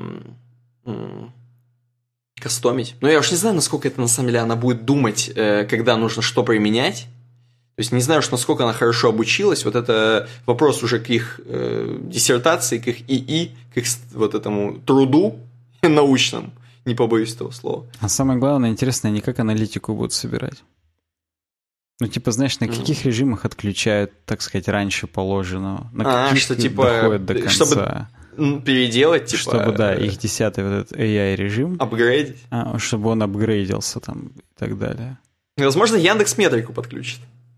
Speaker 1: кастомить. Но я уж не знаю, насколько это на самом деле она будет думать, когда нужно что применять. То есть не знаю уж, насколько она хорошо обучилась. Вот это вопрос уже к их диссертации, к их ИИ, к их вот этому труду научному. Не побоюсь этого слова.
Speaker 2: А самое главное, интересно, они как аналитику будут собирать. Ну, типа, знаешь, на каких режимах отключают, так сказать, раньше положенного, на каких
Speaker 1: что, типа,
Speaker 2: доходят до конца.
Speaker 1: Чтобы переделать, типа...
Speaker 2: Чтобы, да, их 10-й вот этот AI-режим.
Speaker 1: Апгрейдить.
Speaker 2: Чтобы он апгрейдился там и так далее.
Speaker 1: Возможно, Яндекс.Метрику подключит.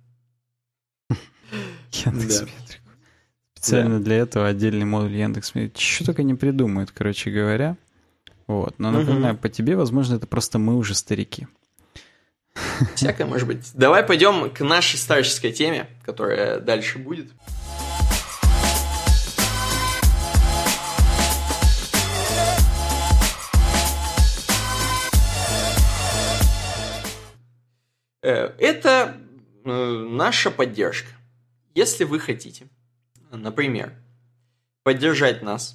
Speaker 2: Яндекс.Метрику. Специально для этого отдельный модуль Яндекс.Метрики. Что только не придумают, короче говоря. Вот. Но, напоминаю, по тебе, возможно, это просто мы уже старики.
Speaker 1: Всякое может быть. Давай пойдем к нашей старческой теме, которая дальше будет. Это наша поддержка. Если вы хотите, например, поддержать нас,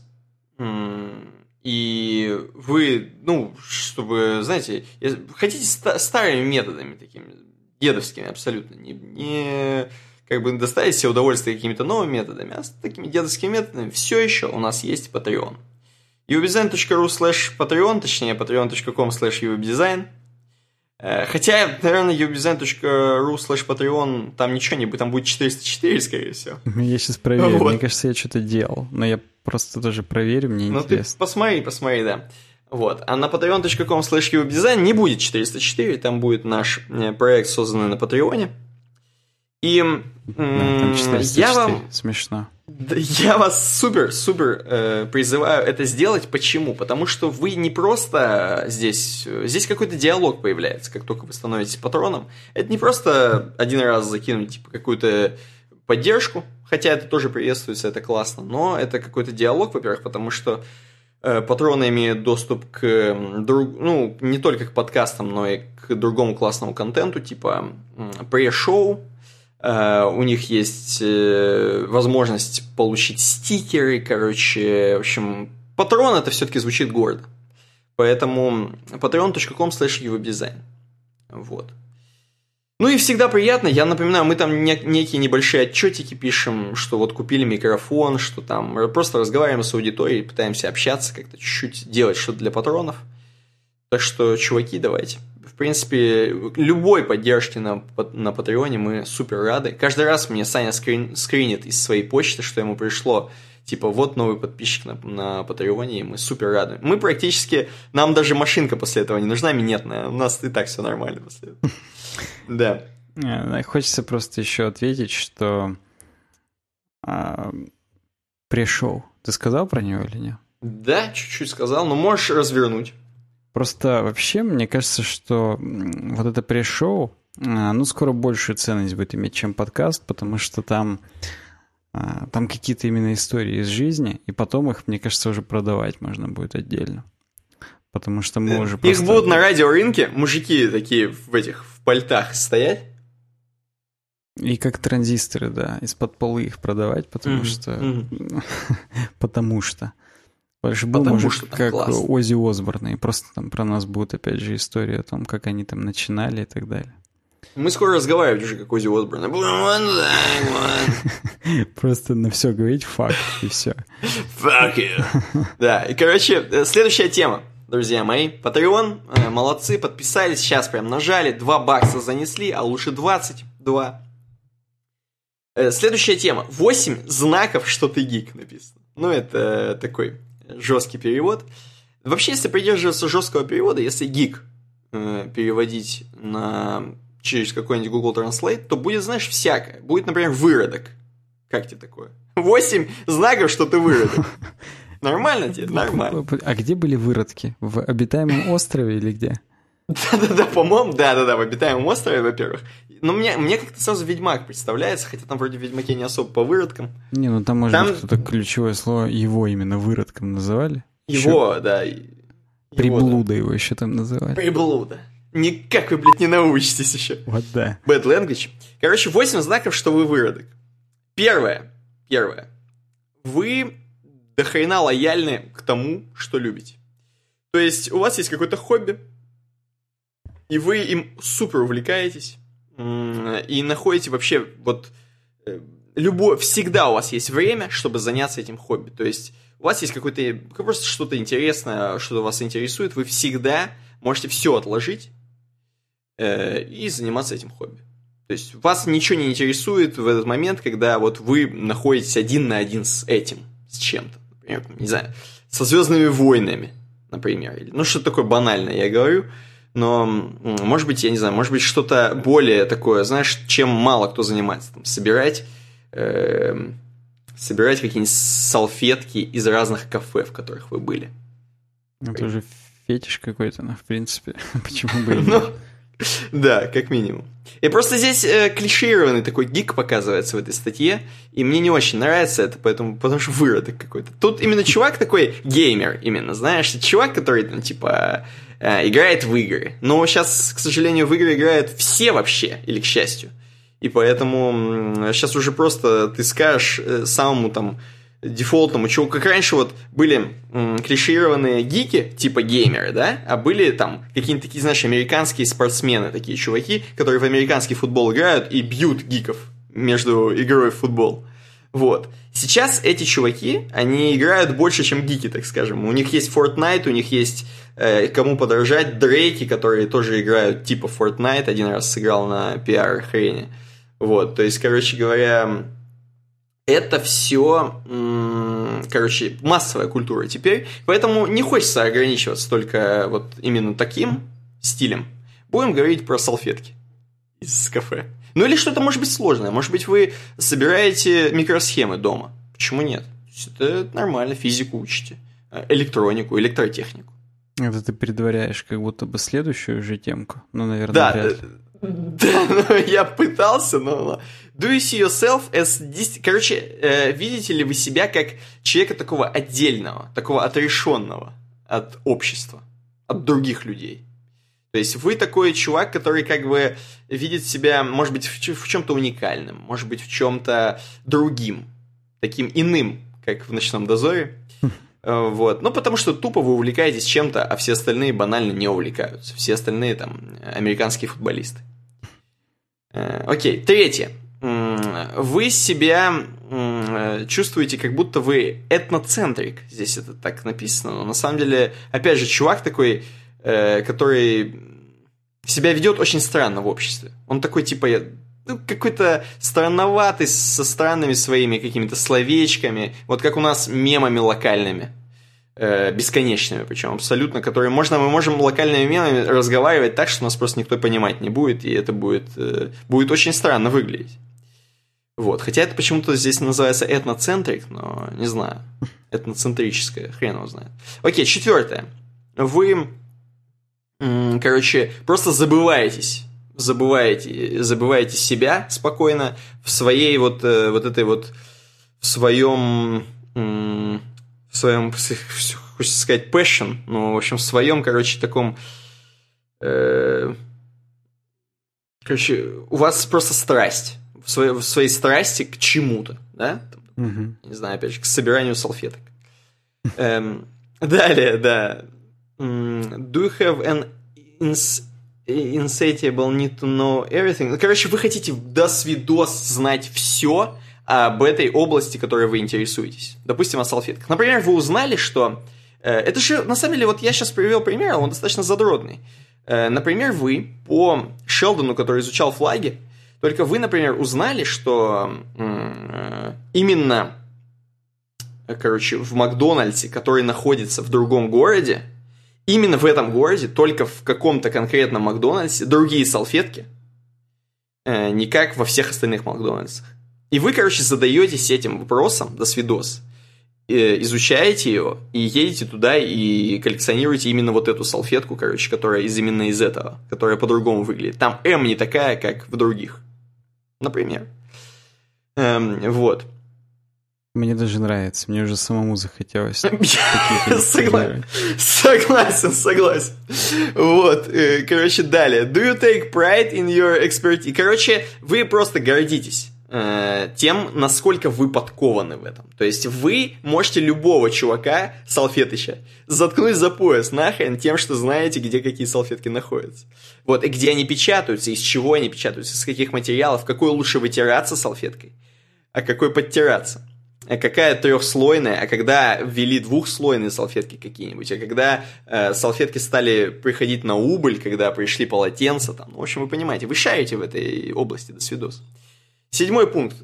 Speaker 1: и вы, чтобы, знаете, хотите старыми методами, такими дедовскими абсолютно, не как бы доставить себе удовольствие какими-то новыми методами, а с такими дедовскими методами все еще у нас есть Patreon. uwebdesign.ru/Patreon, точнее, patreon.com/uwebdesign. Хотя, наверное, uwebdesign.ru/Patreon там ничего не будет, там будет 404, скорее всего.
Speaker 2: Я сейчас проверю, мне кажется, я что-то делал, но я просто тоже проверю, мне интересно.
Speaker 1: Ты посмотри, да. Вот. А на patreon.com/uwebdesign не будет 404, там будет наш проект, созданный на Патреоне. И
Speaker 2: там 404, смешно.
Speaker 1: Я вас супер призываю это сделать. Почему? Потому что вы не просто здесь какой-то диалог появляется, как только вы становитесь патроном. Это не просто один раз закинуть типа какую-то поддержку, хотя это тоже приветствуется, это классно, но это какой-то диалог, во-первых, потому что патроны имеют доступ к не только к подкастам, но и к другому классному контенту, типа пресс-шоу. У них есть возможность получить стикеры, короче, в общем, патрон это все-таки звучит гордо. Поэтому patreon.com/uwebdesign. Вот. Ну и всегда приятно, я напоминаю, мы там некие небольшие отчетики пишем, что вот купили микрофон, что там просто разговариваем с аудиторией, пытаемся общаться, как-то чуть-чуть делать что-то для патронов. Так что, чуваки, давайте. В принципе, любой поддержки на Патреоне мы супер рады. Каждый раз мне Саня скринит из своей почты, что ему пришло. Типа, вот новый подписчик на Патреоне, и мы супер рады. Мы практически... Нам даже машинка после этого не нужна, минетная. У нас и так все нормально после этого. Да.
Speaker 2: Хочется просто еще ответить, что пришел. Ты сказал про него или нет?
Speaker 1: Да, чуть-чуть сказал, но можешь развернуть.
Speaker 2: Просто вообще, мне кажется, что вот это пресс-шоу, скоро большую ценность будет иметь, чем подкаст, потому что там какие-то именно истории из жизни, и потом их, мне кажется, уже продавать можно будет отдельно. Потому что мы уже
Speaker 1: просто... Их будут на радиорынке мужики такие в пальтах стоять.
Speaker 2: И как транзисторы, да, из-под полы их продавать, потому что... Потому что... Больше был мужик, как Оззи Осборн, и просто там про нас будет опять же история о том, как они там начинали и так далее.
Speaker 1: Мы скоро разговаривать уже как Оззи Осборн.
Speaker 2: Просто на все говорить fuck и все.
Speaker 1: Fuck you. Да, и короче, следующая тема, друзья мои. Patreon, молодцы, подписались, сейчас прям нажали, $2 занесли, а лучше 22. Следующая тема. 8 знаков, что ты гик написано. Это такой... жесткий перевод. Вообще, если придерживаться жесткого перевода, если гик переводить через какой-нибудь Google Translate, то будет, знаешь, всякое. Будет, например, выродок. Как тебе такое? 8 знаков, что ты выродок. Нормально тебе? Нормально.
Speaker 2: А где были выродки? В обитаемом острове или где?
Speaker 1: Да-да-да, по-моему, да-да-да, в обитаемом острове, во-первых. Но мне как-то сразу Ведьмак представляется, хотя там вроде в Ведьмаке не особо по выродкам.
Speaker 2: Не, там может быть кто-то ключевое слово, его именно выродком называли.
Speaker 1: Его, да.
Speaker 2: Приблуда его еще там называли.
Speaker 1: Приблуда. Никак вы, блядь, не научитесь еще.
Speaker 2: Вот да.
Speaker 1: Bad language. Короче, 8 знаков, что вы выродок. Первое. Вы дохрена лояльны к тому, что любите. То есть у вас есть какое-то хобби, и вы им супер увлекаетесь, и находите вообще вот всегда у вас есть время, чтобы заняться этим хобби. То есть у вас есть какое-то просто что-то интересное, что вас интересует, вы всегда можете все отложить и заниматься этим хобби. То есть вас ничего не интересует в этот момент, когда вот вы находитесь один на один с этим, с чем-то. Например, не знаю, со «Звездными войнами», например. Ну, что-то такое банальное, я говорю. Но, может быть, я не знаю, может быть, что-то более такое, знаешь, чем мало кто занимается. Там, собирать какие-нибудь салфетки из разных кафе, в которых вы были.
Speaker 2: Это уже фетиш какой-то, но в принципе, почему бы и нет.
Speaker 1: Да, как минимум. И просто здесь клишированный такой гик показывается в этой статье, и мне не очень нравится это, потому что выродок какой-то. Тут именно чувак такой геймер, именно, знаешь, чувак, который там типа играет в игры. Но сейчас, к сожалению, в игры играют все вообще, или к счастью. И поэтому сейчас уже просто ты скажешь самому там дефолтному чуваку, как раньше вот были клишированные гики, типа геймеры, да, а были там какие-нибудь такие, знаешь, американские спортсмены, такие чуваки, которые в американский футбол играют и бьют гиков между игрой в футбол. Вот. Сейчас эти чуваки, они играют больше, чем гики, так скажем. У них есть Fortnite, у них есть кому подражать, Дрейки, которые тоже играют типа Fortnite, один раз сыграл на PR-хрене. Вот, то есть, короче говоря, это все, короче, массовая культура теперь, поэтому не хочется ограничиваться только вот именно таким стилем. Будем говорить про салфетки из кафе. Ну или что-то может быть сложное. Может быть, вы собираете микросхемы дома. Почему нет? Это нормально, физику учите, электронику, электротехнику.
Speaker 2: Это ты предваряешь как будто бы следующую же темку. Ну, наверное,
Speaker 1: да. Да, ну, я пытался, но... Do you see yourself as... Короче, видите ли вы себя как человека такого отдельного, такого отрешенного от общества, от других людей? То есть вы такой чувак, который как бы видит себя, может быть, в чем-то уникальным, может быть, в чем-то другим, таким иным, как в «Ночном дозоре». Вот. Ну, потому что тупо вы увлекаетесь чем-то, а все остальные банально не увлекаются. Все остальные там американские футболисты. Окей, третье. Вы себя чувствуете, как будто вы этноцентрик. Здесь это так написано. Но на самом деле, опять же, чувак такой, который себя ведет очень странно в обществе. Он такой, типа, какой-то странноватый, со странными своими какими-то словечками. Вот как у нас мемами локальными. Бесконечными, причем абсолютно, которые мы можем локальными мемами разговаривать так, что нас просто никто понимать не будет, и это будет очень странно выглядеть. Вот. Хотя это почему-то здесь называется этноцентрик, но не знаю. Этноцентрическое, хрен его знает. Окей, четвертое. Вы, короче, просто забываете себя спокойно в своей вот этой вот, в своем, хочется сказать, passion, ну, в общем, в своем, короче, таком, короче, у вас просто страсть, в своей страсти к чему-то, да? Не знаю, опять же, к собиранию салфеток. Далее, да. Do you have an insatiable need to know everything? Короче, вы хотите до свидос знать все об этой области, которой вы интересуетесь. Допустим, о салфетках. Например, вы узнали, что... Это же, на самом деле, вот я сейчас привел пример, он достаточно задротный. Например, вы по Шелдону, который изучал флаги, только вы, например, узнали, что именно, короче, в Макдональдсе, который находится в другом городе, именно в этом городе, только в каком-то конкретном Макдональдсе, другие салфетки, не как во всех остальных Макдональдсах. И вы, короче, задаетесь этим вопросом, до свидос, изучаете его, и едете туда, и коллекционируете именно вот эту салфетку, короче, которая именно из этого, которая по-другому выглядит. Там М не такая, как в других. Например. Вот.
Speaker 2: Мне даже нравится, мне уже самому захотелось.
Speaker 1: Согласен. Вот, короче, далее. Do you take pride in your expertise? Короче, вы просто гордитесь тем, насколько вы подкованы в этом. То есть вы можете любого чувака, салфетыча, заткнуть за пояс нахрен тем, что знаете, где какие салфетки находятся. Вот, и где они печатаются, из чего они печатаются, из каких материалов, какой лучше вытираться салфеткой, а какой подтираться. А какая трехслойная, а когда ввели двухслойные салфетки какие-нибудь, а когда салфетки стали приходить на убыль, когда пришли полотенца, там, в общем, вы понимаете, вы шарите в этой области, до свидос. 7 пункт.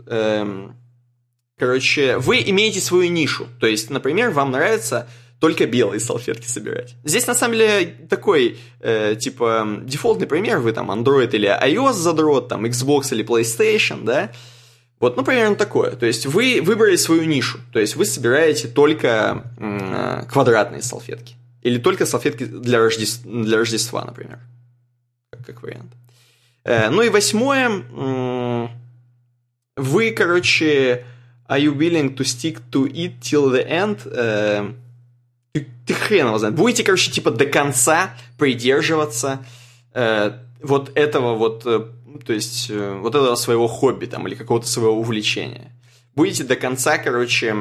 Speaker 1: Короче, вы имеете свою нишу. То есть, например, вам нравится только белые салфетки собирать. Здесь, на самом деле, такой, типа, дефолтный пример. Вы там Android или iOS задрот, там, Xbox или PlayStation, да? Вот, ну, примерно такое. То есть, вы выбрали свою нишу. То есть, вы собираете только квадратные салфетки. Или только салфетки для Рождества, например. Как вариант. Ну и 8. Вы, короче, are you willing to stick to it till the end? Ты хрен его знает. Будете, короче, типа до конца придерживаться вот этого вот, то есть вот этого своего хобби там или какого-то своего увлечения. Будете до конца, короче,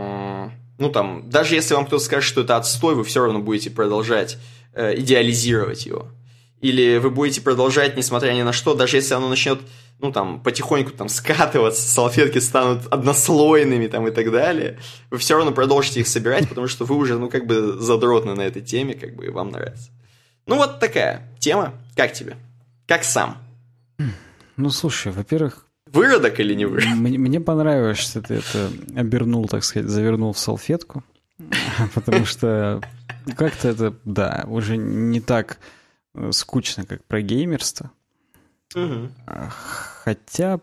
Speaker 1: ну там, даже если вам кто-то скажет, что это отстой, вы все равно будете продолжать идеализировать его. Или вы будете продолжать, несмотря ни на что, даже если оно начнет, ну, там, потихоньку там скатываться, салфетки станут однослойными там и так далее, вы все равно продолжите их собирать, потому что вы уже, ну, как бы задротны на этой теме, как бы, и вам нравится. Ну, вот такая тема. Как тебе? Как сам?
Speaker 2: Ну, слушай, во-первых...
Speaker 1: Выродок или не выродок?
Speaker 2: Мне понравилось, что ты это обернул, так сказать, завернул в салфетку, потому что как-то это, да, уже не так... скучно, как про геймерство.
Speaker 1: Угу.
Speaker 2: Хотя,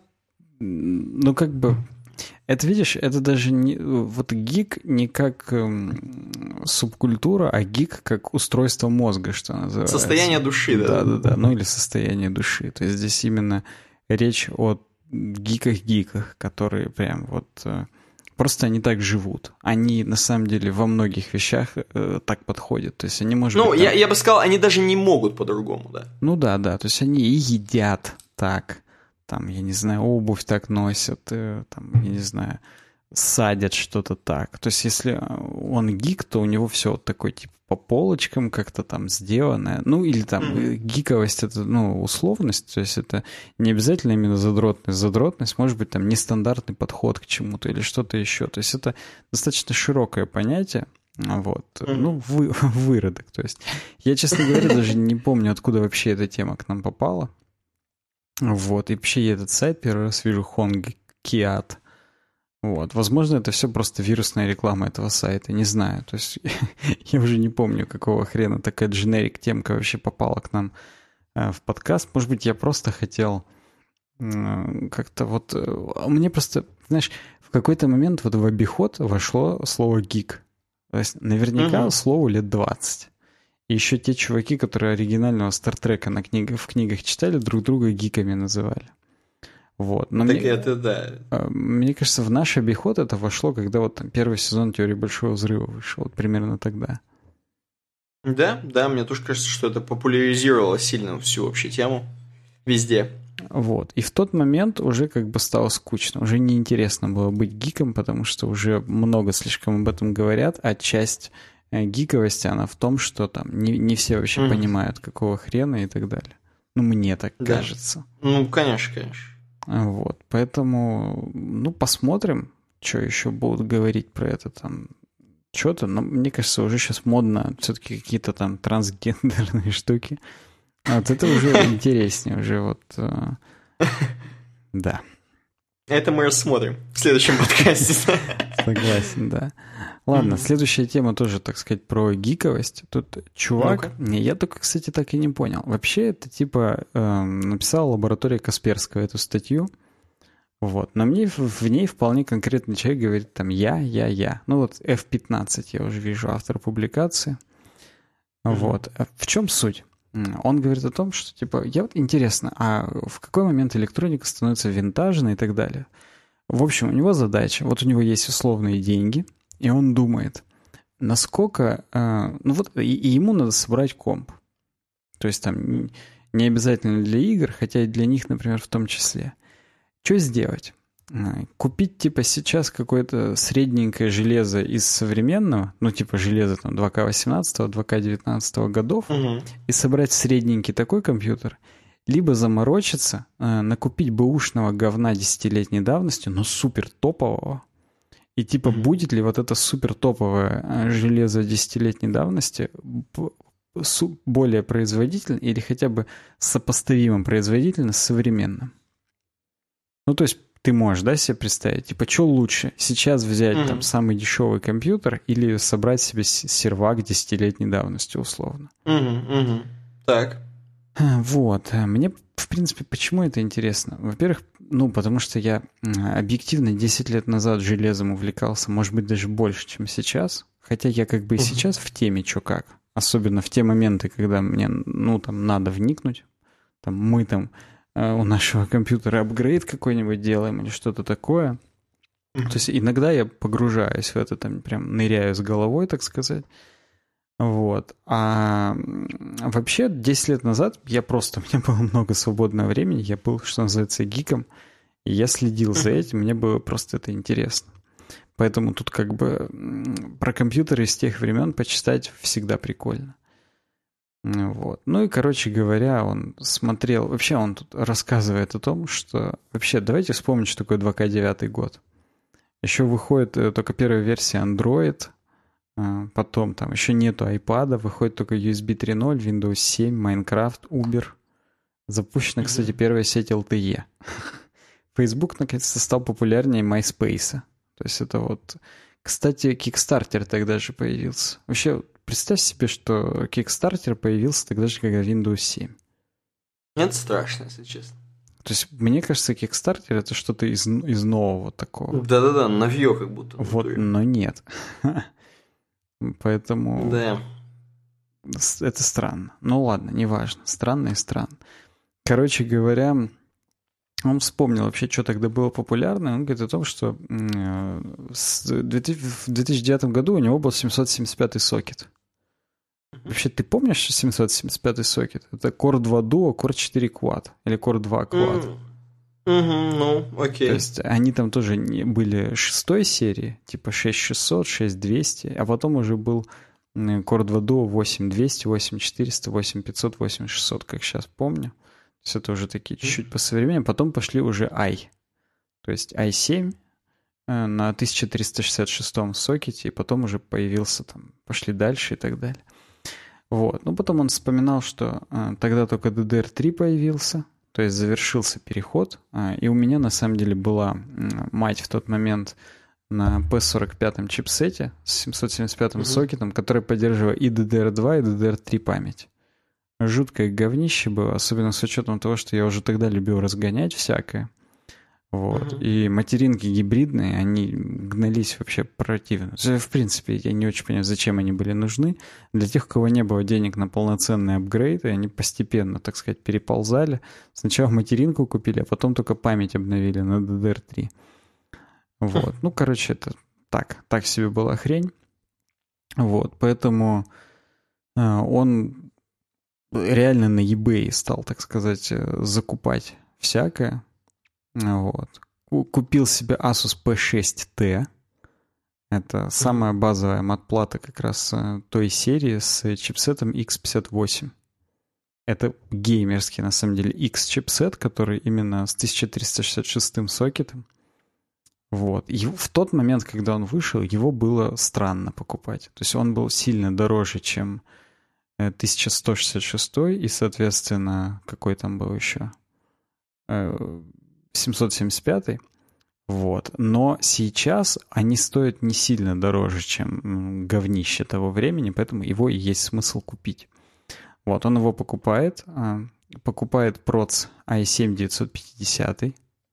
Speaker 2: ну, как бы, это, видишь, это даже не... Вот гик не как субкультура, а гик как устройство мозга, что называется.
Speaker 1: Состояние души, да?
Speaker 2: Да, ну или состояние души. То есть здесь именно речь о гиках-гиках, которые прям вот... Просто они так живут. Они, на самом деле, во многих вещах так подходят. То есть они, может быть...
Speaker 1: Ну, там... я бы сказал, они даже не могут по-другому, да.
Speaker 2: Ну да. То есть они и едят так. Там, я не знаю, обувь так носят. Там, я не знаю, садят что-то так. То есть если он гик, то у него все вот такое, типа, по полочкам как-то там сделанное. Ну, или там гиковость — это, ну, условность. То есть это не обязательно именно задротность. Задротность может быть там нестандартный подход к чему-то или что-то еще. То есть это достаточно широкое понятие. Вот. Ну, выродок. То есть я, честно говоря, даже не помню, откуда вообще эта тема к нам попала. Вот. И вообще я этот сайт первый раз вижу, Hongiat. Вот. Возможно, это все просто вирусная реклама этого сайта, не знаю. То есть я уже не помню, какого хрена такая дженерик-темка вообще попала к нам в подкаст. Может быть, я просто хотел как-то вот... Мне просто, знаешь, в какой-то момент вот в обиход вошло слово «гик». То есть наверняка слову лет 20. И еще те чуваки, которые оригинального Стартрека в книгах читали, друг друга гиками называли. Вот. Но
Speaker 1: так это да.
Speaker 2: Мне кажется, в наш обиход это вошло, когда вот там первый сезон «Теории Большого Взрыва» вышел, вот примерно тогда.
Speaker 1: Да, мне тоже кажется, что это популяризировало сильно всю вообще тему везде.
Speaker 2: Вот. И в тот момент уже как бы стало скучно, уже неинтересно было быть гиком, потому что уже много слишком об этом говорят, а часть гиковости, она в том, что там не все вообще понимают, какого хрена и так далее. Ну, мне так кажется.
Speaker 1: Ну, конечно.
Speaker 2: Вот, поэтому, ну, посмотрим, что еще будут говорить про это там, что-то, но мне кажется, уже сейчас модно все-таки какие-то там трансгендерные штуки. Вот это уже интереснее, уже вот, да.
Speaker 1: Это мы рассмотрим в следующем подкасте.
Speaker 2: Согласен, да. Ладно, следующая тема тоже, так сказать, про гиковость. Тут чувак... Я только, кстати, так и не понял. Вообще это типа написала лаборатория Касперского эту статью. Вот. Но мне в ней вполне конкретный человек говорит там я. Ну вот F15 я уже вижу, автор публикации. Вот. А в чем суть? Он говорит о том, что типа, я вот интересно, а в какой момент электроника становится винтажной и так далее? В общем, у него задача, вот у него есть условные деньги, и он думает, насколько... ну вот, и ему надо собрать комп. То есть там не обязательно для игр, хотя и для них, например, в том числе. Что сделать? Купить, типа, сейчас какое-то средненькое железо из современного, ну, типа, железо там 2К18, 2К19 годов, и собрать средненький такой компьютер, либо заморочиться, накупить бэушного говна 10-летней давности, но супер топового, и, типа, будет ли вот это супер топовое железо 10-летней давности более производительно или хотя бы сопоставимо производительно с современным? Ну, то есть ты можешь, да, себе представить, типа, что лучше, сейчас взять там самый дешевый компьютер или собрать себе сервак 10-летней давности, условно.
Speaker 1: Так.
Speaker 2: Вот. Мне, в принципе, почему это интересно? Во-первых, ну, потому что я объективно 10 лет назад железом увлекался, может быть, даже больше, чем сейчас. Хотя я как бы и сейчас в теме, что как. Особенно в те моменты, когда мне, ну, там, надо вникнуть. Там, мы там у нашего компьютера апгрейд какой-нибудь делаем или что-то такое. То есть иногда я погружаюсь в это, там прям ныряю с головой, так сказать. Вот. А вообще 10 лет назад у меня было много свободного времени, я был, что называется, гиком, и я следил за этим, мне было просто это интересно. Поэтому тут как бы про компьютеры из тех времен почитать всегда прикольно. Вот. Ну и, короче говоря, он смотрел... Вообще он тут рассказывает о том, что... Вообще, давайте вспомним, что такое 2К9 год. Еще выходит только первая версия Android, потом там еще нету iPad, выходит только USB 3.0, Windows 7, Minecraft, Uber. Запущена, кстати, первая сеть LTE. Facebook, наконец-то, стал популярнее MySpace. То есть это вот... Кстати, Kickstarter тогда же появился. Вообще... Представь себе, что Kickstarter появился тогда же, когда Windows 7.
Speaker 1: Это страшно, если честно.
Speaker 2: То есть, мне кажется, Kickstarter — это что-то из нового такого.
Speaker 1: Да-да-да, новье как будто.
Speaker 2: Вот, но нет. Поэтому...
Speaker 1: Да.
Speaker 2: Это странно. Ну ладно, неважно. Странно и странно. Короче говоря, он вспомнил вообще, что тогда было популярно. Он говорит о том, что в 2009 году у него был 775-й сокет. Вообще, ты помнишь 775-й сокет? Это Core 2 Duo, Core 4 Quad. Или Core 2 Quad.
Speaker 1: Ну, окей.
Speaker 2: То есть они там тоже были 6-й серии, типа 6600, 6200, а потом уже был Core 2 Duo 8200, 8400, 8500, 8600, как сейчас помню. То есть это уже такие чуть-чуть посовременнее. Потом пошли уже i. То есть i7 на 1366 сокете, и потом уже появился там, пошли дальше и так далее. Вот. Ну, потом он вспоминал, что тогда только DDR3 появился, то есть завершился переход, и у меня на самом деле была мать в тот момент на P45 чипсете с 775 сокетом, который поддерживал и DDR2, и DDR3 память. Жуткое говнище было, особенно с учетом того, что я уже тогда любил разгонять всякое. Вот. И материнки гибридные, они гнались вообще противно. В принципе, я не очень понимаю, зачем они были нужны. Для тех, у кого не было денег на полноценные апгрейды, они постепенно, так сказать, переползали. Сначала материнку купили, а потом только память обновили на DDR3. Вот. Ну, короче, это так себе была хрень. Вот. Поэтому он реально на eBay стал, так сказать, закупать всякое. Вот. Купил себе Asus P6T. Это самая базовая матплата как раз той серии с чипсетом X58. Это геймерский, на самом деле, X-чипсет, который именно с 1366 сокетом. Вот. И в тот момент, когда он вышел, его было странно покупать. То есть он был сильно дороже, чем 1166 и, соответственно, какой там был еще? 775. Вот. Но сейчас они стоят не сильно дороже, чем говнище того времени, поэтому его и есть смысл купить. Вот, он его покупает. Покупает проц i7 950.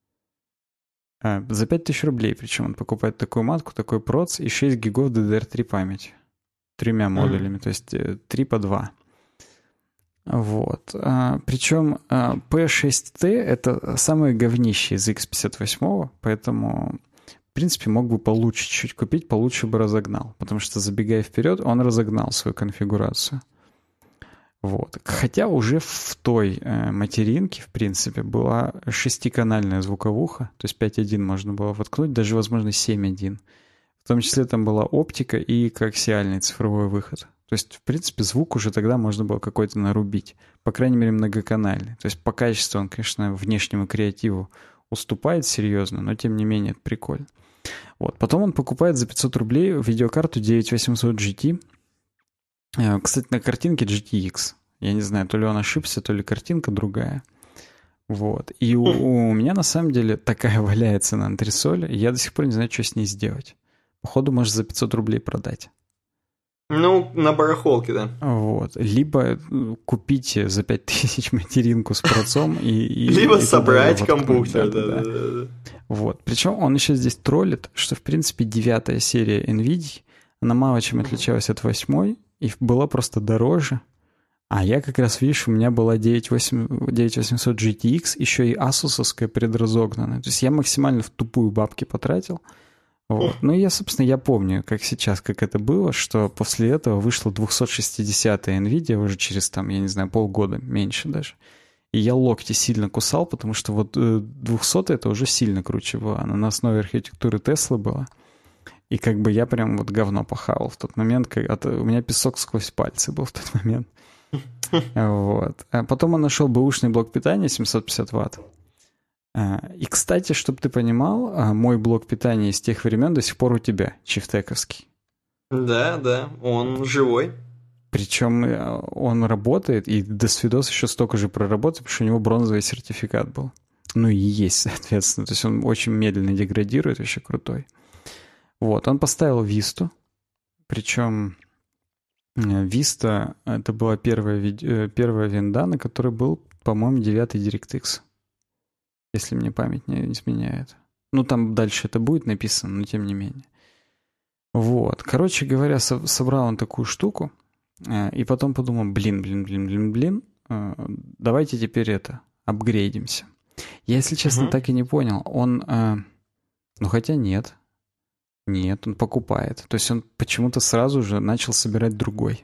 Speaker 2: За 5000 рублей, причем он покупает такую матку, такой проц и 6 гигов DDR3 память. 3 модулями, то есть 3 по 2. Вот. Причем P6T — это самое говнище из X58, поэтому, в принципе, мог бы получше чуть купить, получше бы разогнал. Потому что, забегая вперед, он разогнал свою конфигурацию. Вот. Хотя уже в той материнке, в принципе, была 6-канальная звуковуха, то есть 5.1 можно было воткнуть, даже, возможно, 7.1. В том числе там была оптика и коаксиальный цифровой выход. То есть, в принципе, звук уже тогда можно было какой-то нарубить. По крайней мере, многоканальный. То есть по качеству он, конечно, внешнему креативу уступает серьезно, но тем не менее это прикольно. Вот. Потом он покупает за 500 рублей видеокарту 9800 GT. Кстати, на картинке GTX. Я не знаю, то ли он ошибся, то ли картинка другая. Вот. И у меня на самом деле такая валяется на антресоле, и я до сих пор не знаю, что с ней сделать. Походу, можешь за 500 рублей продать.
Speaker 1: Ну, на барахолке, да.
Speaker 2: Вот. Либо купите за 5000 материнку с процом и
Speaker 1: либо собрать компьютер. Да.
Speaker 2: Вот. Причем он еще здесь троллит, что, в принципе, 9-я серия NVIDIA, она мало чем отличалась от 8-й, и была просто дороже. А я как раз, видишь, у меня была 9800 GTX, еще и Asus'овская предразогнанная. То есть я максимально в тупую бабки потратил. Вот. Ну, я помню, как сейчас, как это было, что после этого вышла 260-я NVIDIA уже через, там, я не знаю, полгода, меньше даже. И я локти сильно кусал, потому что вот 200-я это уже сильно круче была. Она на основе архитектуры Теслы была. И как бы я прям вот говно похавал в тот момент. У меня песок сквозь пальцы был в тот момент. Вот. А потом он нашел бэушный блок питания 750 Вт. И, кстати, чтобы ты понимал, мой блок питания из тех времен до сих пор у тебя, чифтековский.
Speaker 1: Да, он живой.
Speaker 2: Причем он работает, и до свидос еще столько же проработает, потому что у него бронзовый сертификат был. Ну и есть, соответственно. То есть он очень медленно деградирует, вообще крутой. Вот, он поставил Висту. Причем Vista — это была первая винда, на которой был, по-моему, 9-й DirectX. Если мне память не изменяет. Ну, там дальше это будет написано, но тем не менее. Вот. Короче говоря, собрал он такую штуку, и потом подумал, блин, давайте теперь апгрейдимся. Я, если честно, так и не понял. Он, ну, хотя нет, он покупает. То есть он почему-то сразу же начал собирать другой.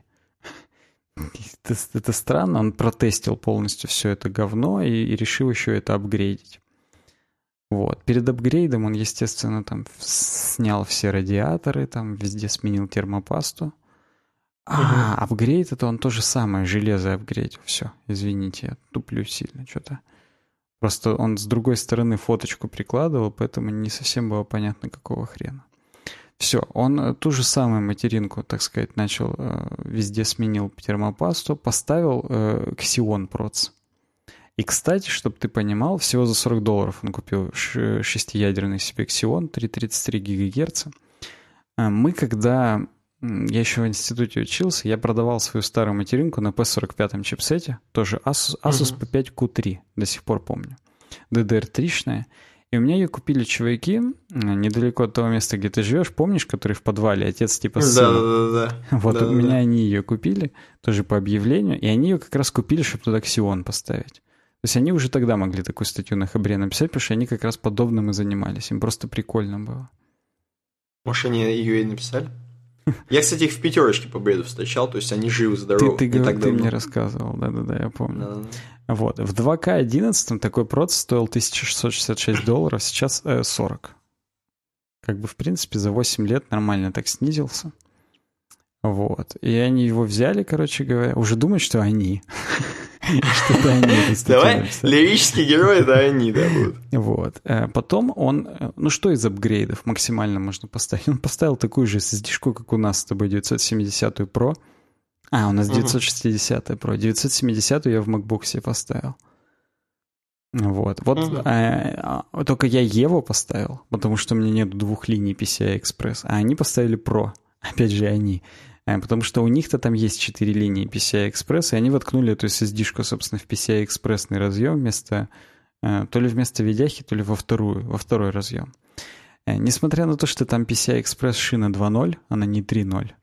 Speaker 2: Это странно, он протестил полностью все это говно и решил еще это апгрейдить. Вот. Перед апгрейдом он, естественно, там снял все радиаторы, там везде сменил термопасту. Апгрейд — это он то же самое, железо апгрейдил. Все, извините, я туплю сильно что-то. Просто он с другой стороны фоточку прикладывал, поэтому не совсем было понятно, какого хрена. Все, он ту же самую материнку, так сказать, начал, везде сменил термопасту, поставил Xeon Proц. И, кстати, чтобы ты понимал, всего за $40 он купил 6-ядерный себе Xeon, 333 ГГц. Я еще в институте учился, я продавал свою старую материнку на P45 чипсете, тоже Asus P5Q3, до сих пор помню, DDR3-шная. И у меня ее купили чуваки недалеко от того места, где ты живешь, помнишь, который в подвале, отец типа сына?
Speaker 1: Да.
Speaker 2: Вот у меня они ее купили, тоже по объявлению, и они ее как раз купили, чтобы туда Xeon поставить. То есть они уже тогда могли такую статью на Хабре написать, потому что они как раз подобным и занимались, им просто прикольно было.
Speaker 1: Может, они ее и написали? Я, кстати, их в пятерочке по бреду встречал, то есть они живы-здоровы.
Speaker 2: Ты мне рассказывал, да, я помню. Да. Вот, в 2К11 такой проц стоил $1666, сейчас 40. Как бы, в принципе, за 8 лет нормально так снизился. Вот, и они его взяли, короче говоря, уже думают, что они. Что-то они.
Speaker 1: Давай, лирические герои, да, они, да, будут.
Speaker 2: Вот. Потом он, ну что из апгрейдов максимально можно поставить? Он поставил такую же SSD-шку, как у нас с тобой, 970 Pro. У нас 960 Pro. 970 я в MacBook себе поставил. Вот. Только я Evo поставил, потому что у меня нет 2 линий PCI Express, а они поставили Pro. Опять же, они. Потому что у них-то там есть 4 линии PCI Express, и они воткнули эту SSD-шку, собственно, в PCI Express-ный разъем то ли вместо видяхи, то ли во второй разъем. Несмотря на то, что там PCI Express шина 2.0, она не 3.0,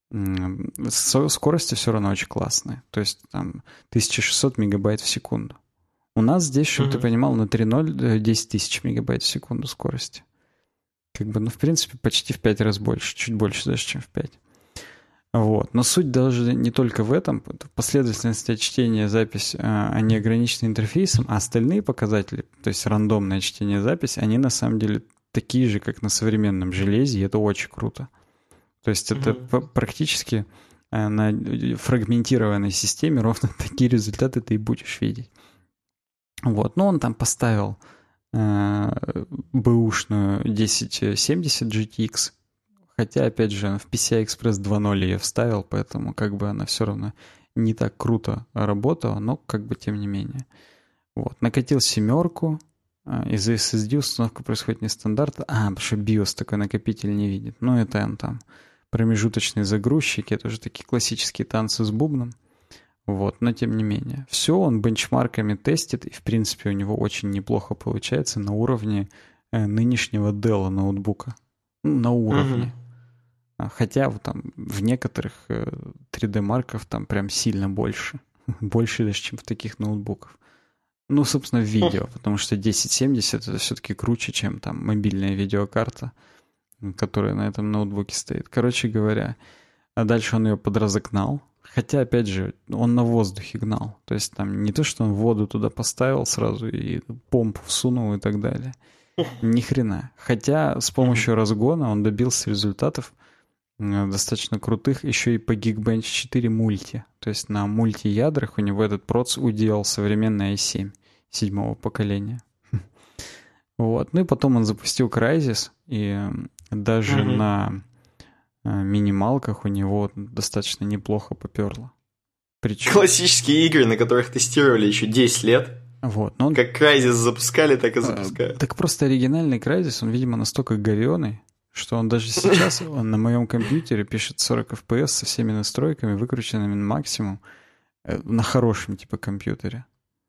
Speaker 2: скорости все равно очень классные. То есть там 1600 мегабайт в секунду. У нас здесь, чтобы ты понимал, на 3.0 10 тысяч мегабайт в секунду скорости. Как бы, ну, в принципе, почти в 5 раз больше. Чуть больше даже, чем в 5. Вот. Но суть даже не только в этом. Последовательность чтения, запись, они ограничены интерфейсом, а остальные показатели, то есть рандомное чтение, запись, они на самом деле такие же, как на современном железе, и это очень круто. То есть это практически на фрагментированной системе ровно такие результаты ты и будешь видеть. Вот. Но он там поставил бэушную 1070 GTX, хотя, опять же, в PCI Express 2.0 я вставил, поэтому как бы она все равно не так круто работала, но как бы тем не менее. Вот. Накатил 7, из-за SSD установка происходит нестандартно. Потому что BIOS такой накопитель не видит. Ну, это он там промежуточные загрузчики, это уже такие классические танцы с бубном. Вот, но тем не менее. Все он бенчмарками тестит, и в принципе у него очень неплохо получается на уровне нынешнего Dell ноутбука. Ну, на уровне. Хотя вот там в некоторых 3D-марков там прям сильно больше. Больше даже, чем в таких ноутбуках. Ну, собственно, в видео, потому что 1070 это все-таки круче, чем там мобильная видеокарта, которая на этом ноутбуке стоит. Короче говоря, а дальше он ее подразогнал. Хотя, опять же, он на воздухе гнал. То есть там не то, что он воду туда поставил сразу и помпу всунул и так далее. Ни хрена. Хотя с помощью разгона он добился результатов достаточно крутых еще и по Geekbench 4 мульти. То есть на мультиядрах у него этот проц уделал современный i7 7-го поколения. Вот. Ну и потом он запустил Crysis, и даже на минималках у него достаточно неплохо поперло.
Speaker 1: Причем... Классические игры, на которых тестировали еще 10 лет.
Speaker 2: Вот. Но он...
Speaker 1: Как Crysis запускали, так и запускают.
Speaker 2: Так просто оригинальный Crysis, он, видимо, настолько говёный, что он даже сейчас на моем компьютере пишет 40 FPS со всеми настройками, выкрученными на максимум, на хорошем типа компьютере.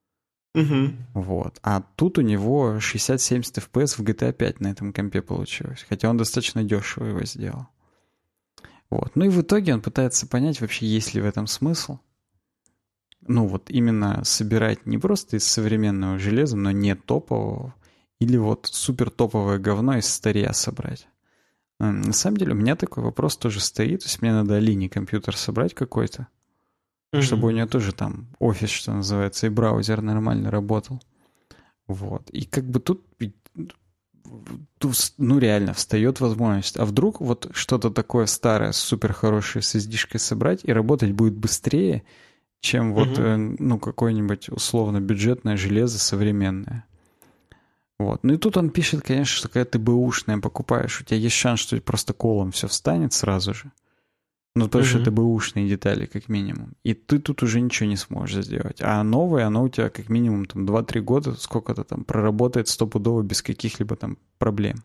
Speaker 2: Вот. А тут у него 60-70 FPS в GTA 5 на этом компе получилось. Хотя он достаточно дешево его сделал. Вот. Ну и в итоге он пытается понять, вообще есть ли в этом смысл. Ну вот именно собирать не просто из современного железа, но не топового, или вот супер топовое говно из старья собрать. На самом деле у меня такой вопрос тоже стоит. То есть мне надо Алине компьютер собрать какой-то, чтобы у нее тоже там офис, что называется, и браузер нормально работал. Вот. И как бы тут ну реально встает возможность. А вдруг вот что-то такое старое, супер хорошее с SSD-шкой собрать, и работать будет быстрее, чем вот ну какое-нибудь условно бюджетное железо современное. Вот. Ну и тут он пишет, конечно, что когда ты бэушное покупаешь, у тебя есть шанс, что просто колом все встанет сразу же. Ну, потому что это бэушные детали, как минимум. И ты тут уже ничего не сможешь сделать. А новое, оно у тебя как минимум там 2-3 года, сколько-то там проработает стопудово без каких-либо там проблем.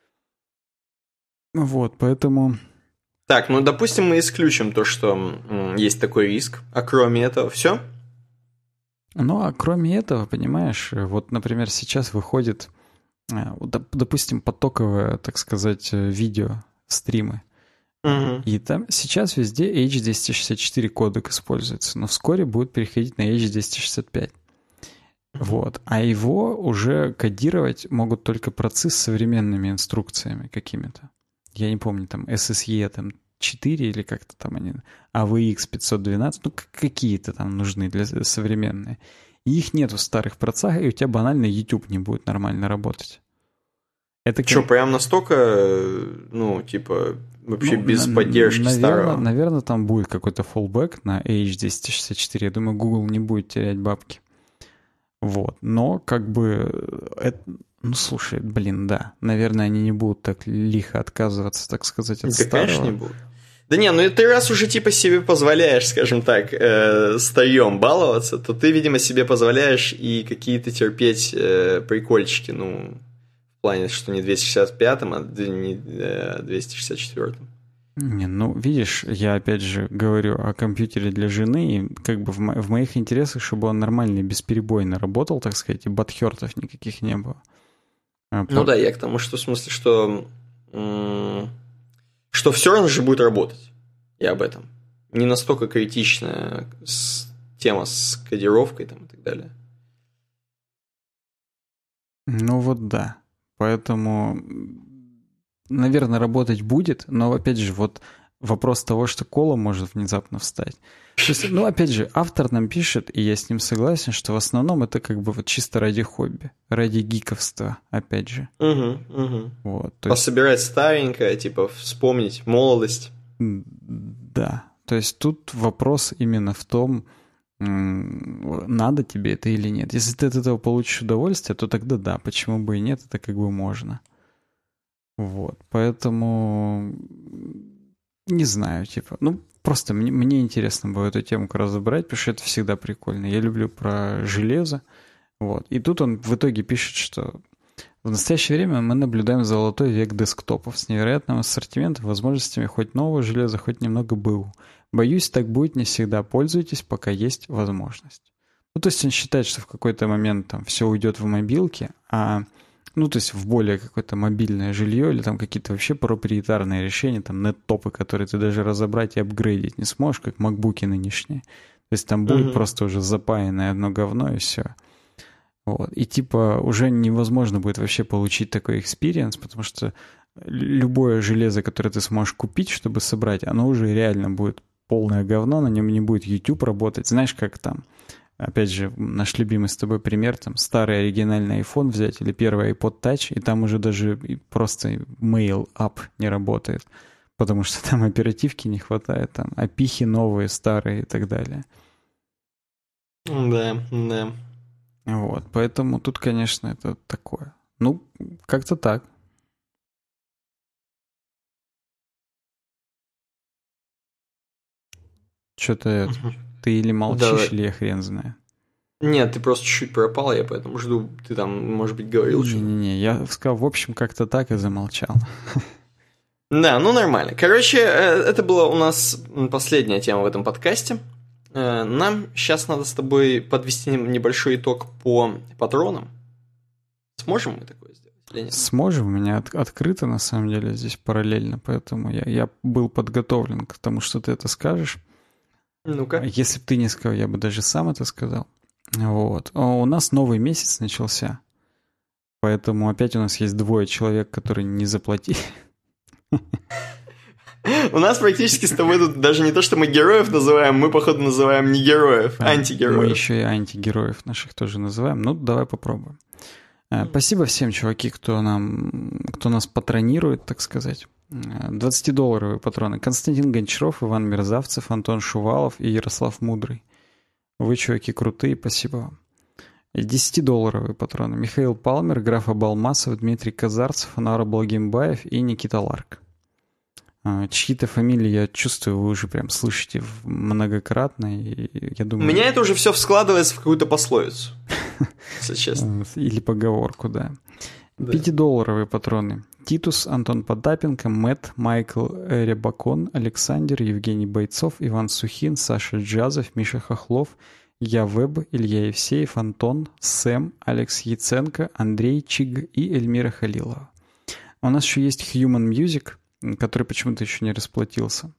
Speaker 2: Вот, поэтому...
Speaker 1: Так, ну, допустим, мы исключим то, что есть такой риск. А кроме этого, все?
Speaker 2: Ну, а кроме этого, понимаешь, вот, например, сейчас выходит, допустим, потоковое, так сказать, видео, стримы. И там сейчас везде H264 кодек используется, но вскоре будет переходить на H265. Вот. А его уже кодировать могут только процы с современными инструкциями какими-то. Я не помню, там SSE там 4 или как-то там они, AVX 512, ну какие-то там нужны для современные. И их нет в старых процах, и у тебя банально YouTube не будет нормально работать.
Speaker 1: Это что, прям настолько, ну, типа, вообще без поддержки старого?
Speaker 2: Наверное, там будет какой-то fallback на H264. Я думаю, Google не будет терять бабки. Вот. Но, как бы, ну, слушай, блин, да. Наверное, они не будут так лихо отказываться, так сказать, от старого.
Speaker 1: Конечно, не будут. Да не, ну ты раз уже типа себе позволяешь, скажем так, старьем баловаться, то ты, видимо, себе позволяешь и какие-то терпеть прикольчики, ну... В плане, что не 265-м, а не 264-м.
Speaker 2: Не, ну, видишь, я опять же говорю о компьютере для жены, и как бы в моих интересах, чтобы он нормально и бесперебойно работал, так сказать, и бадхёртов никаких не было.
Speaker 1: Ну да, я к тому, что в смысле, что все равно же будет работать. Я об этом. Не настолько критичная тема с кодировкой там, и так далее.
Speaker 2: Ну вот да. Поэтому, наверное, работать будет, но опять же, вот вопрос того, что кола может внезапно встать. То есть, ну, опять же, автор нам пишет, и я с ним согласен, что в основном это как бы вот чисто ради хобби, ради гиковства, опять же. Вот,
Speaker 1: пособирать старенькое, типа вспомнить молодость.
Speaker 2: Да. То есть тут вопрос именно в том, надо тебе это или нет. Если ты от этого получишь удовольствие, то тогда да, почему бы и нет, это как бы можно. Вот, поэтому не знаю, типа, ну, просто мне интересно было эту темку разобрать, потому что это всегда прикольно. Я люблю про железо, вот. И тут он в итоге пишет, что в настоящее время мы наблюдаем золотой век десктопов с невероятным ассортиментом, возможностями хоть нового железа, хоть немного БУ. Боюсь, так будет не всегда. Пользуйтесь, пока есть возможность. Ну, то есть он считает, что в какой-то момент там все уйдет в мобилки, ну, то есть в более какое-то мобильное жилье или там какие-то вообще проприетарные решения, там нет-топы, которые ты даже разобрать и апгрейдить не сможешь, как макбуки нынешние. То есть там будет просто уже запаянное одно говно и все. Вот. И типа уже невозможно будет вообще получить такой экспириенс, потому что любое железо, которое ты сможешь купить, чтобы собрать, оно уже реально будет полное говно, на нем не будет YouTube работать. Знаешь, как там, опять же, наш любимый с тобой пример, там старый оригинальный iPhone взять или первый iPod Touch, и там уже даже просто Mail App не работает, потому что там оперативки не хватает, там опихи новые, старые и так далее.
Speaker 1: Да, да.
Speaker 2: Вот, поэтому тут, конечно, это такое. Ну, как-то так. Что-то ты или молчишь,
Speaker 1: Да.
Speaker 2: или я хрен знаю.
Speaker 1: Нет, ты просто чуть-чуть пропал, я поэтому жду. Ты там, может быть, говорил что-то.
Speaker 2: Не-не-не, я сказал, в общем, как-то так и замолчал.
Speaker 1: Да, ну нормально. Короче, это была у нас последняя тема в этом подкасте. Нам сейчас надо с тобой подвести небольшой итог по патронам. Сможем мы такое сделать или нет?
Speaker 2: Сможем, у меня открыто на самом деле здесь параллельно, поэтому я был подготовлен к тому, что ты это скажешь.
Speaker 1: Ну-ка.
Speaker 2: Если бы ты не сказал, я бы даже сам это сказал. Вот. У нас новый месяц начался, поэтому опять у нас есть 2 человек, которые не заплатили.
Speaker 1: У нас практически с тобой тут даже не то, что мы героев называем, мы, походу, называем не героев, антигероев.
Speaker 2: Мы еще и антигероев наших тоже называем. Ну, давай попробуем. Спасибо всем, чуваки, кто нас патронирует, так сказать. $20 патроны. Константин Гончаров, Иван Мерзавцев, Антон Шувалов и Ярослав Мудрый. Вы, чуваки, крутые, спасибо вам. $10 патроны. Михаил Палмер, Граф Абалмасов, Дмитрий Казарцев, Анара Благимбаев и Никита Ларк. Чьи-то фамилии, я чувствую, вы уже прям слышите многократно, и я думаю...
Speaker 1: У меня это уже все складывается в какую-то пословицу, если честно.
Speaker 2: Или поговорку, да. $5 патроны. Титус, Антон Потапенко, Мэтт, Майкл Рябакон, Александр, Евгений Бойцов, Иван Сухин, Саша Джазов, Миша Хохлов, Я Веб, Илья Евсеев, Антон, Сэм, Алекс Яценко, Андрей Чиг и Эльмира Халилова. У нас еще есть Human Music, который почему-то еще не расплатился.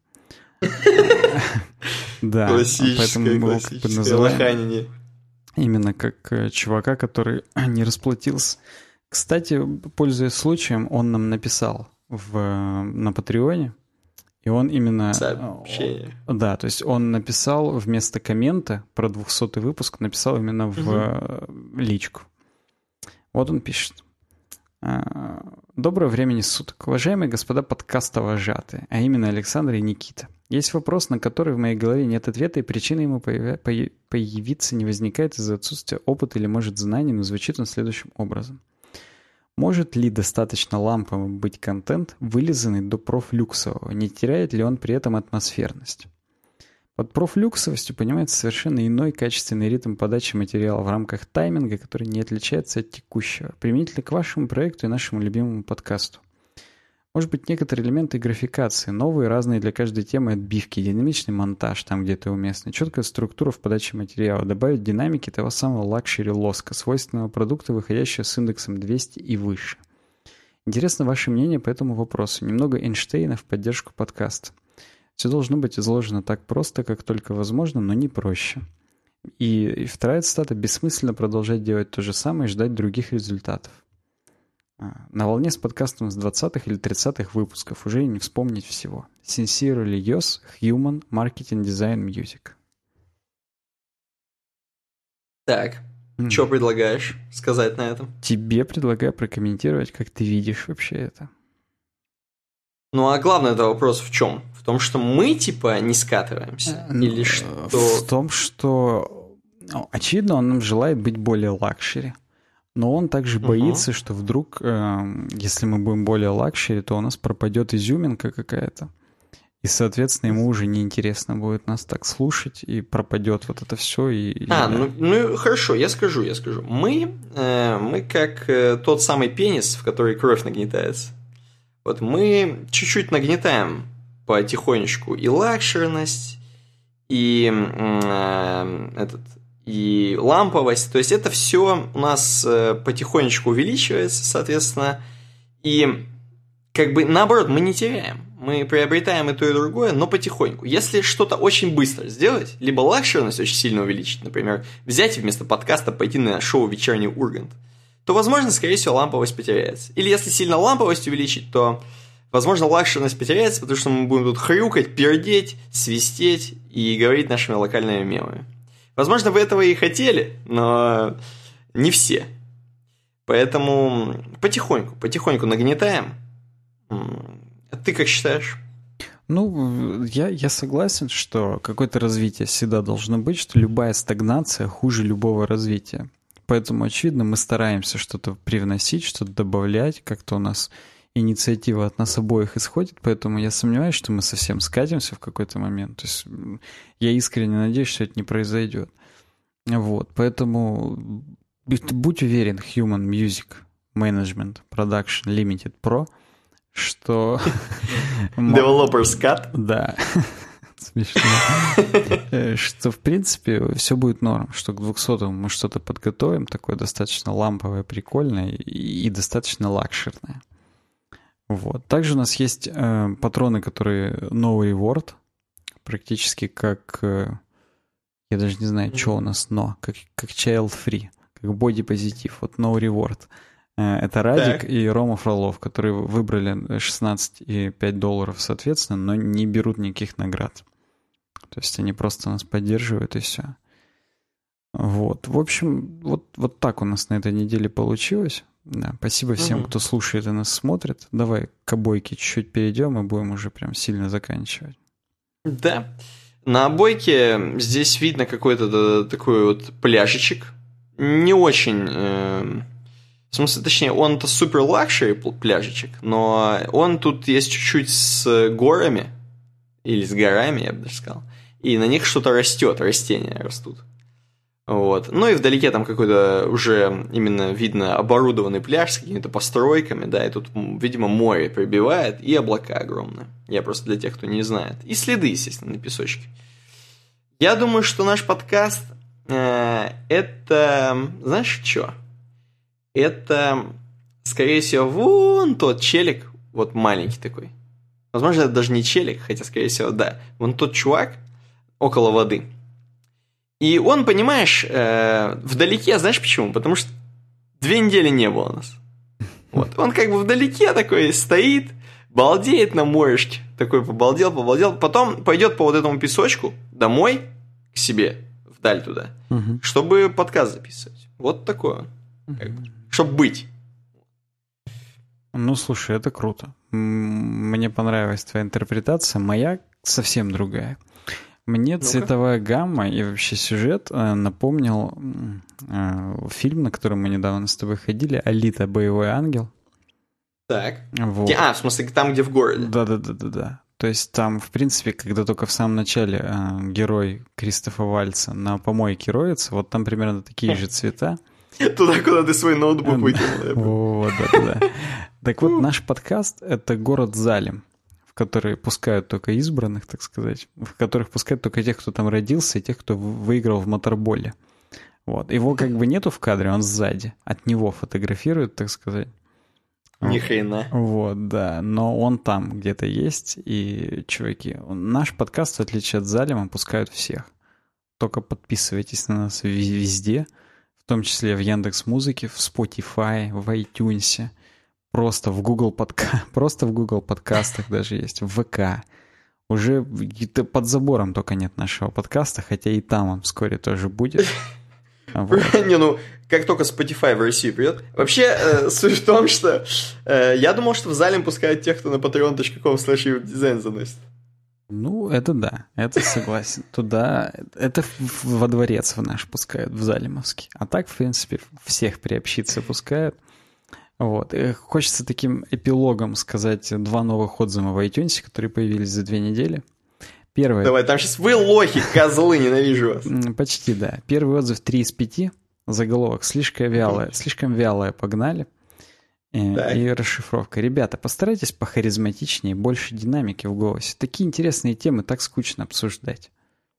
Speaker 2: Да, поэтому мы его как бы называем именно как чувака, который не расплатился. Кстати, пользуясь случаем, он нам написал на Патреоне, и он именно...
Speaker 1: Сообщение.
Speaker 2: Да, то есть он написал вместо коммента про 200-й выпуск, написал именно в личку. Вот он пишет. Доброго времени суток. Уважаемые господа подкастовожатые, а именно Александр и Никита. Есть вопрос, на который в моей голове нет ответа, и причина ему появиться не возникает из-за отсутствия опыта или, может, знаний, но звучит он следующим образом. Может ли достаточно ламповым быть контент, вылизанный до профлюксового? Не теряет ли он при этом атмосферность? Под профлюксовостью понимается совершенно иной качественный ритм подачи материала в рамках тайминга, который не отличается от текущего, применительно к вашему проекту и нашему любимому подкасту. Может быть, некоторые элементы графикации, новые, разные для каждой темы отбивки, динамичный монтаж там, где это уместно, четкая структура в подаче материала, добавить динамики того самого лакшери-лоска, свойственного продукта, выходящего с индексом 200 и выше. Интересно ваше мнение по этому вопросу. Немного Эйнштейна в поддержку подкаста. Все должно быть изложено так просто, как только возможно, но не проще. И вторая цитата: бессмысленно продолжать делать то же самое и ждать других результатов. На волне с подкастом с 20-х или 30-х выпусков уже и не вспомнить всего. Sincerely yours, Human, Marketing, Design, Music.
Speaker 1: Так, что предлагаешь сказать на этом?
Speaker 2: Тебе предлагаю прокомментировать, как ты видишь вообще это.
Speaker 1: Ну, а главный это вопрос в чем? В том, что мы, типа, не скатываемся? Или что?
Speaker 2: В том, что, очевидно, он нам желает быть более лакшери. Но он также боится, что вдруг, если мы будем более лакшери, то у нас пропадет изюминка какая-то. И, соответственно, ему уже неинтересно будет нас так слушать, и пропадет вот это все.
Speaker 1: Ну хорошо, я скажу. Мы как тот самый пенис, в который кровь нагнетается. Вот мы чуть-чуть нагнетаем потихонечку и лакшерность, и и ламповость. То есть это все у нас потихонечку увеличивается, соответственно. И как бы наоборот, мы не теряем. Мы приобретаем и то, и другое, но потихоньку. Если что-то очень быстро сделать, либо лакшерность очень сильно увеличить, например, взять и вместо подкаста пойти на шоу «Вечерний Ургант», то, возможно, скорее всего, ламповость потеряется. Или если сильно ламповость увеличить, то, возможно, лакшерность потеряется, потому что мы будем тут хрюкать, пердеть, свистеть и говорить нашими локальными мемами. Возможно, вы этого и хотели, но не все. Поэтому потихоньку нагнетаем. А ты как считаешь?
Speaker 2: Ну, я согласен, что какое-то развитие всегда должно быть, что любая стагнация хуже любого развития. Поэтому, очевидно, мы стараемся что-то привносить, что-то добавлять, как-то у нас инициатива от нас обоих исходит, поэтому я сомневаюсь, что мы совсем скатимся в какой-то момент. То есть я искренне надеюсь, что это не произойдет. Вот, поэтому будь уверен, Human Music Management Production Limited Pro, что...
Speaker 1: Developer's Cut?
Speaker 2: Да. Смешно. Что, в принципе, все будет норм, что к 200-му мы что-то подготовим, такое достаточно ламповое, прикольное и достаточно лакшерное. Вот. Также у нас есть патроны, которые no reward, практически как... я даже не знаю, что у нас но, как child free, как body positive, вот no reward. Это Радик и Рома Фролов, которые выбрали $16 и $5 соответственно, но не берут никаких наград. То есть они просто нас поддерживают и все. Вот. В общем, вот так у нас на этой неделе получилось. Да, спасибо всем, кто слушает и нас смотрит. Давай к обойке чуть-чуть перейдем и будем уже прям сильно заканчивать.
Speaker 1: Да. На обойке здесь видно какой-то такой вот пляжечек. Не очень... в смысле, точнее, он-то супер лакшери пляжечек, но он тут есть чуть-чуть с горами, или с горами, я бы даже сказал, и на них что-то растет, растения растут. Вот. Ну и вдалеке там какой-то уже именно видно оборудованный пляж с какими-то постройками, да, и тут, видимо, море прибивает, и облака огромные. Я просто для тех, кто не знает. И следы, естественно, на песочке. Я думаю, что наш подкаст это... Знаешь, что? Это, скорее всего, вон тот челик, вот маленький такой. Возможно, это даже не челик, хотя, скорее всего, да. Вон тот чувак около воды. И он, понимаешь, вдалеке, знаешь почему? Потому что 2 недели не было нас. Вот. Он как бы вдалеке такой стоит, балдеет на морешке. Такой побалдел. Потом пойдет по вот этому песочку домой к себе, вдаль туда, чтобы подкаст записывать. Вот такое. Чтобы быть.
Speaker 2: Ну, слушай, это круто. Мне понравилась твоя интерпретация. Моя совсем другая. Мне цветовая гамма и вообще сюжет напомнил фильм, на который мы недавно с тобой ходили, «Алита. Боевой ангел».
Speaker 1: Так.
Speaker 2: Вот.
Speaker 1: В смысле, там, где в городе.
Speaker 2: Да. То есть там, в принципе, когда только в самом начале герой Кристофа Вальца на помойке роется, вот там примерно такие же цвета.
Speaker 1: Туда, куда ты свой ноутбук выкинул.
Speaker 2: Вот, да. Так вот, наш подкаст — это город Залем, в который пускают только избранных, так сказать, в которых пускают только тех, кто там родился, и тех, кто выиграл в моторболе. Вот. Его как бы нету в кадре, он сзади. От него фотографируют, так сказать.
Speaker 1: Ни хрена.
Speaker 2: Вот, да. Но он там где-то есть. И, чуваки, наш подкаст, в отличие от Залима, пускают всех. Только подписывайтесь на нас везде, в том числе в Яндекс.Музыке, в Spotify, в iTunes, просто в Google подкастах даже есть, в ВК. Уже под забором только нет нашего подкаста, хотя и там он вскоре тоже будет.
Speaker 1: Не, ну, как только Spotify в Россию придет. Вообще, суть в том, что я думал, что в Залим пускают тех, кто на patreon.com/дизайн заносит.
Speaker 2: Ну, это да, это согласен. Туда, это во дворец в наш пускают, в Залимовский. А так, в принципе, всех приобщиться пускают. Вот. И хочется таким эпилогом сказать 2 новых отзыва в iTunes, которые появились за 2 недели. Первый...
Speaker 1: Давай, там сейчас вы лохи, козлы, ненавижу вас.
Speaker 2: Почти, да. Первый отзыв 3 из 5. Заголовок слишком вялое погнали. И расшифровка. Ребята, постарайтесь похаризматичнее, больше динамики в голосе. Такие интересные темы так скучно обсуждать.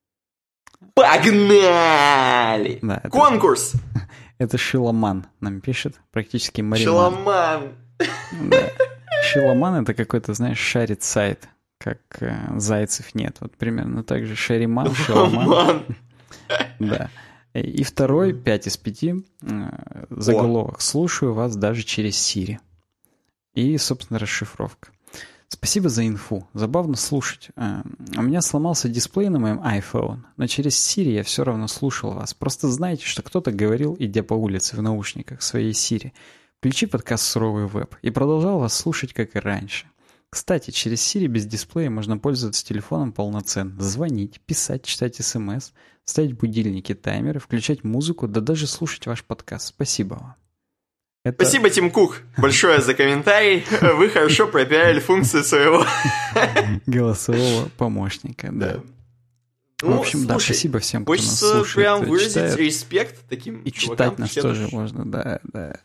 Speaker 1: Погнали!
Speaker 2: Да,
Speaker 1: конкурс!
Speaker 2: Это Шиломан нам пишет, практически Мариман.
Speaker 1: Шиломан!
Speaker 2: Да. Шиломан — это какой-то, знаешь, шарит сайт, как зайцев нет. Вот примерно так же Шариман, Шиломан. Да. И второй, 5 из 5, заголовок. Слушаю вас даже через Siri. И, собственно, расшифровка. Спасибо за инфу. Забавно слушать. У меня сломался дисплей на моем iPhone, но через Siri я все равно слушал вас. Просто знайте, что кто-то говорил, идя по улице в наушниках своей Siri, включи подкаст «Суровый веб», и продолжал вас слушать, как и раньше. Кстати, через Siri без дисплея можно пользоваться телефоном полноценно, звонить, писать, читать смс, ставить будильники, таймеры, включать музыку, да даже слушать ваш подкаст. Спасибо вам.
Speaker 1: Спасибо, Тим Кук, большое за комментарий. Вы хорошо пропиарили функцию своего
Speaker 2: голосового помощника, да.
Speaker 1: Ну,
Speaker 2: в общем, да, спасибо всем, кто нас
Speaker 1: слушает. Хочется прям выразить
Speaker 2: читает.
Speaker 1: Респект таким
Speaker 2: и
Speaker 1: чувакам.
Speaker 2: Читать нас тоже можно, да.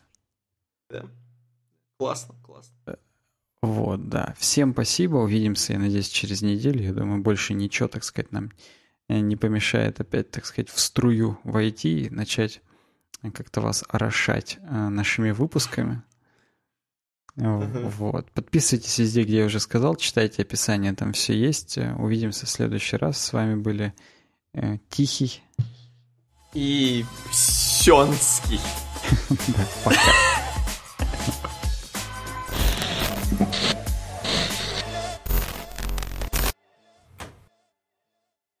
Speaker 1: Классно.
Speaker 2: Вот, да. Всем спасибо. Увидимся, я надеюсь, через неделю. Я думаю, больше ничего, так сказать, нам не помешает опять, так сказать, в струю войти и начать как-то вас орошать нашими выпусками. Вот. Подписывайтесь везде, где я уже сказал. Читайте описание, там все есть. Увидимся в следующий раз. С вами были Тихий
Speaker 1: и Псёнский.
Speaker 2: Пока.